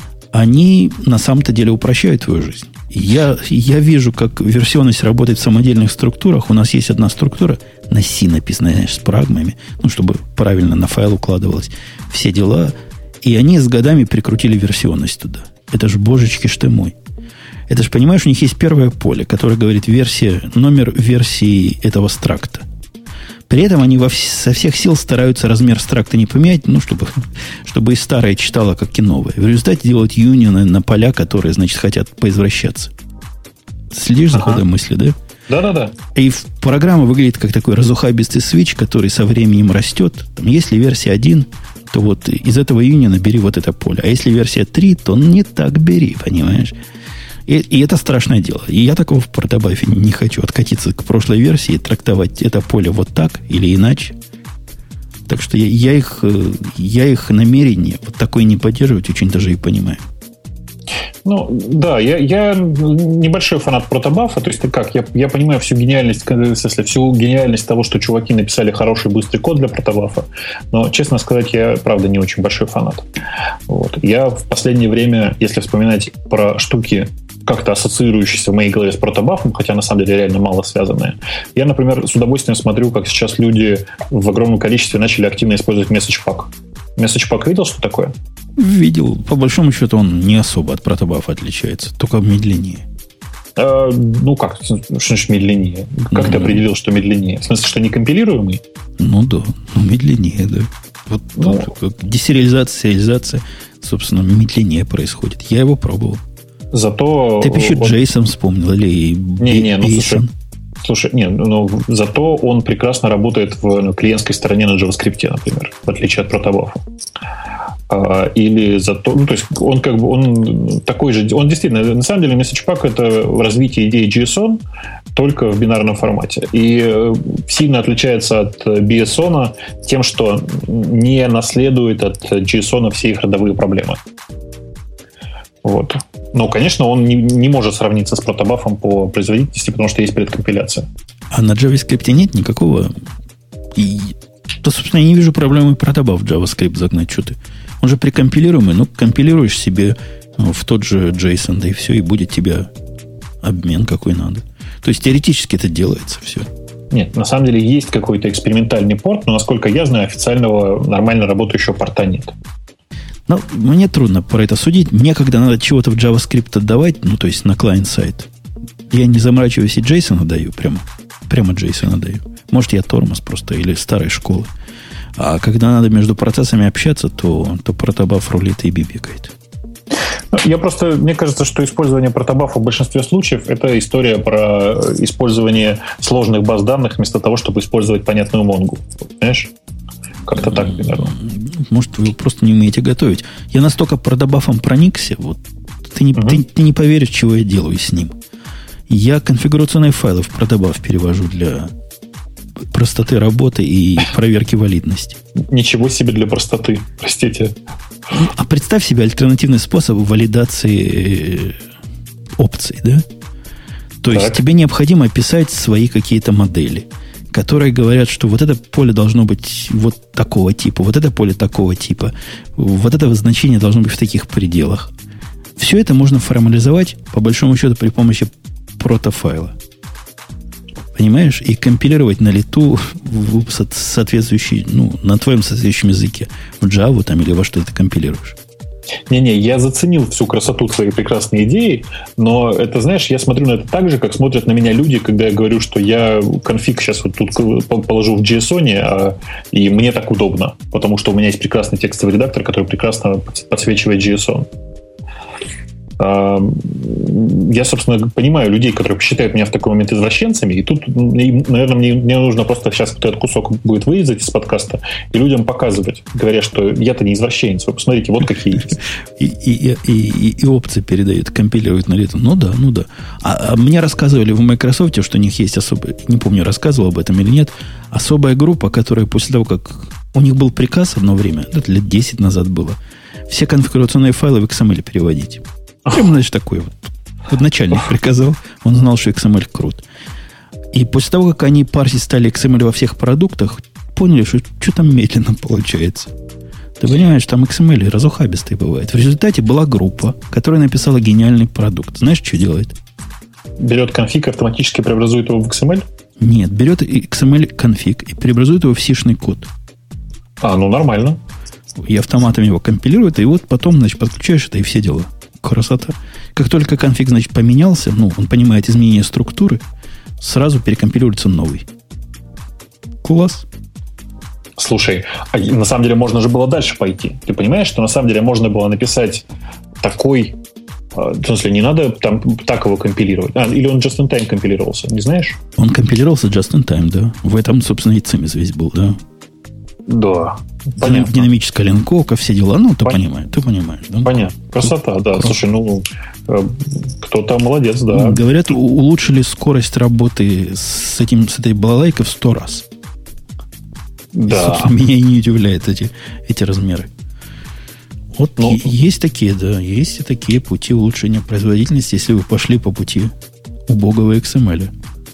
они на самом-то деле упрощают твою жизнь. Я, я вижу, как версионность работает в самодельных структурах. У нас есть одна структура на C написанная, знаешь, с прагмами, ну, чтобы правильно на файл укладывалось. Все дела. И они с годами прикрутили версионность туда. Это же божечки ж ты мой. Это же, понимаешь, у них есть первое поле, которое говорит версия, номер версии этого стракта. При этом они во, со всех сил стараются размер стракта не поменять, ну, чтобы, чтобы и старое читало, как и новое. В результате делают юнионы на поля, которые, значит, хотят поизвращаться. Следишь за ага. ходом мысли, да? Да-да-да. И программа выглядит как такой разухабистый свич, который со временем растет. Там, если версия один, то вот из этого юниона бери вот это поле. А если версия три, то не так бери, понимаешь? И, и это страшное дело. И я такого в протобафе не хочу откатиться к прошлой версии и трактовать это поле вот так или иначе. Так что я, я, их, я их намерение вот такое не поддерживать очень даже и понимаю. Ну, да, я, я небольшой фанат протобафа. То есть, как, я, я понимаю всю гениальность, в смысле, всю гениальность того, что чуваки написали хороший быстрый код для протобафа. Но, честно сказать, я, правда, не очень большой фанат. Вот. Я в последнее время, если вспоминать про штуки, как-то ассоциирующиеся в моей голове с протобафом, хотя на самом деле реально мало связанные. Я, например, с удовольствием смотрю, как сейчас люди в огромном количестве начали активно использовать MessagePack. MessagePack видел, что такое? Видел. По большому счету он не особо от протобафа отличается, только медленнее. А, ну как, что значит медленнее? Как ну, ты определил, что медленнее? В смысле, что некомпилируемый? Ну да, ну медленнее, да. Вот ну, как десериализация, сериализация, собственно, медленнее происходит. Я его пробовал. Зато... Ты еще он... Джейсон вспомнил, или не, не, ну, слушай, слушай, не, ну, зато он прекрасно работает в ну, клиентской стороне на JavaScript, например, в отличие от протобафа. А, или зато, ну, то есть он как бы, он такой же, он действительно, на самом деле, MessagePack — это развитие идеи JSON, только в бинарном формате. И сильно отличается от би эс эй тем, что не наследует от JSON все их родовые проблемы. Вот. Но, конечно, он не, не может сравниться с протобафом по производительности, потому что есть предкомпиляция. А на JavaScript нет никакого... И... То, собственно, я не вижу проблемы протобаф в JavaScript загнать. Что ты? Он же прикомпилируемый, ну, компилируешь себе в тот же JSON, да и все, и будет тебе обмен какой надо. То есть, теоретически это делается все. Нет, на самом деле есть какой-то экспериментальный порт, но, насколько я знаю, официального нормально работающего порта нет. Ну, мне трудно про это судить. Мне, когда надо чего-то в JavaScript отдавать, ну, то есть на клиент-сайт, я не заморачиваюсь и JSON отдаю прямо. Прямо JSON отдаю. Может, я тормоз просто или старой школы. А когда надо между процессами общаться, то, то протобаф рулит и бибикает. Я просто, мне кажется, что использование протобафа в большинстве случаев — это история про использование сложных баз данных вместо того, чтобы использовать понятную монгу. Понимаешь? Как-то так, примерно. Может, вы просто не умеете готовить. Я настолько протобафом проникся, вот ты не, uh-huh. ты, ты не поверишь, чего я делаю с ним. Я конфигурационные файлы в протобаф перевожу для простоты работы и проверки валидности. Ничего себе для простоты, простите. А представь себе альтернативный способ валидации опций, да? То так. есть тебе необходимо писать свои какие-то модели, которые говорят, что вот это поле должно быть вот такого типа, вот это поле такого типа, вот это значение должно быть в таких пределах. Все это можно формализовать, по большому счету, при помощи протофайла. Понимаешь? И компилировать на лету в соответствующий, ну, на твоем соответствующем языке. В Java там или во что ты компилируешь. Не-не, я заценил всю красоту твоей прекрасной идеи, но это, знаешь, я смотрю на это так же, как смотрят на меня люди, когда я говорю, что я конфиг сейчас вот тут положу в JSON, а, и мне так удобно, потому что у меня есть прекрасный текстовый редактор, который прекрасно подсвечивает JSON. Я, собственно, понимаю людей, которые посчитают меня в такой момент извращенцами, и тут, наверное, мне, мне нужно просто сейчас вот этот кусок будет вырезать из подкаста и людям показывать, говоря, что я-то не извращенец, вы посмотрите, вот какие есть. И, и, и, и, и опции передают, компилируют на лету. Ну да, ну да. А, а мне рассказывали в Microsoft, что у них есть особая, не помню, рассказывал об этом или нет, особая группа, которая после того, как у них был приказ одно время, это лет десять назад было, все конфигурационные файлы в икс эм эль переводить. Прямо, значит, такой вот. Вот начальник приказал, он знал, что икс эм эль крут. И после того, как они парсить стали икс эм эль во всех продуктах, поняли, что что там медленно получается. Ты понимаешь, там икс эм эль разухабистый бывает. В результате была группа, которая написала гениальный продукт. Знаешь, что делает? Берет конфиг, автоматически преобразует его в икс эм эль? Нет, берет икс эм эль конфиг и преобразует его в сишный код. А, ну нормально. И автоматом его компилирует, и вот потом, значит, подключаешь это, и все дела. Красота. Как только конфиг, значит, поменялся, ну, он понимает изменение структуры, сразу перекомпилируется новый. Класс. Слушай, а на самом деле можно же было дальше пойти. Ты понимаешь, что на самом деле можно было написать такой... В смысле, не надо там так его компилировать. А, или он just-in-time компилировался, не знаешь? Он компилировался just-in-time, да. В этом, собственно, и цимис весь был, да. Да, понятно. Динамическая линковка, все дела. Ну, ты Пон... понимаешь, ты понимаешь, да? Понятно. Красота, да. Красота. Слушай, ну, кто-то молодец, да. Говорят, улучшили скорость работы с, этим, с этой балалайкой в сто раз. Да. И, собственно, меня и не удивляют эти, эти размеры. Вот ну, есть такие, да, есть и такие пути улучшения производительности, если вы пошли по пути убогого икс эм эль.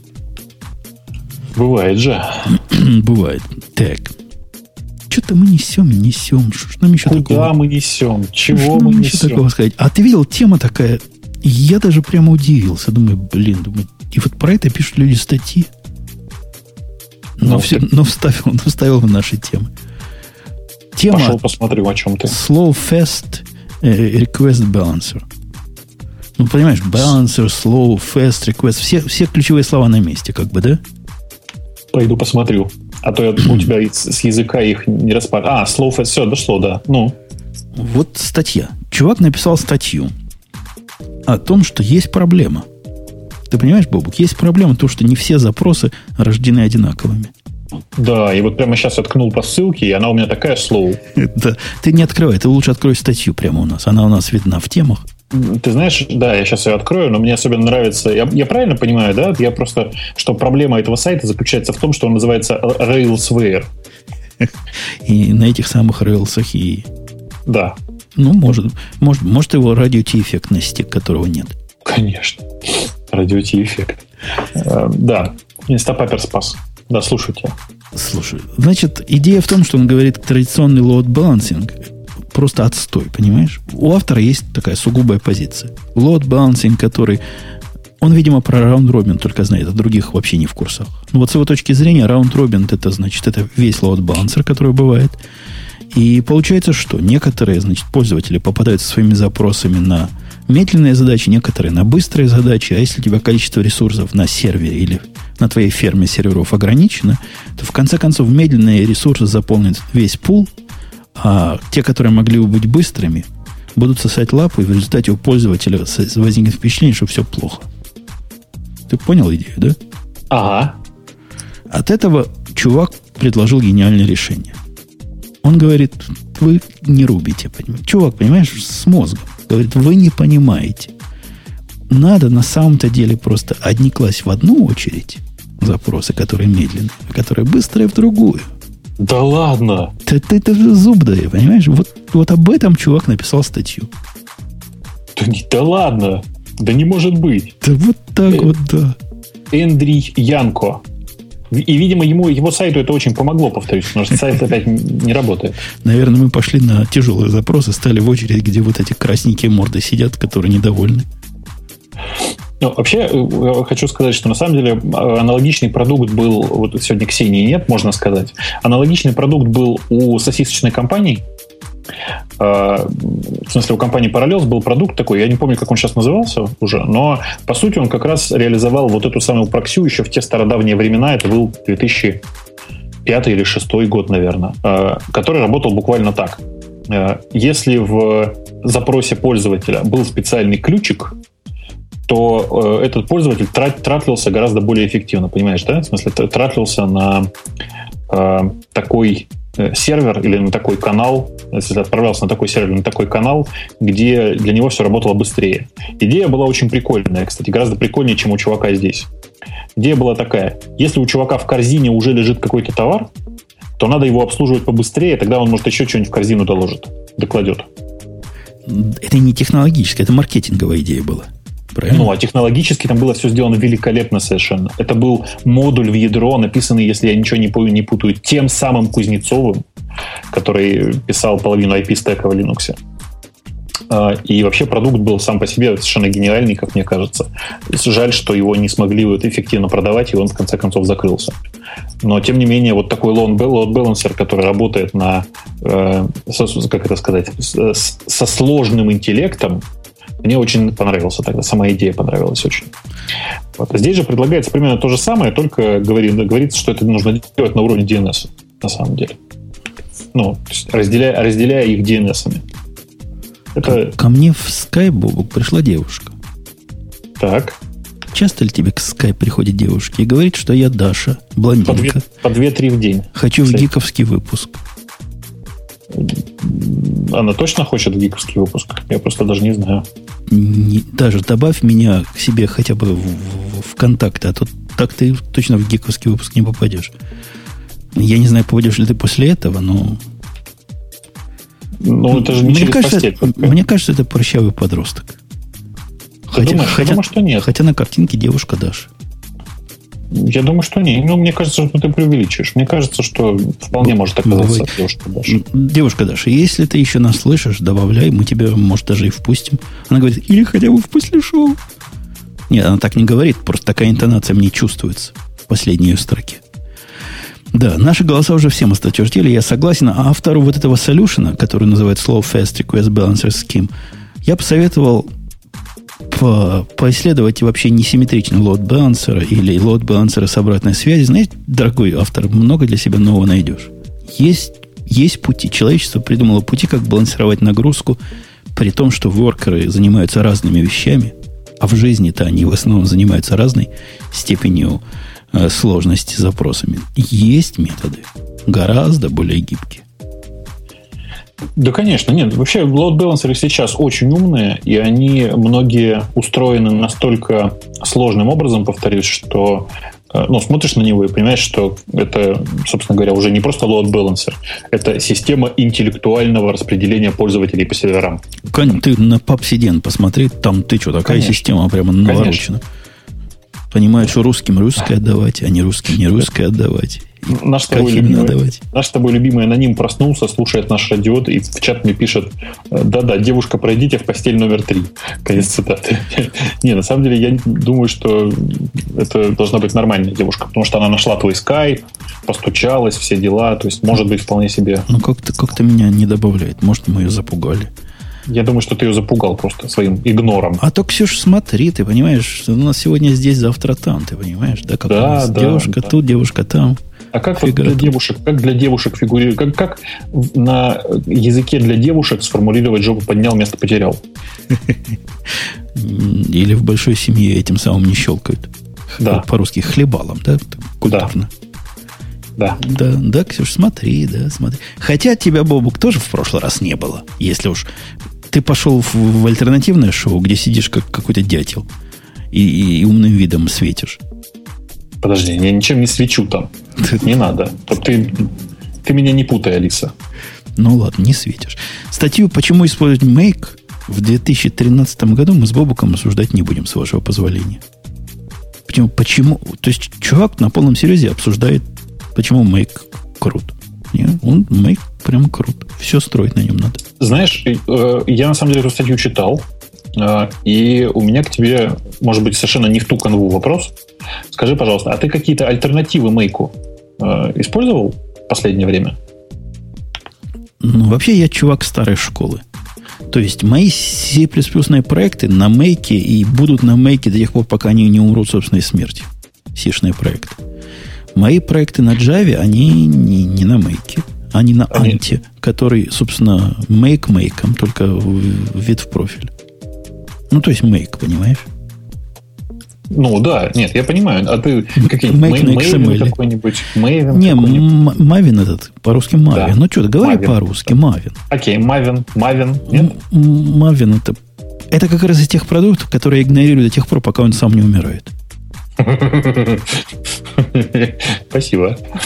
Бывает же. Бывает. Так. Что-то мы несем, несем. Что ж нам еще Куда такого? мы несем? Чего что мы нам несем? Еще такого сказать? А ты видел, тема такая. Я даже прямо удивился. Думаю, блин, думаю. И вот про это пишут люди статьи. Но, ну, все, ты... но, вставил, но вставил в наши темы. Тема Пошел посмотрю, о чем ты. Slow Fast Request Balancer. Ну, понимаешь, balancer, slow, fast, request. Все, все ключевые слова на месте, как бы, да? Пойду посмотрю. А то я, у тебя с языка их не распад. А, slow, fast, все, дошло, да. Ну. Вот статья. Чувак написал статью о том, что есть проблема. Ты понимаешь, Бобук, есть проблема, то, что не все запросы рождены одинаковыми. Да, и вот прямо сейчас я ткнул по ссылке, и она у меня такая slow. Да, ты не открывай, ты лучше открой статью прямо у нас. Она у нас видна в темах. Ты знаешь, да, я сейчас ее открою, но мне особенно нравится... Я, я правильно понимаю, да? Я просто... Что проблема этого сайта заключается в том, что он называется Railsware. И на этих самых Rails'ах и... Да. Ну, может, может, может его радио Ти-эффект на стек, которого нет. Конечно. Радио Ти-эффект. Э, да. Instapaper спас. Да, слушайте. Слушай, значит, идея в том, что он говорит, традиционный load balancing просто отстой, понимаешь? У автора есть такая сугубая позиция. Load balancing, который... Он, видимо, про раунд-робин только знает, а других вообще не в курсах. Но вот с его точки зрения, раунд-робин, это, значит, это весь load balancer, который бывает. И получается, что некоторые, значит, пользователи попадают со своими запросами на медленные задачи, некоторые на быстрые задачи. А если у тебя количество ресурсов на сервере или на твоей ферме серверов ограничено, то в конце концов медленные ресурсы заполнят весь пул, а те, которые могли бы быть быстрыми, будут сосать лапы, и в результате у пользователя возникнет впечатление, что все плохо. Ты понял идею, да? Ага. От этого чувак предложил гениальное решение. Он говорит, вы не рубите, понимаете? Чувак, понимаешь, с мозгом. Говорит, вы не понимаете. Надо на самом-то деле просто одни класть в одну очередь запросы, которые медленные, а которые быстрые в другую. Да ладно! Ты, ты, ты же зуб дай, понимаешь? Вот, вот об этом чувак написал статью. Да, не, да ладно! Да не может быть! Да вот так э, вот, да. Эндрий Янко. И, видимо, ему, его сайту это очень помогло, повторюсь, потому что сайт опять не работает. Наверное, мы пошли на тяжелые запросы, стали в очередь, где вот эти красненькие морды сидят, которые недовольны. Ну, вообще, я хочу сказать, что на самом деле аналогичный продукт был, вот сегодня Ксении нет, можно сказать, аналогичный продукт был у сосисочной компании. В смысле, у компании Parallels был продукт такой, я не помню, как он сейчас назывался уже, но по сути он как раз реализовал вот эту самую проксю еще в те стародавние времена, это был две тысячи пятый или две тысячи шестой год, наверное, который работал буквально так. Если в запросе пользователя был специальный ключик, то э, этот пользователь трат, тратлился гораздо более эффективно, понимаешь, да? В смысле, тратлился на э, такой э, сервер или на такой канал, если отправлялся на такой сервер или на такой канал, где для него все работало быстрее. Идея была очень прикольная, кстати, гораздо прикольнее, чем у чувака здесь. Идея была такая: если у чувака в корзине уже лежит какой-то товар, то надо его обслуживать побыстрее, тогда он, может, еще что-нибудь в корзину доложит, докладет. Это не технологическая, это маркетинговая идея была. Правильно? Ну, а технологически там было все сделано великолепно совершенно. Это был модуль в ядро, написанный, если я ничего не, помню, не путаю, тем самым Кузнецовым, который писал половину ай пи-стека в Linux. И вообще продукт был сам по себе совершенно гениальный, как мне кажется. Жаль, что его не смогли вот эффективно продавать, и он в конце концов закрылся. Но, тем не менее, вот такой load balancer, который работает на, э, со, как это сказать, со, со сложным интеллектом, мне очень понравился тогда. Сама идея понравилась очень. Вот. А здесь же предлагается примерно то же самое, только говорит, говорится, что это нужно делать на уровне ди эн эс, на самом деле. Ну, то есть разделяя, разделяя их ди эн эс-ами. Это... Ко мне в Skype, Бобук, пришла девушка. Так. Часто ли тебе к Skype приходят девушки и говорит, что я Даша, блондинка? По две-три в день. Хочу кстати. В гиковский выпуск. Она точно хочет в гиковский выпуск? Я просто даже не знаю. Не, даже добавь меня к себе хотя бы в, в, в контакты, а то так ты точно в гиковский выпуск не попадешь. Я не знаю, попадешь ли ты после этого, но... Ну, это же не мне через кажется, постель. Мне кажется, это прыщавый подросток. Хотя, думаешь, хотя, я думаю, что нет. Хотя на картинке девушка Даша. Я думаю, что нет. Ну, мне кажется, что ты преувеличиваешь. Мне кажется, что вполне может оказаться девушка Даша. Девушка Даша, если ты еще нас слышишь, добавляй, мы тебя, может, даже и впустим. Она говорит, или хотя бы в после шоу. Нет, она так не говорит, просто такая интонация мне чувствуется в последней ее строке. Да, наши голоса уже всем осточертели, я согласен. А автору вот этого солюшена, который называется Slow Fast Request Balancer Scheme, я посоветовал по, поисследовать вообще несимметричный load балансера или load балансера с обратной связью. Знаете, дорогой автор, много для себя нового найдешь. Есть, есть пути. Человечество придумало пути, как балансировать нагрузку, при том, что воркеры занимаются разными вещами, а в жизни-то они в основном занимаются разной степенью сложности запросами. Есть методы гораздо более гибкие. Да, конечно, нет. Вообще, load balancerы сейчас очень умные, и они многие устроены настолько сложным образом, повторюсь, что ну, смотришь на него и понимаешь, что это, собственно говоря, уже не просто load balancer, это система интеллектуального распределения пользователей по серверам. Ты на пабсиден посмотри, там ты что, такая конечно. Система прямо наворочена. Понимаешь, что русским русское отдавать, а не русским не русское отдавать. Наш с, тобой любимый, наш с тобой любимый аноним проснулся, слушает наш радиот и в чат мне пишет: да-да, девушка, пройдите в постель номер три. Конец цитаты. Не, на самом деле я думаю, что это должна быть нормальная девушка, потому что она нашла твой скайп, постучалась, все дела, то есть может быть вполне себе. Ну как-то, как-то меня не добавляет, может мы ее запугали. Я думаю, что ты ее запугал просто своим игнором. А то, Ксюш, смотри, ты понимаешь, что у нас сегодня здесь, завтра там, ты понимаешь, да? Как да, у нас да, девушка да. тут, девушка там. А как вот для девушек, как для девушек фигурирует, как, как на языке для девушек сформулировать жопу поднял, место потерял? Или в большой семье этим самым не щелкают. Да. По-русски хлебалом, да? Культурно. Да. Да, да, Ксюш, смотри, да, смотри. Хотя тебя, Бобук, тоже в прошлый раз не было. Если уж ты пошел в, в альтернативное шоу, где сидишь как какой-то дятел и, и, и умным видом светишь. Подожди, я ничем не свечу там. Не надо. Ты, ты меня не путай, Алиса. Ну ладно, не светишь. Статью «Почему использовать Make» в две тысячи тринадцатом году мы с Бобуком обсуждать не будем, с вашего позволения. Почему? Почему? То есть чувак на полном серьезе обсуждает, почему Make крут. Нет, он Make прям крут. Все строить на нем надо. Знаешь, я на самом деле эту статью читал, и у меня к тебе, может быть, совершенно не в ту канву вопрос. Скажи, пожалуйста, а ты какие-то альтернативы Make использовал в последнее время? Ну, вообще я чувак старой школы. То есть мои C++ проекты на Make и будут на Make до тех пор, пока они не умрут собственной смертью. C-шные проекты. Мои проекты на Java, они не, не на Make, они на они... Anti, который, собственно, Make Make, только вид в профиль. Ну, то есть Make, понимаешь? Ну, да, нет, я понимаю. А ты какие-нибудь Maven какой-нибудь? Maven не, Maven этот, по-русски Maven. Да. Ну, что, говори Maven. По-русски, Maven. Окей, Maven, Maven, нет? Maven это, это как раз из тех продуктов, которые игнорируют до тех пор, пока он сам не умирает. Спасибо.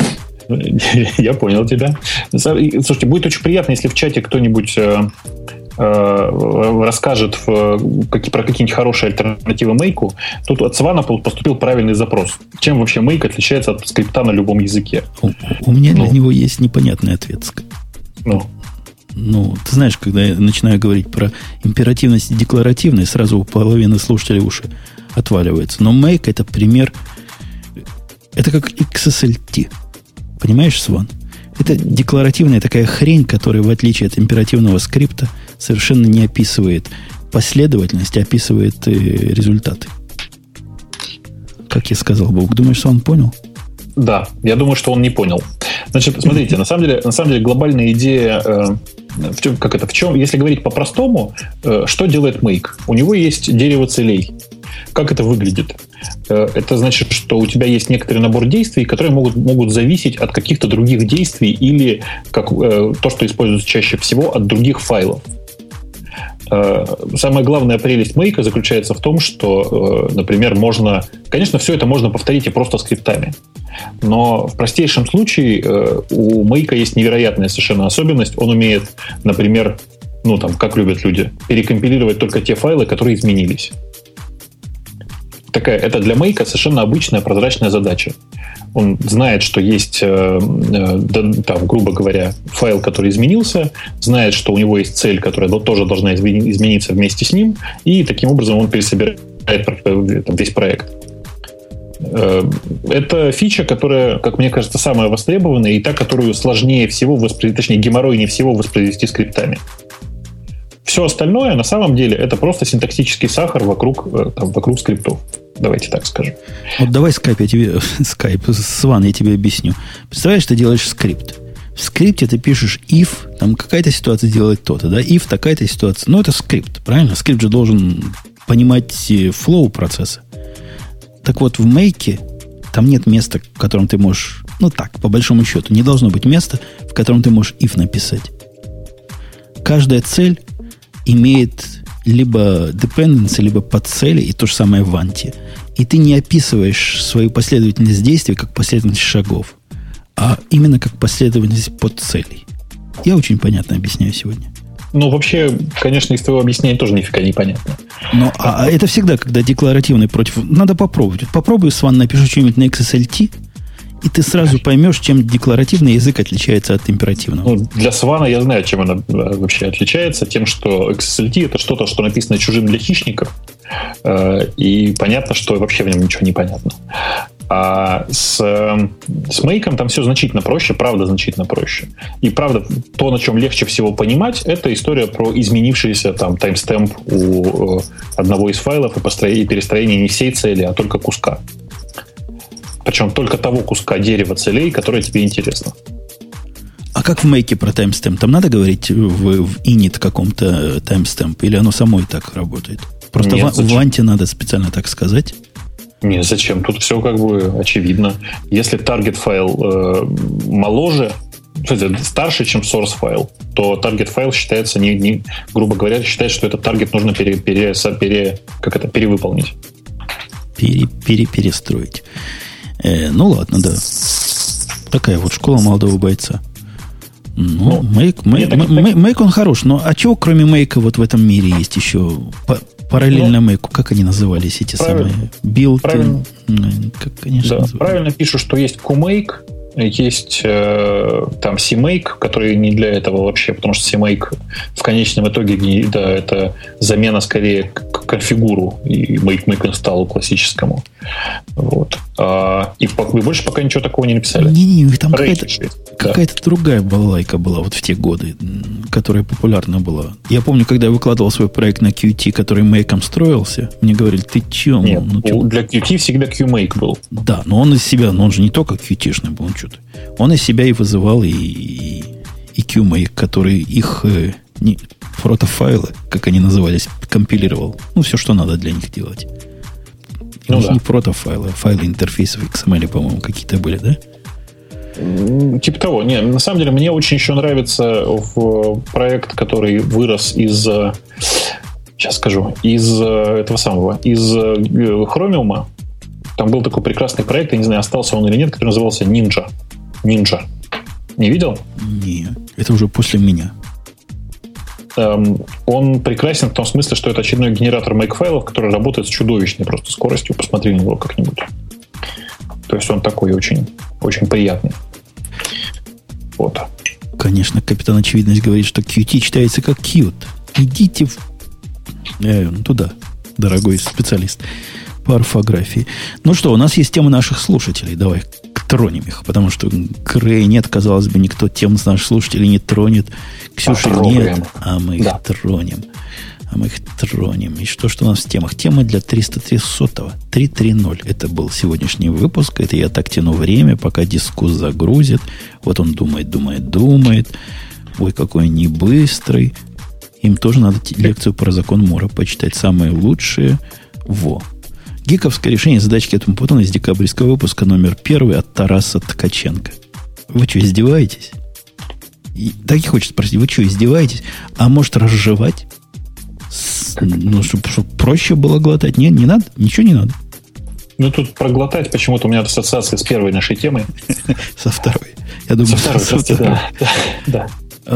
Я понял тебя. Слушайте, будет очень приятно, если в чате кто-нибудь э, э, расскажет в, как, про какие-нибудь хорошие альтернативы Make. Тут от Свана поступил правильный запрос. Чем вообще Make отличается от скрипта на любом языке? У, у меня ну. для него есть непонятный ответ. Ну. Ну, ты знаешь, когда я начинаю говорить про императивность и декларативность, сразу у половины слушателей уши отваливаются. Но Make — это пример... Это как икс эс эл ти. Понимаешь, Сван? Это декларативная такая хрень, которая, в отличие от императивного скрипта, совершенно не описывает последовательность, а описывает э, результаты. Как я сказал, Бог, думаешь, Сван понял? Да, я думаю, что он не понял. Значит, смотрите, на самом деле, на самом деле глобальная идея, э, в чем, как это, в чем, если говорить по-простому, э, что делает Make? У него есть дерево целей. Как это выглядит? Э, это значит, что у тебя есть некоторый набор действий, которые могут, могут зависеть от каких-то других действий или, как э, то, что используется чаще всего, от других файлов. Самая главная прелесть Make заключается в том, что, например, можно... Конечно, все это можно повторить и просто скриптами. Но в простейшем случае у Make есть невероятная совершенно особенность. Он умеет, например, ну там, как любят люди, перекомпилировать только те файлы, которые изменились. Такая, это для Make совершенно обычная прозрачная задача. Он знает, что есть, там, грубо говоря, файл, который изменился, знает, что у него есть цель, которая тоже должна измениться вместе с ним, и таким образом он пересобирает весь проект. Это фича, которая, как мне кажется, самая востребованная и та, которую сложнее всего воспроизвести, точнее, геморройнее всего воспроизвести скриптами. Все остальное, на самом деле, это просто синтаксический сахар вокруг, там, вокруг скриптов. Давайте так скажем. Вот давай скайп, я тебе, скайп, Сван, я тебе объясню. Представляешь, ты делаешь скрипт. В скрипте ты пишешь if, там какая-то ситуация делает то-то, да, if такая-то ситуация. Ну, это скрипт, правильно? Скрипт же должен понимать флоу процесса. Так вот, в Make там нет места, в котором ты можешь, ну так, по большому счету, не должно быть места, в котором ты можешь if написать. Каждая цель имеет либо dependency, либо подцели, и то же самое в Анте. И ты не описываешь свою последовательность действий как последовательность шагов, а именно как последовательность подцелей. Я очень понятно объясняю сегодня. Ну, вообще, конечно, из твоего объяснения тоже нифига не понятно. Но, а, а это всегда, когда декларативный против... Надо попробовать. Вот попробуй, Сван, напиши что-нибудь на икс эс эл ти, и ты сразу поймешь, чем декларативный язык отличается от императивного. Ну, для Свана я знаю, чем она вообще отличается. Тем, что икс эс эл ти — это что-то, что написано чужим для хищников. И понятно, что вообще в нем ничего не понятно. А с, с Make там все значительно проще, правда, значительно проще. И правда, то, на чем легче всего понимать, это история про изменившийся там таймстемп у одного из файлов и, построение, и перестроение не всей цели, а только куска. Причем только того куска дерева целей, которое тебе интересно. А как в Make про таймстемп? Там надо говорить в, в init каком-то таймстемп? Или оно само и так работает? Просто Нет, в, в Анте надо специально так сказать? Нет, зачем? Тут все как бы очевидно. Если таргет файл э, моложе, старше, чем source файл, то таргет файл считается, не, не, грубо говоря, считается, что этот таргет нужно пере, пере, пере, как это, перевыполнить. Пере, пере, перестроить. Э, ну ладно, да. Такая вот школа молодого бойца. Ну, ну Make, Make, так, Make, Make он хорош, но а чего кроме Make вот в этом мире есть еще параллельно ну, Make? Как они назывались, эти самые? Build? Правильно, как, конечно, да, правильно пишу, что есть QMake, есть э, там CMake, который не для этого вообще, потому что CMake в конечном итоге, да, это замена скорее к конфигуру и make, make install классическому. Вот. А, и больше пока ничего такого не написали. Не-не, там какая-то, какая-то другая балалайка была вот в те годы, которая популярна была. Я помню, когда я выкладывал свой проект на кью ти, который Make строился, мне говорили, ты че? Нет, ну, ну, для кью ти всегда QMake был. Да, но он из себя, но он же не только кью ти-шный был, он что-то. Он из себя и вызывал и, и, и QMake, который их э, не, протофайлы, как они назывались, компилировал. Ну, все, что надо для них делать. Ну, да. Не протофайлы, а файлы интерфейсов икс эм эль, по-моему, какие-то были, да? Типа того. Не, на самом деле, мне очень еще нравится в проект, который вырос из... Сейчас скажу. Из этого самого. Из Chromium. Там был такой прекрасный проект, я не знаю, остался он или нет, который назывался Ninja. Ninja. Не видел? Не, это уже после меня. Эм, он прекрасен в том смысле, что это очередной генератор мейкфайлов, который работает с чудовищной просто скоростью. Посмотри на него как-нибудь. То есть он такой очень, очень приятный. Вот. Конечно, капитан Очевидность говорит, что кью ти читается как cute. Идите в... э, туда, дорогой специалист по орфографии. Ну что, у нас есть темы наших слушателей. Давай тронем их, потому что Грей нет, казалось бы, никто тем из наших слушателей не тронет. Ксюши нет, а мы их да. тронем. А мы их тронем. И что, что у нас в темах? Тема для триста тридцатого. триста тридцать. Это был сегодняшний выпуск. Это я так тяну время, пока дискус загрузит. Вот он думает, думает, думает. Ой, какой он не быстрый. Им тоже надо лекцию про закон Мура почитать. Самые лучшие. Во. Гиковское решение задачки этому Путону из декабрьского выпуска номер первый от Тараса Ткаченко. Вы что, издеваетесь? И, так и хочется спросить, вы что, издеваетесь? А может, разжевать? С, ну, чтобы чтоб проще было глотать. Нет, не надо? Ничего не надо. Ну, тут проглотать почему-то у меня ассоциация с первой нашей темой. Со второй. Я думаю, со второй. Да.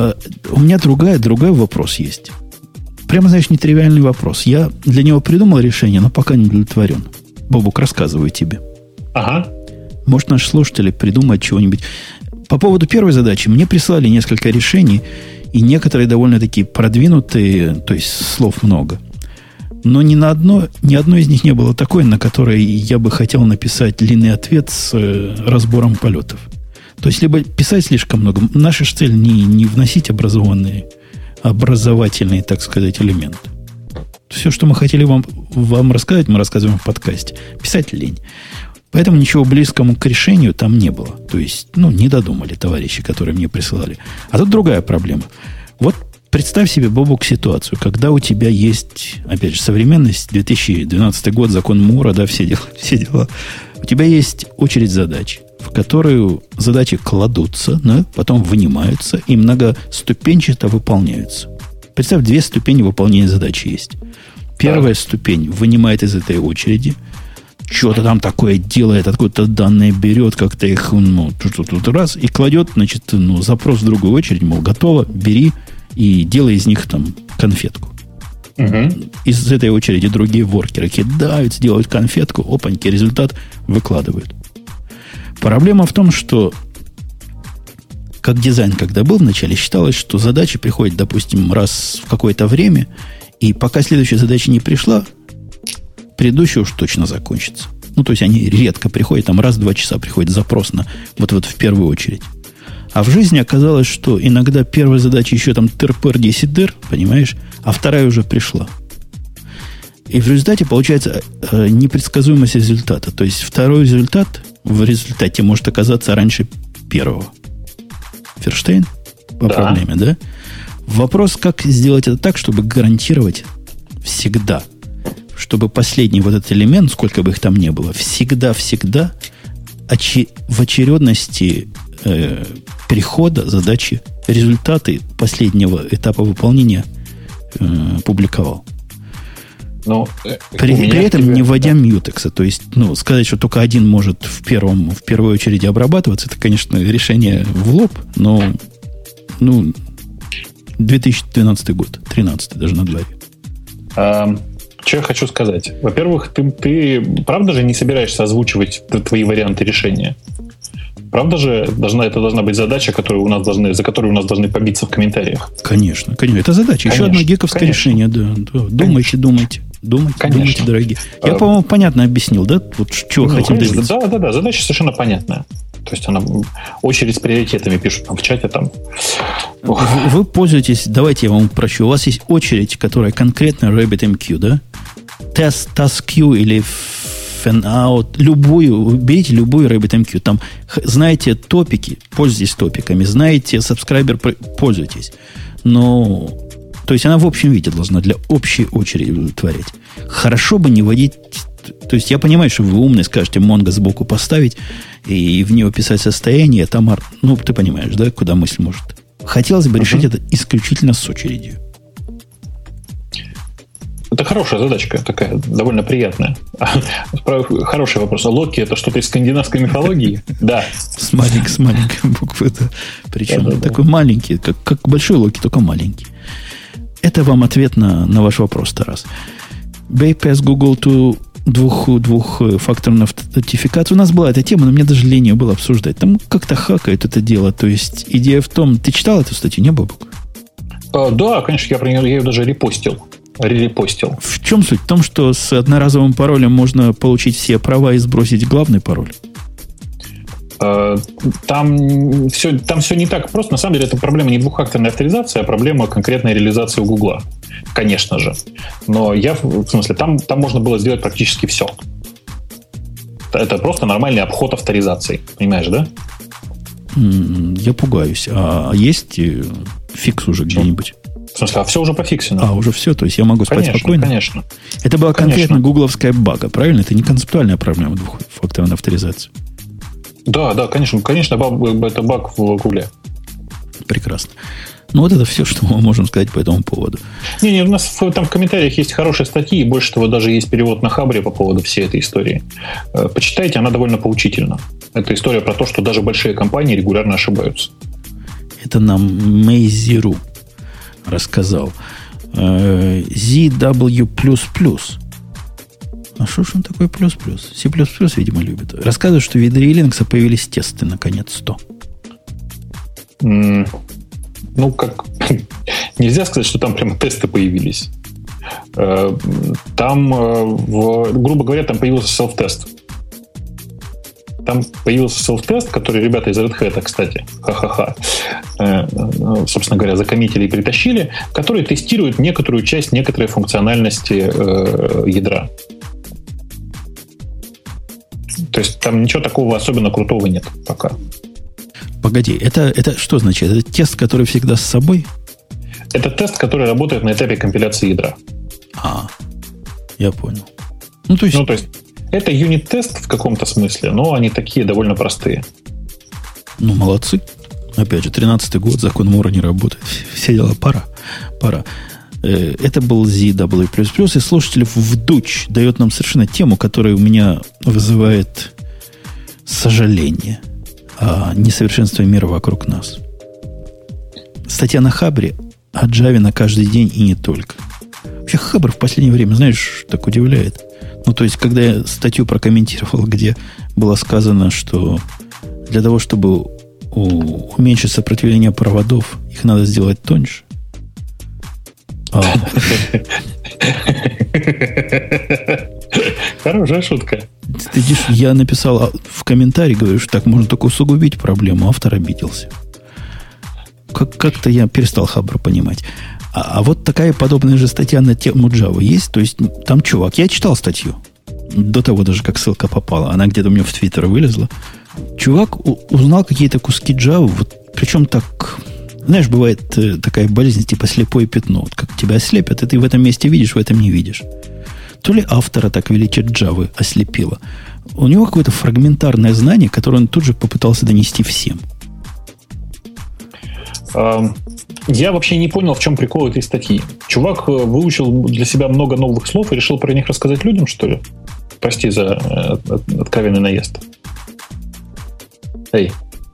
У меня другая, другой вопрос есть. Прямо, знаешь, нетривиальный вопрос. Я для него придумал решение, но пока не удовлетворен. Бобук, рассказываю тебе. Ага. Может, наши слушатели придумают чего-нибудь. По поводу первой задачи. Мне прислали несколько решений, и некоторые довольно-таки продвинутые, то есть слов много. Но ни на одно, ни одно из них не было такое, на которое я бы хотел написать длинный ответ с э, разбором полетов. То есть, либо писать слишком много. Наша же цель не, не вносить образованные образовательный, так сказать, элемент. Все, что мы хотели вам, вам рассказать, мы рассказываем в подкасте. Писать лень. Поэтому ничего близкому к решению там не было. То есть, ну, не додумали товарищи, которые мне присылали. А тут другая проблема. Вот представь себе, Бобук, ситуацию, когда у тебя есть, опять же, современность, две тысячи двенадцатый год, закон Мура, да, все дела, все дела. У тебя есть очередь задач, в которую задачи кладутся, да, потом вынимаются и многоступенчато выполняются. Представь, две ступени выполнения задачи есть. Первая да. ступень вынимает из этой очереди, что-то там такое делает, откуда-то данные берет, как-то их, ну, тут раз, и кладет, значит, ну, запрос в другую очередь, мол, готово, бери и делай из них там конфетку. Угу. Из этой очереди другие воркеры кидают, делают конфетку, опаньки, результат выкладывают. Проблема в том, что как дизайн, когда был вначале, считалось, что задача приходит, допустим, раз в какое-то время, и пока следующая задача не пришла, предыдущая уж точно закончится. Ну, то есть они редко приходят, там раз в два часа приходит запрос на вот-вот в первую очередь. А в жизни оказалось, что иногда первая задача еще там тыр-пыр десять дыр, понимаешь, а вторая уже пришла. И в результате получается э, непредсказуемость результата. То есть второй результат в результате может оказаться раньше первого. Ферштейн? По да. проблеме, да? Вопрос, как сделать это так, чтобы гарантировать всегда, чтобы последний вот этот элемент, сколько бы их там ни было, всегда-всегда очи- в очередности э, перехода задачи результаты последнего этапа выполнения э, публиковал. Но, при, при этом тебе, не вводя да. мьютекса. То есть, ну, сказать, что только один может в, первом, в первой очереди обрабатываться, это, конечно, решение в лоб, но ну, две тысячи двенадцатый год, тринадцатый даже на дворе. А, что я хочу сказать? Во-первых, ты, ты правда же не собираешься озвучивать твои варианты решения? Правда же должна, это должна быть задача, которую у нас должны, за которую у нас должны побиться в комментариях? Конечно, конечно. Это задача. Конечно, еще одно гиковское конечно. решение. Да, да. Думайте, думайте. Думайте, конечно. думайте, дорогие. Я, а, по-моему, понятно объяснил, да? Вот чего ну, хотим конечно, добиться. Да, да, да. Задача совершенно понятная. То есть она очередь с приоритетами пишут там в чате. Там. Вы, вы пользуетесь, давайте я вам упрощу. У вас есть очередь, которая конкретно RabbitMQ, да? Тест, TaskQ или Fanout, любую, берите любую RabbitMQ. Там знаете топики, пользуйтесь топиками. Знаете subscriber, пользуйтесь. Но... То есть она в общем виде должна для общей очереди удовлетворять. Хорошо бы не вводить... То есть я понимаю, что вы умные, скажете Mongo сбоку поставить и в него писать состояние. Там, ну, ты понимаешь, да, куда мысль может. Хотелось бы uh-huh. решить это исключительно с очередью. Это хорошая задачка, такая довольно приятная. Хороший вопрос. А Локи — это что-то из скандинавской мифологии? Да. С маленькой, с маленькой буквы. Причем да, да, такой да. маленький, как, как большой Локи, только маленький. Это вам ответ на, на ваш вопрос, Тарас. Bypass Google to двух, двухфакторную аутентификацию. У нас была эта тема, но мне даже лень было обсуждать. Там как-то хакает это дело. То есть идея в том... Ты читал эту статью, не, Бабук? А, да, конечно, я, про нее, я ее даже репостил. Репостил. В чем суть? В том, что с одноразовым паролем можно получить все права и сбросить главный пароль? Там все, там все не так просто. На самом деле, это проблема не двухфакторной авторизации, а проблема конкретной реализации у Гугла. Конечно же. Но я, в смысле, там, там можно было сделать практически все. Это просто нормальный обход авторизации. Понимаешь, да? Я пугаюсь. А есть фикс уже где-нибудь? В смысле, а все уже пофиксено. А, уже все, то есть я могу спать конечно, спокойно? Конечно. Это была конечно. конкретно гугловская бага, правильно? Это не концептуальная проблема двухфакторной авторизации. Да, да, конечно, конечно, это баг в Гугле. Прекрасно. Ну, вот это все, что мы можем сказать по этому поводу. Не-не, у нас там в комментариях есть хорошие статьи, и больше того, даже есть перевод на Хабре по поводу всей этой истории. Почитайте, она довольно поучительна. Это история про то, что даже большие компании регулярно ошибаются. Это нам Meiziru рассказал. зет дабл ю плюс плюс. А что ж он такой плюс-плюс? C++, видимо, любит. Рассказывают, что в ядре Linux появились тесты, наконец-то. Mm, ну, как... Нельзя сказать, что там прямо тесты появились. Там, в, грубо говоря, там появился self-тест. Там появился self-тест, который ребята из Red Hat, кстати, ха-ха-ха, собственно говоря, закоммитили и притащили, который тестирует некоторую часть, некоторой функциональности э, ядра. То есть там ничего такого особенно крутого нет пока. Погоди, это, это что значит? Это тест, который всегда с собой? Это тест, который работает на этапе компиляции ядра. А, я понял. Ну, то есть... Ну, то есть это юнит-тест в каком-то смысле, но они такие довольно простые. Ну, молодцы. Опять же, тринадцатый год, закон Мура не работает. Все дела, пора. Пора. Это был зет дабл ю плюс плюс, и слушатель Вдуч дает нам совершенно тему, которая у меня вызывает сожаление о несовершенстве мира вокруг нас. Статья на Хабре о Java на каждый день и не только. Вообще Хабр в последнее время, знаешь, так удивляет. Ну, то есть, когда я статью прокомментировал, где было сказано, что для того, чтобы уменьшить сопротивление проводов, их надо сделать тоньше. А. Хорошая шутка. Ты видишь, я написал в комментарии, говорю, что так можно только усугубить проблему, автор обиделся. Как- как-то я перестал Хабр понимать. А, а вот такая подобная же статья на тему Java есть. То есть там чувак, я читал статью до того даже, как ссылка попала. Она где-то у меня в Твиттер вылезла. Чувак у- узнал какие-то куски Java, вот, причем так... Знаешь, бывает э, такая болезнь, типа слепое пятно. Вот как тебя ослепят, и ты в этом месте видишь, в этом не видишь. То ли автора так величие Java ослепило. У него какое-то фрагментарное знание, которое он тут же попытался донести всем. Я вообще не понял, в чем прикол этой статьи. Чувак выучил для себя много новых слов и решил про них рассказать людям, что ли? Прости за откровенный наезд. Эй.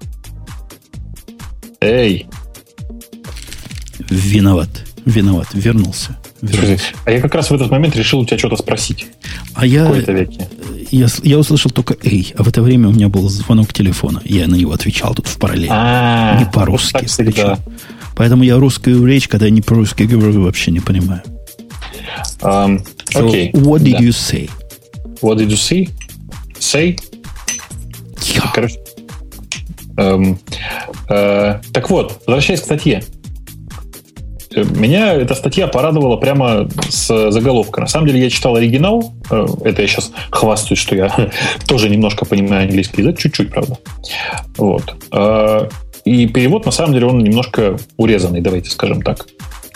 Эй. Виноват. Виноват. Вернулся. Вернулся. А я как раз в этот момент решил у тебя что-то спросить. А я, я, я услышал только «эй», а в это время у меня был звонок телефона. Я на него отвечал тут в параллель. А-а-а, не по-русски. Вот всегда. Поэтому я русскую речь, когда я не по-русски говорю, вообще не понимаю. Um, so, okay. What did да. you say? What did you see? Say? Yeah. Короче. Um, uh, так вот, возвращаясь к статье. Меня эта статья порадовала прямо с заголовка. На самом деле я читал оригинал. Это я сейчас хвастаюсь, что я тоже немножко понимаю английский язык. Чуть-чуть, правда. Вот. И перевод, на самом деле, он немножко урезанный, давайте скажем так.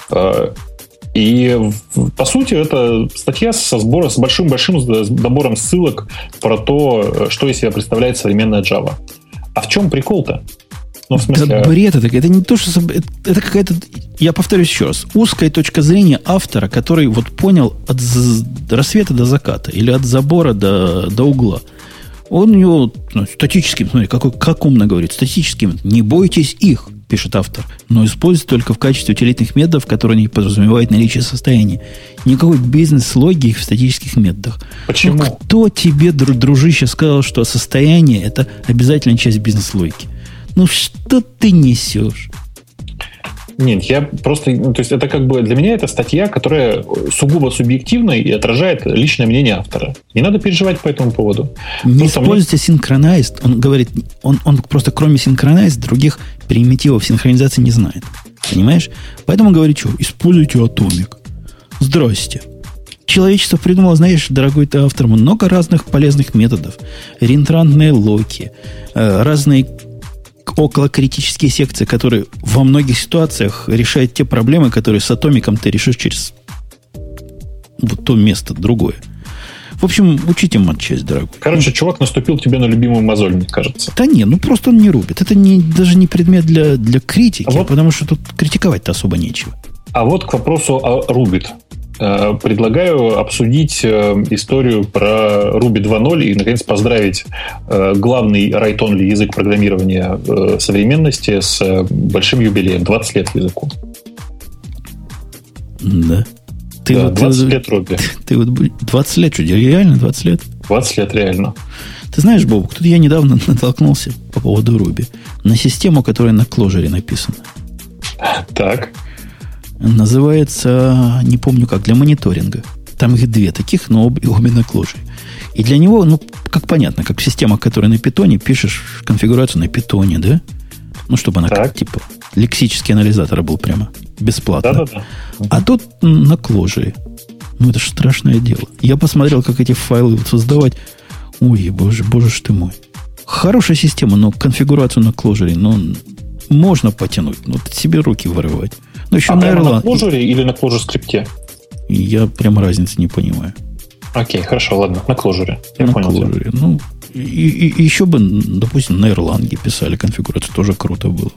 И, по сути, это статья со сбора, с большим-большим набором ссылок про то, что из себя представляет современная Java. А в чем прикол-то? Ну, в смысле... Да бред это. Это не то, что... Это, это какая-то... Я повторюсь еще раз. Узкая точка зрения автора, который вот понял от з- рассвета до заката или от забора до, до угла. Он у него ну, статическим, смотри, как, как умно говорит, статическим. Не бойтесь их, пишет автор, но используйте только в качестве утилитных методов, которые не подразумевают наличие состояния. Никакой бизнес-логики в статических методах. Почему? Ну, кто тебе, дружище, сказал, что состояние – это обязательная часть бизнес-логики? Ну, что ты несешь? Нет, я просто... Ну, то есть, это как бы... Для меня это статья, которая сугубо субъективна и отражает личное мнение автора. Не надо переживать по этому поводу. Не просто используйте мне... Synchronized. Он говорит... Он, он просто кроме Synchronized других примитивов синхронизации не знает. Понимаешь? Поэтому говорит, что используйте Atomic. Здрасте. Человечество придумало, знаешь, дорогой ты автор, много разных полезных методов. Рентрантные локи, разные околокритические секции, которые во многих ситуациях решают те проблемы, которые с атомиком ты решишь через вот то место, другое. В общем, учите матчасть, дорогой. Короче, чувак наступил тебе на любимую мозоль, мне кажется. Да не, ну просто он не рубит. Это не, даже не предмет для, для критики, а вот, потому что тут критиковать-то особо нечего. А вот к вопросу о рубит. Предлагаю обсудить историю про Ruby два ноль и, наконец, поздравить главный write-only язык программирования современности с большим юбилеем. двадцать лет языку. Да. Ты да, вот, двадцать лет Ruby. Ты, ты вот двадцать лет, что, реально двадцать лет? двадцать лет, реально. Ты знаешь, Бобок, тут я недавно натолкнулся по поводу Ruby на систему, которая на Clojure написана. Так. Называется, не помню как, для мониторинга. Там их две таких, но обе, обе на Clojure. И для него, ну, как понятно, как система, которая на питоне, пишешь конфигурацию на питоне, да? Ну, чтобы она так. как, типа, лексический анализатор был прямо бесплатно. Да-да-да. А тут на Clojure. Ну, это же страшное дело. Я посмотрел, как эти файлы создавать. Ой, боже, боже ж ты мой. Хорошая система, но конфигурацию на Clojure, ну, можно потянуть. Ну, себе руки вырывать. Но еще а на прямо Erlang. на Clojure или на Clojure скрипте? Я прям разницы не понимаю. Окей, хорошо, ладно, на Clojure. Я на понял. Clojure. Ну, и, и, и еще бы, допустим, на Erlang писали конфигурацию. Тоже круто было.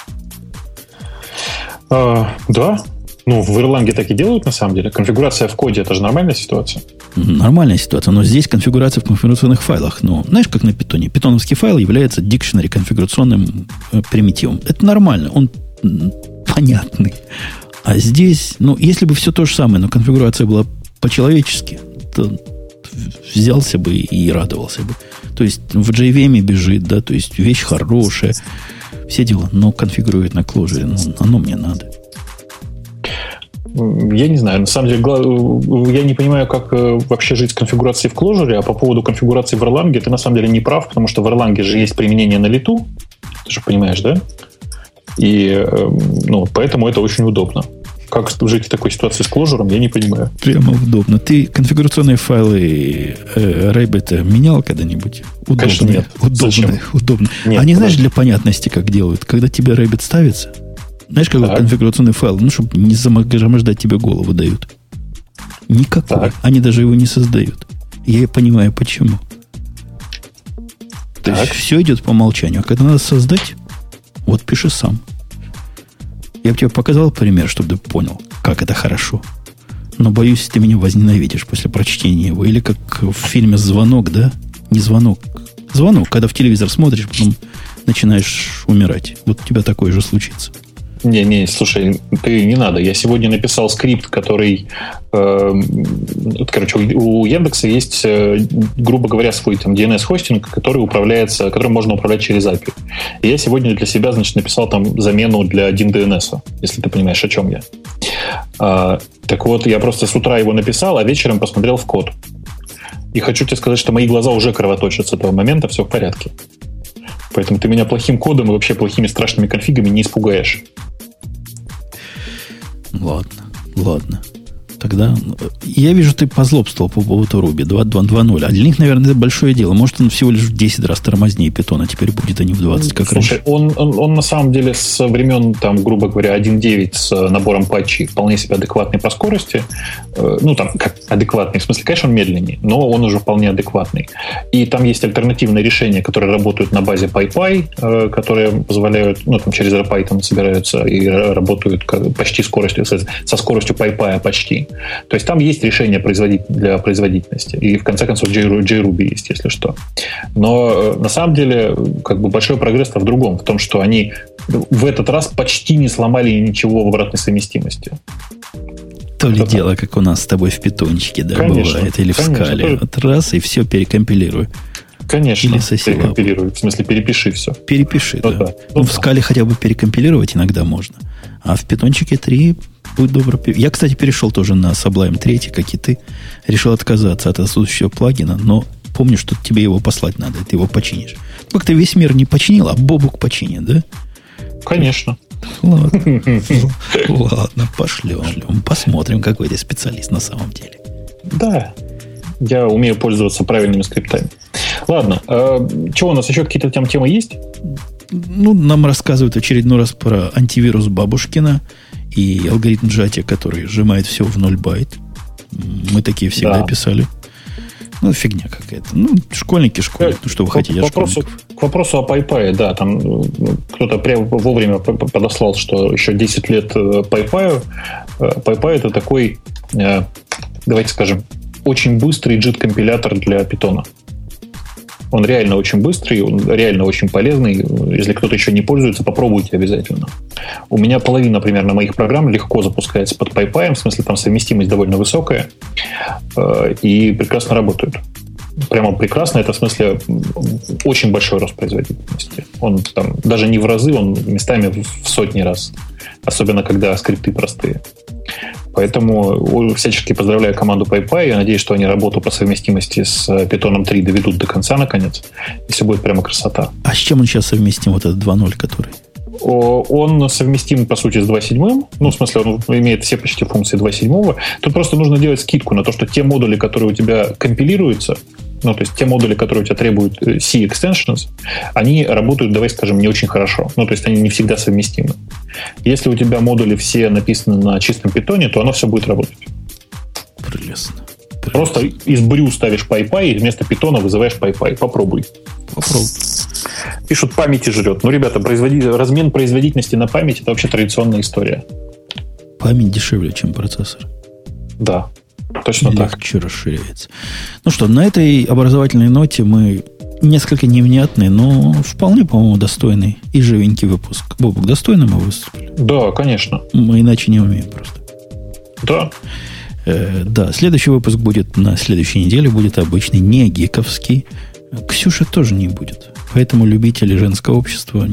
А, да. Ну, в Erlang так и делают, на самом деле. Конфигурация в коде – это же нормальная ситуация. Нормальная ситуация, но здесь конфигурация в конфигурационных файлах. Ну, знаешь, как на питоне? Питоновский файл является дикшнери конфигурационным э, примитивом. Это нормально, он понятный. А здесь, ну, если бы все то же самое, но конфигурация была по-человечески, то взялся бы и радовался бы. То есть в джей ви эм бежит, да, то есть вещь хорошая, все дела, но конфигурирует на Clojure, ну, оно мне надо. Я не знаю, на самом деле, я не понимаю, как вообще жить с конфигурацией в Clojure, а по поводу конфигурации в Erlang ты на самом деле не прав, потому что в Erlang же есть применение на лету, ты же понимаешь, да? И ну, поэтому это очень удобно. Как жить в такой ситуации с Clojure, я не понимаю. Прямо удобно. Ты конфигурационные файлы э, Rabbit менял когда-нибудь? Удобно. Конечно, нет. Удобно. Зачем? Удобно. Нет, Они, знаешь, подожди. для понятности как делают? Когда тебе Rabbit ставится, знаешь, какой Так. конфигурационный файл? Ну, чтобы не загромождать тебе голову дают. Никакой. Так. Они даже его не создают. Я и понимаю, почему. То Так. есть все идет по умолчанию. А когда надо создать, вот пиши сам. Я бы тебе показал пример, чтобы ты понял, как это хорошо. Но, боюсь, ты меня возненавидишь после прочтения его. Или как в фильме «Звонок», да? Не «Звонок». «Звонок», когда в телевизор смотришь, потом начинаешь умирать. Вот у тебя такое же случится. Не-не, слушай, ты не надо. Я сегодня написал скрипт, который... Э, короче, у, у Яндекса есть, э, грубо говоря, свой там ди эн эс-хостинг, который управляется, которым можно управлять через эй пи ай. И я сегодня для себя, значит, написал там замену для один ди эн эс, если ты понимаешь, о чем я. А, так вот, я просто с утра его написал, а вечером посмотрел в код. И хочу тебе сказать, что мои глаза уже кровоточат с этого момента, все в порядке. Поэтому ты меня плохим кодом и вообще плохими страшными конфигами не испугаешь. Ладно, ладно. Тогда я вижу, ты позлобствовал по поводу Руби два ноль. А для них, наверное, это большое дело. Может, он всего лишь в десять раз тормознее питона теперь будет, а не в двадцать, как Слушай, раньше. Он, он, он на самом деле со времен, там, грубо говоря, один девять с набором патчей вполне себе адекватный по скорости. Ну, там, как адекватный. В смысле, конечно, он медленнее, но он уже вполне адекватный. И там есть альтернативные решения, которые работают на базе PyPy, которые позволяют, ну, там, через RPy там собираются и работают почти скоростью, со скоростью PyPy почти. То есть там есть решение производить, для производительности. И в конце концов JRuby есть, если что. Но на самом деле как бы большой прогресс-то в другом. В том, что они в этот раз почти не сломали ничего в обратной совместимости. То ли это дело, как у нас с тобой в питончике, да, конечно, бывает. Или конечно, в скале. Тоже... Вот раз, и все перекомпилируй. Конечно, перекомпилируй. В смысле, перепиши все. Перепиши, ну, да. да. Ну, ну, в скале хотя бы перекомпилировать иногда можно. А в питончике три... Будь добр. Я, кстати, перешел тоже на Sublime три, как и ты. Решил отказаться от отсутствующего плагина, но помню, что тебе его послать надо, ты его починишь. Как ты весь мир не починил, а Бобук починит, да? Конечно. Ладно, ладно, пошлем. Посмотрим, какой ты специалист на самом деле. Да, я умею пользоваться правильными скриптами. Ладно, что у нас еще какие-то там темы есть? Ну, нам рассказывают очередной раз про антивирус Бабушкина и алгоритм сжатия, который сжимает все в ноль байт. Мы такие всегда да. писали. Ну, фигня какая-то. Ну, школьники школят. Ну, что вы к хотите от вопросу, к вопросу о PyPy, да, там кто-то прямо вовремя подослал, что еще десять лет PyPy. PyPy это такой, давайте скажем, очень быстрый джит-компилятор для Python. Он реально очень быстрый, он реально очень полезный. Если кто-то еще не пользуется, попробуйте обязательно. У меня половина примерно моих программ легко запускается под PyPy, в смысле там совместимость довольно высокая, и прекрасно работают. Прямо прекрасно, это в смысле очень большой рост производительности. Он там даже не в разы, он местами в сотни раз. Особенно, когда скрипты простые. Поэтому всячески поздравляю команду PyPy. Я надеюсь, что они работу по совместимости с Python три доведут до конца, наконец. И все будет прямо красота. А с чем он сейчас совместим, вот этот два ноль, который? Он совместим, по сути, с два семь. Ну, в смысле, он имеет все почти функции два семь. Тут просто нужно делать скидку на то, что те модули, которые у тебя компилируются, ну, то есть те модули, которые у тебя требуют C-extensions, они работают, давай скажем, не очень хорошо. Ну, то есть они не всегда совместимы. Если у тебя модули все написаны на чистом питоне, то оно все будет работать. Прелестно. Прелестно. Просто из брю ставишь PyPy и вместо питона вызываешь PyPy. Попробуй. Попробуй. Пишут, памяти жрет. Ну, ребята, производи... размен производительности на память – это вообще традиционная история. Память дешевле, чем процессор. Да. Точно легче так. Легче расширяется. Ну что, на этой образовательной ноте мы несколько невнятный, но вполне, по-моему, достойный и живенький выпуск. Бобук, достойно мы выступили? Да, конечно. Мы иначе не умеем просто. Да. Э, да, следующий выпуск будет на следующей неделе, будет обычный, не гиковский. Ксюши тоже не будет. Поэтому любители женского общества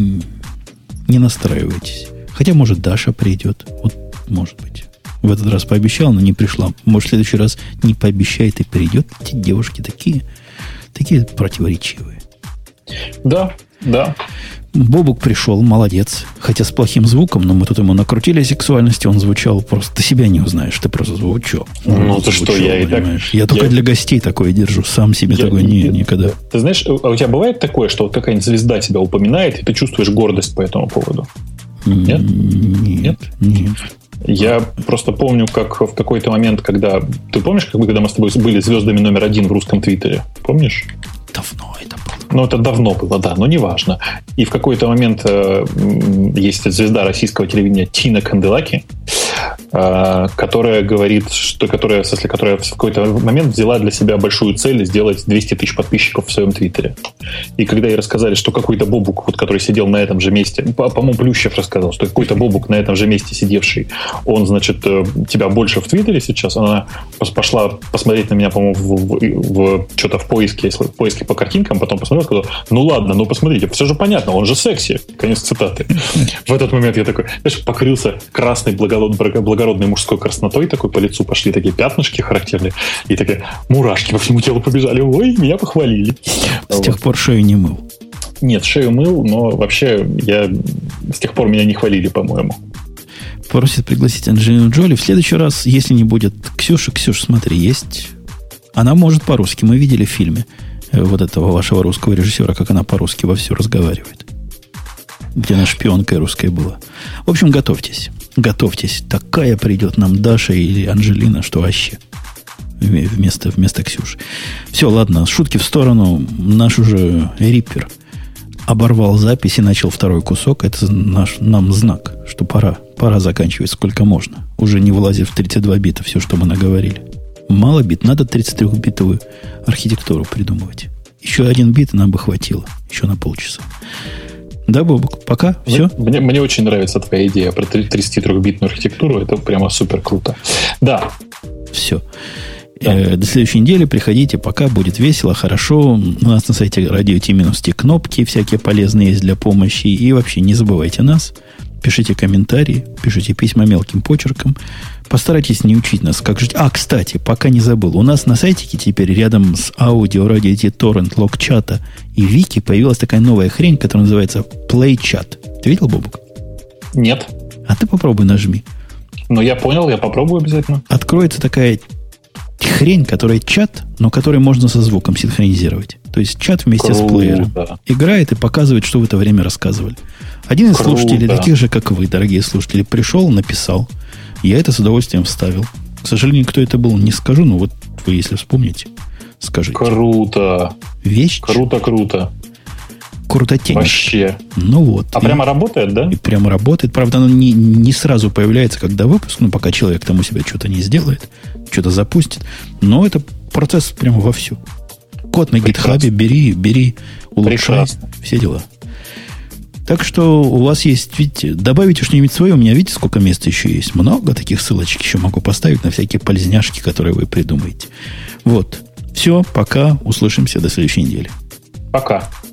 не настраивайтесь. Хотя, может, Даша придет. Вот, может быть. В этот раз пообещал, но не пришла. Может, в следующий раз не пообещает и придет. Эти девушки такие, такие противоречивые. Да, да. Бобук пришел, молодец. Хотя с плохим звуком, но мы тут ему накрутили сексуальности, он звучал просто... Ты себя не узнаешь, ты просто звучал. Ну, ты что, я и так... Я только я... для гостей такое держу, сам себе я... такое не, никогда. Ты знаешь, а у тебя бывает такое, что вот какая-нибудь звезда тебя упоминает, и ты чувствуешь гордость по этому поводу? Нет? Нет? Нет. Я просто помню, как в какой-то момент, когда... Ты помнишь, как мы, когда мы с тобой были звездами номер один в русском твиттере? Помнишь? Давно это было. Ну, это давно было, да, но неважно. И в какой-то момент э, есть звезда российского телевидения Тина Канделаки, э, которая говорит, что, которая, в смысле, которая в какой-то момент взяла для себя большую цель сделать двести тысяч подписчиков в своем твиттере. И когда ей рассказали, что какой-то Бобук, вот, который сидел на этом же месте, по-моему, Плющев рассказал, что какой-то Бобук на этом же месте сидевший, он, значит, тебя больше в твиттере сейчас, она пошла посмотреть на меня, по-моему, в, в, в, что-то в поиске, в поиске по картинкам, потом посмотрел, сказал, ну ладно, ну посмотрите, все же понятно, он же секси. Конец цитаты. В этот момент я такой, знаешь, покрылся красной благородной мужской краснотой, такой по лицу пошли такие пятнышки характерные, и такие мурашки по всему телу побежали. Ой, меня похвалили. С тех пор шею не мыл. Нет, шею мыл, но вообще я с тех пор меня не хвалили, по-моему. Просит пригласить Анджелину Джоли. В следующий раз, если не будет Ксюши, Ксюш, смотри, есть... Она может по-русски. Мы видели в фильме вот этого вашего русского режиссера, как она по-русски вовсю разговаривает. Где она шпионкой русской была. В общем, готовьтесь. Готовьтесь. Такая придет нам Даша или Анджелина, что вообще вместо, вместо Ксюши. Все, ладно, шутки в сторону. Наш уже Риппер оборвал запись и начал второй кусок. Это наш, нам знак, что пора. Пора заканчивать сколько можно. Уже не вылазит в тридцать два бита все, что мы наговорили. Мало бит, надо тридцатитрёхбитовую архитектуру придумывать. Еще один бит нам бы хватило. Еще на полчаса. Да, Бобок, пока, все? Мне, мне очень нравится твоя идея про тридцатитрёхбитную архитектуру. Это прямо супер круто. Да. Все. Да. Э, до следующей недели приходите, пока будет весело, хорошо. У нас на сайте радио ти-ти кнопки всякие полезные есть для помощи. И вообще не забывайте нас. Пишите комментарии, пишите письма мелким почерком. Постарайтесь не учить нас, как жить. А, кстати, пока не забыл. У нас на сайтике теперь рядом с аудио, радио, торрент, лог-чата и вики появилась такая новая хрень, которая называется PlayChat. Ты видел, Бобук? Нет. А ты попробуй нажми. Ну, я понял, я попробую обязательно. Откроется такая хрень, которая чат, но который можно со звуком синхронизировать. То есть чат вместе Круто. С плеером играет и показывает, что в это время рассказывали. Один из Круто. Слушателей, таких же, как вы, дорогие слушатели, пришел, написал. Я это с удовольствием вставил. К сожалению, кто это был, не скажу, но вот вы, если вспомните, скажите. Круто. Вещь. Круто, круто. Крутотень. Вообще. Ну вот. А и, прямо работает, да? И прямо работает. Правда, оно не, не сразу появляется, когда выпуск, ну, пока человек там у себя что-то не сделает, что-то запустит. Но это процесс прямо вовсю. Код на гитхабе, бери, бери, улучшай. Прекрасно. Все дела. Так что у вас есть, видите, добавите что-нибудь свое, у меня, видите, сколько места еще есть. Много таких ссылочек еще могу поставить на всякие полезняшки, которые вы придумаете. Вот. Все, пока. Услышимся до следующей недели. Пока.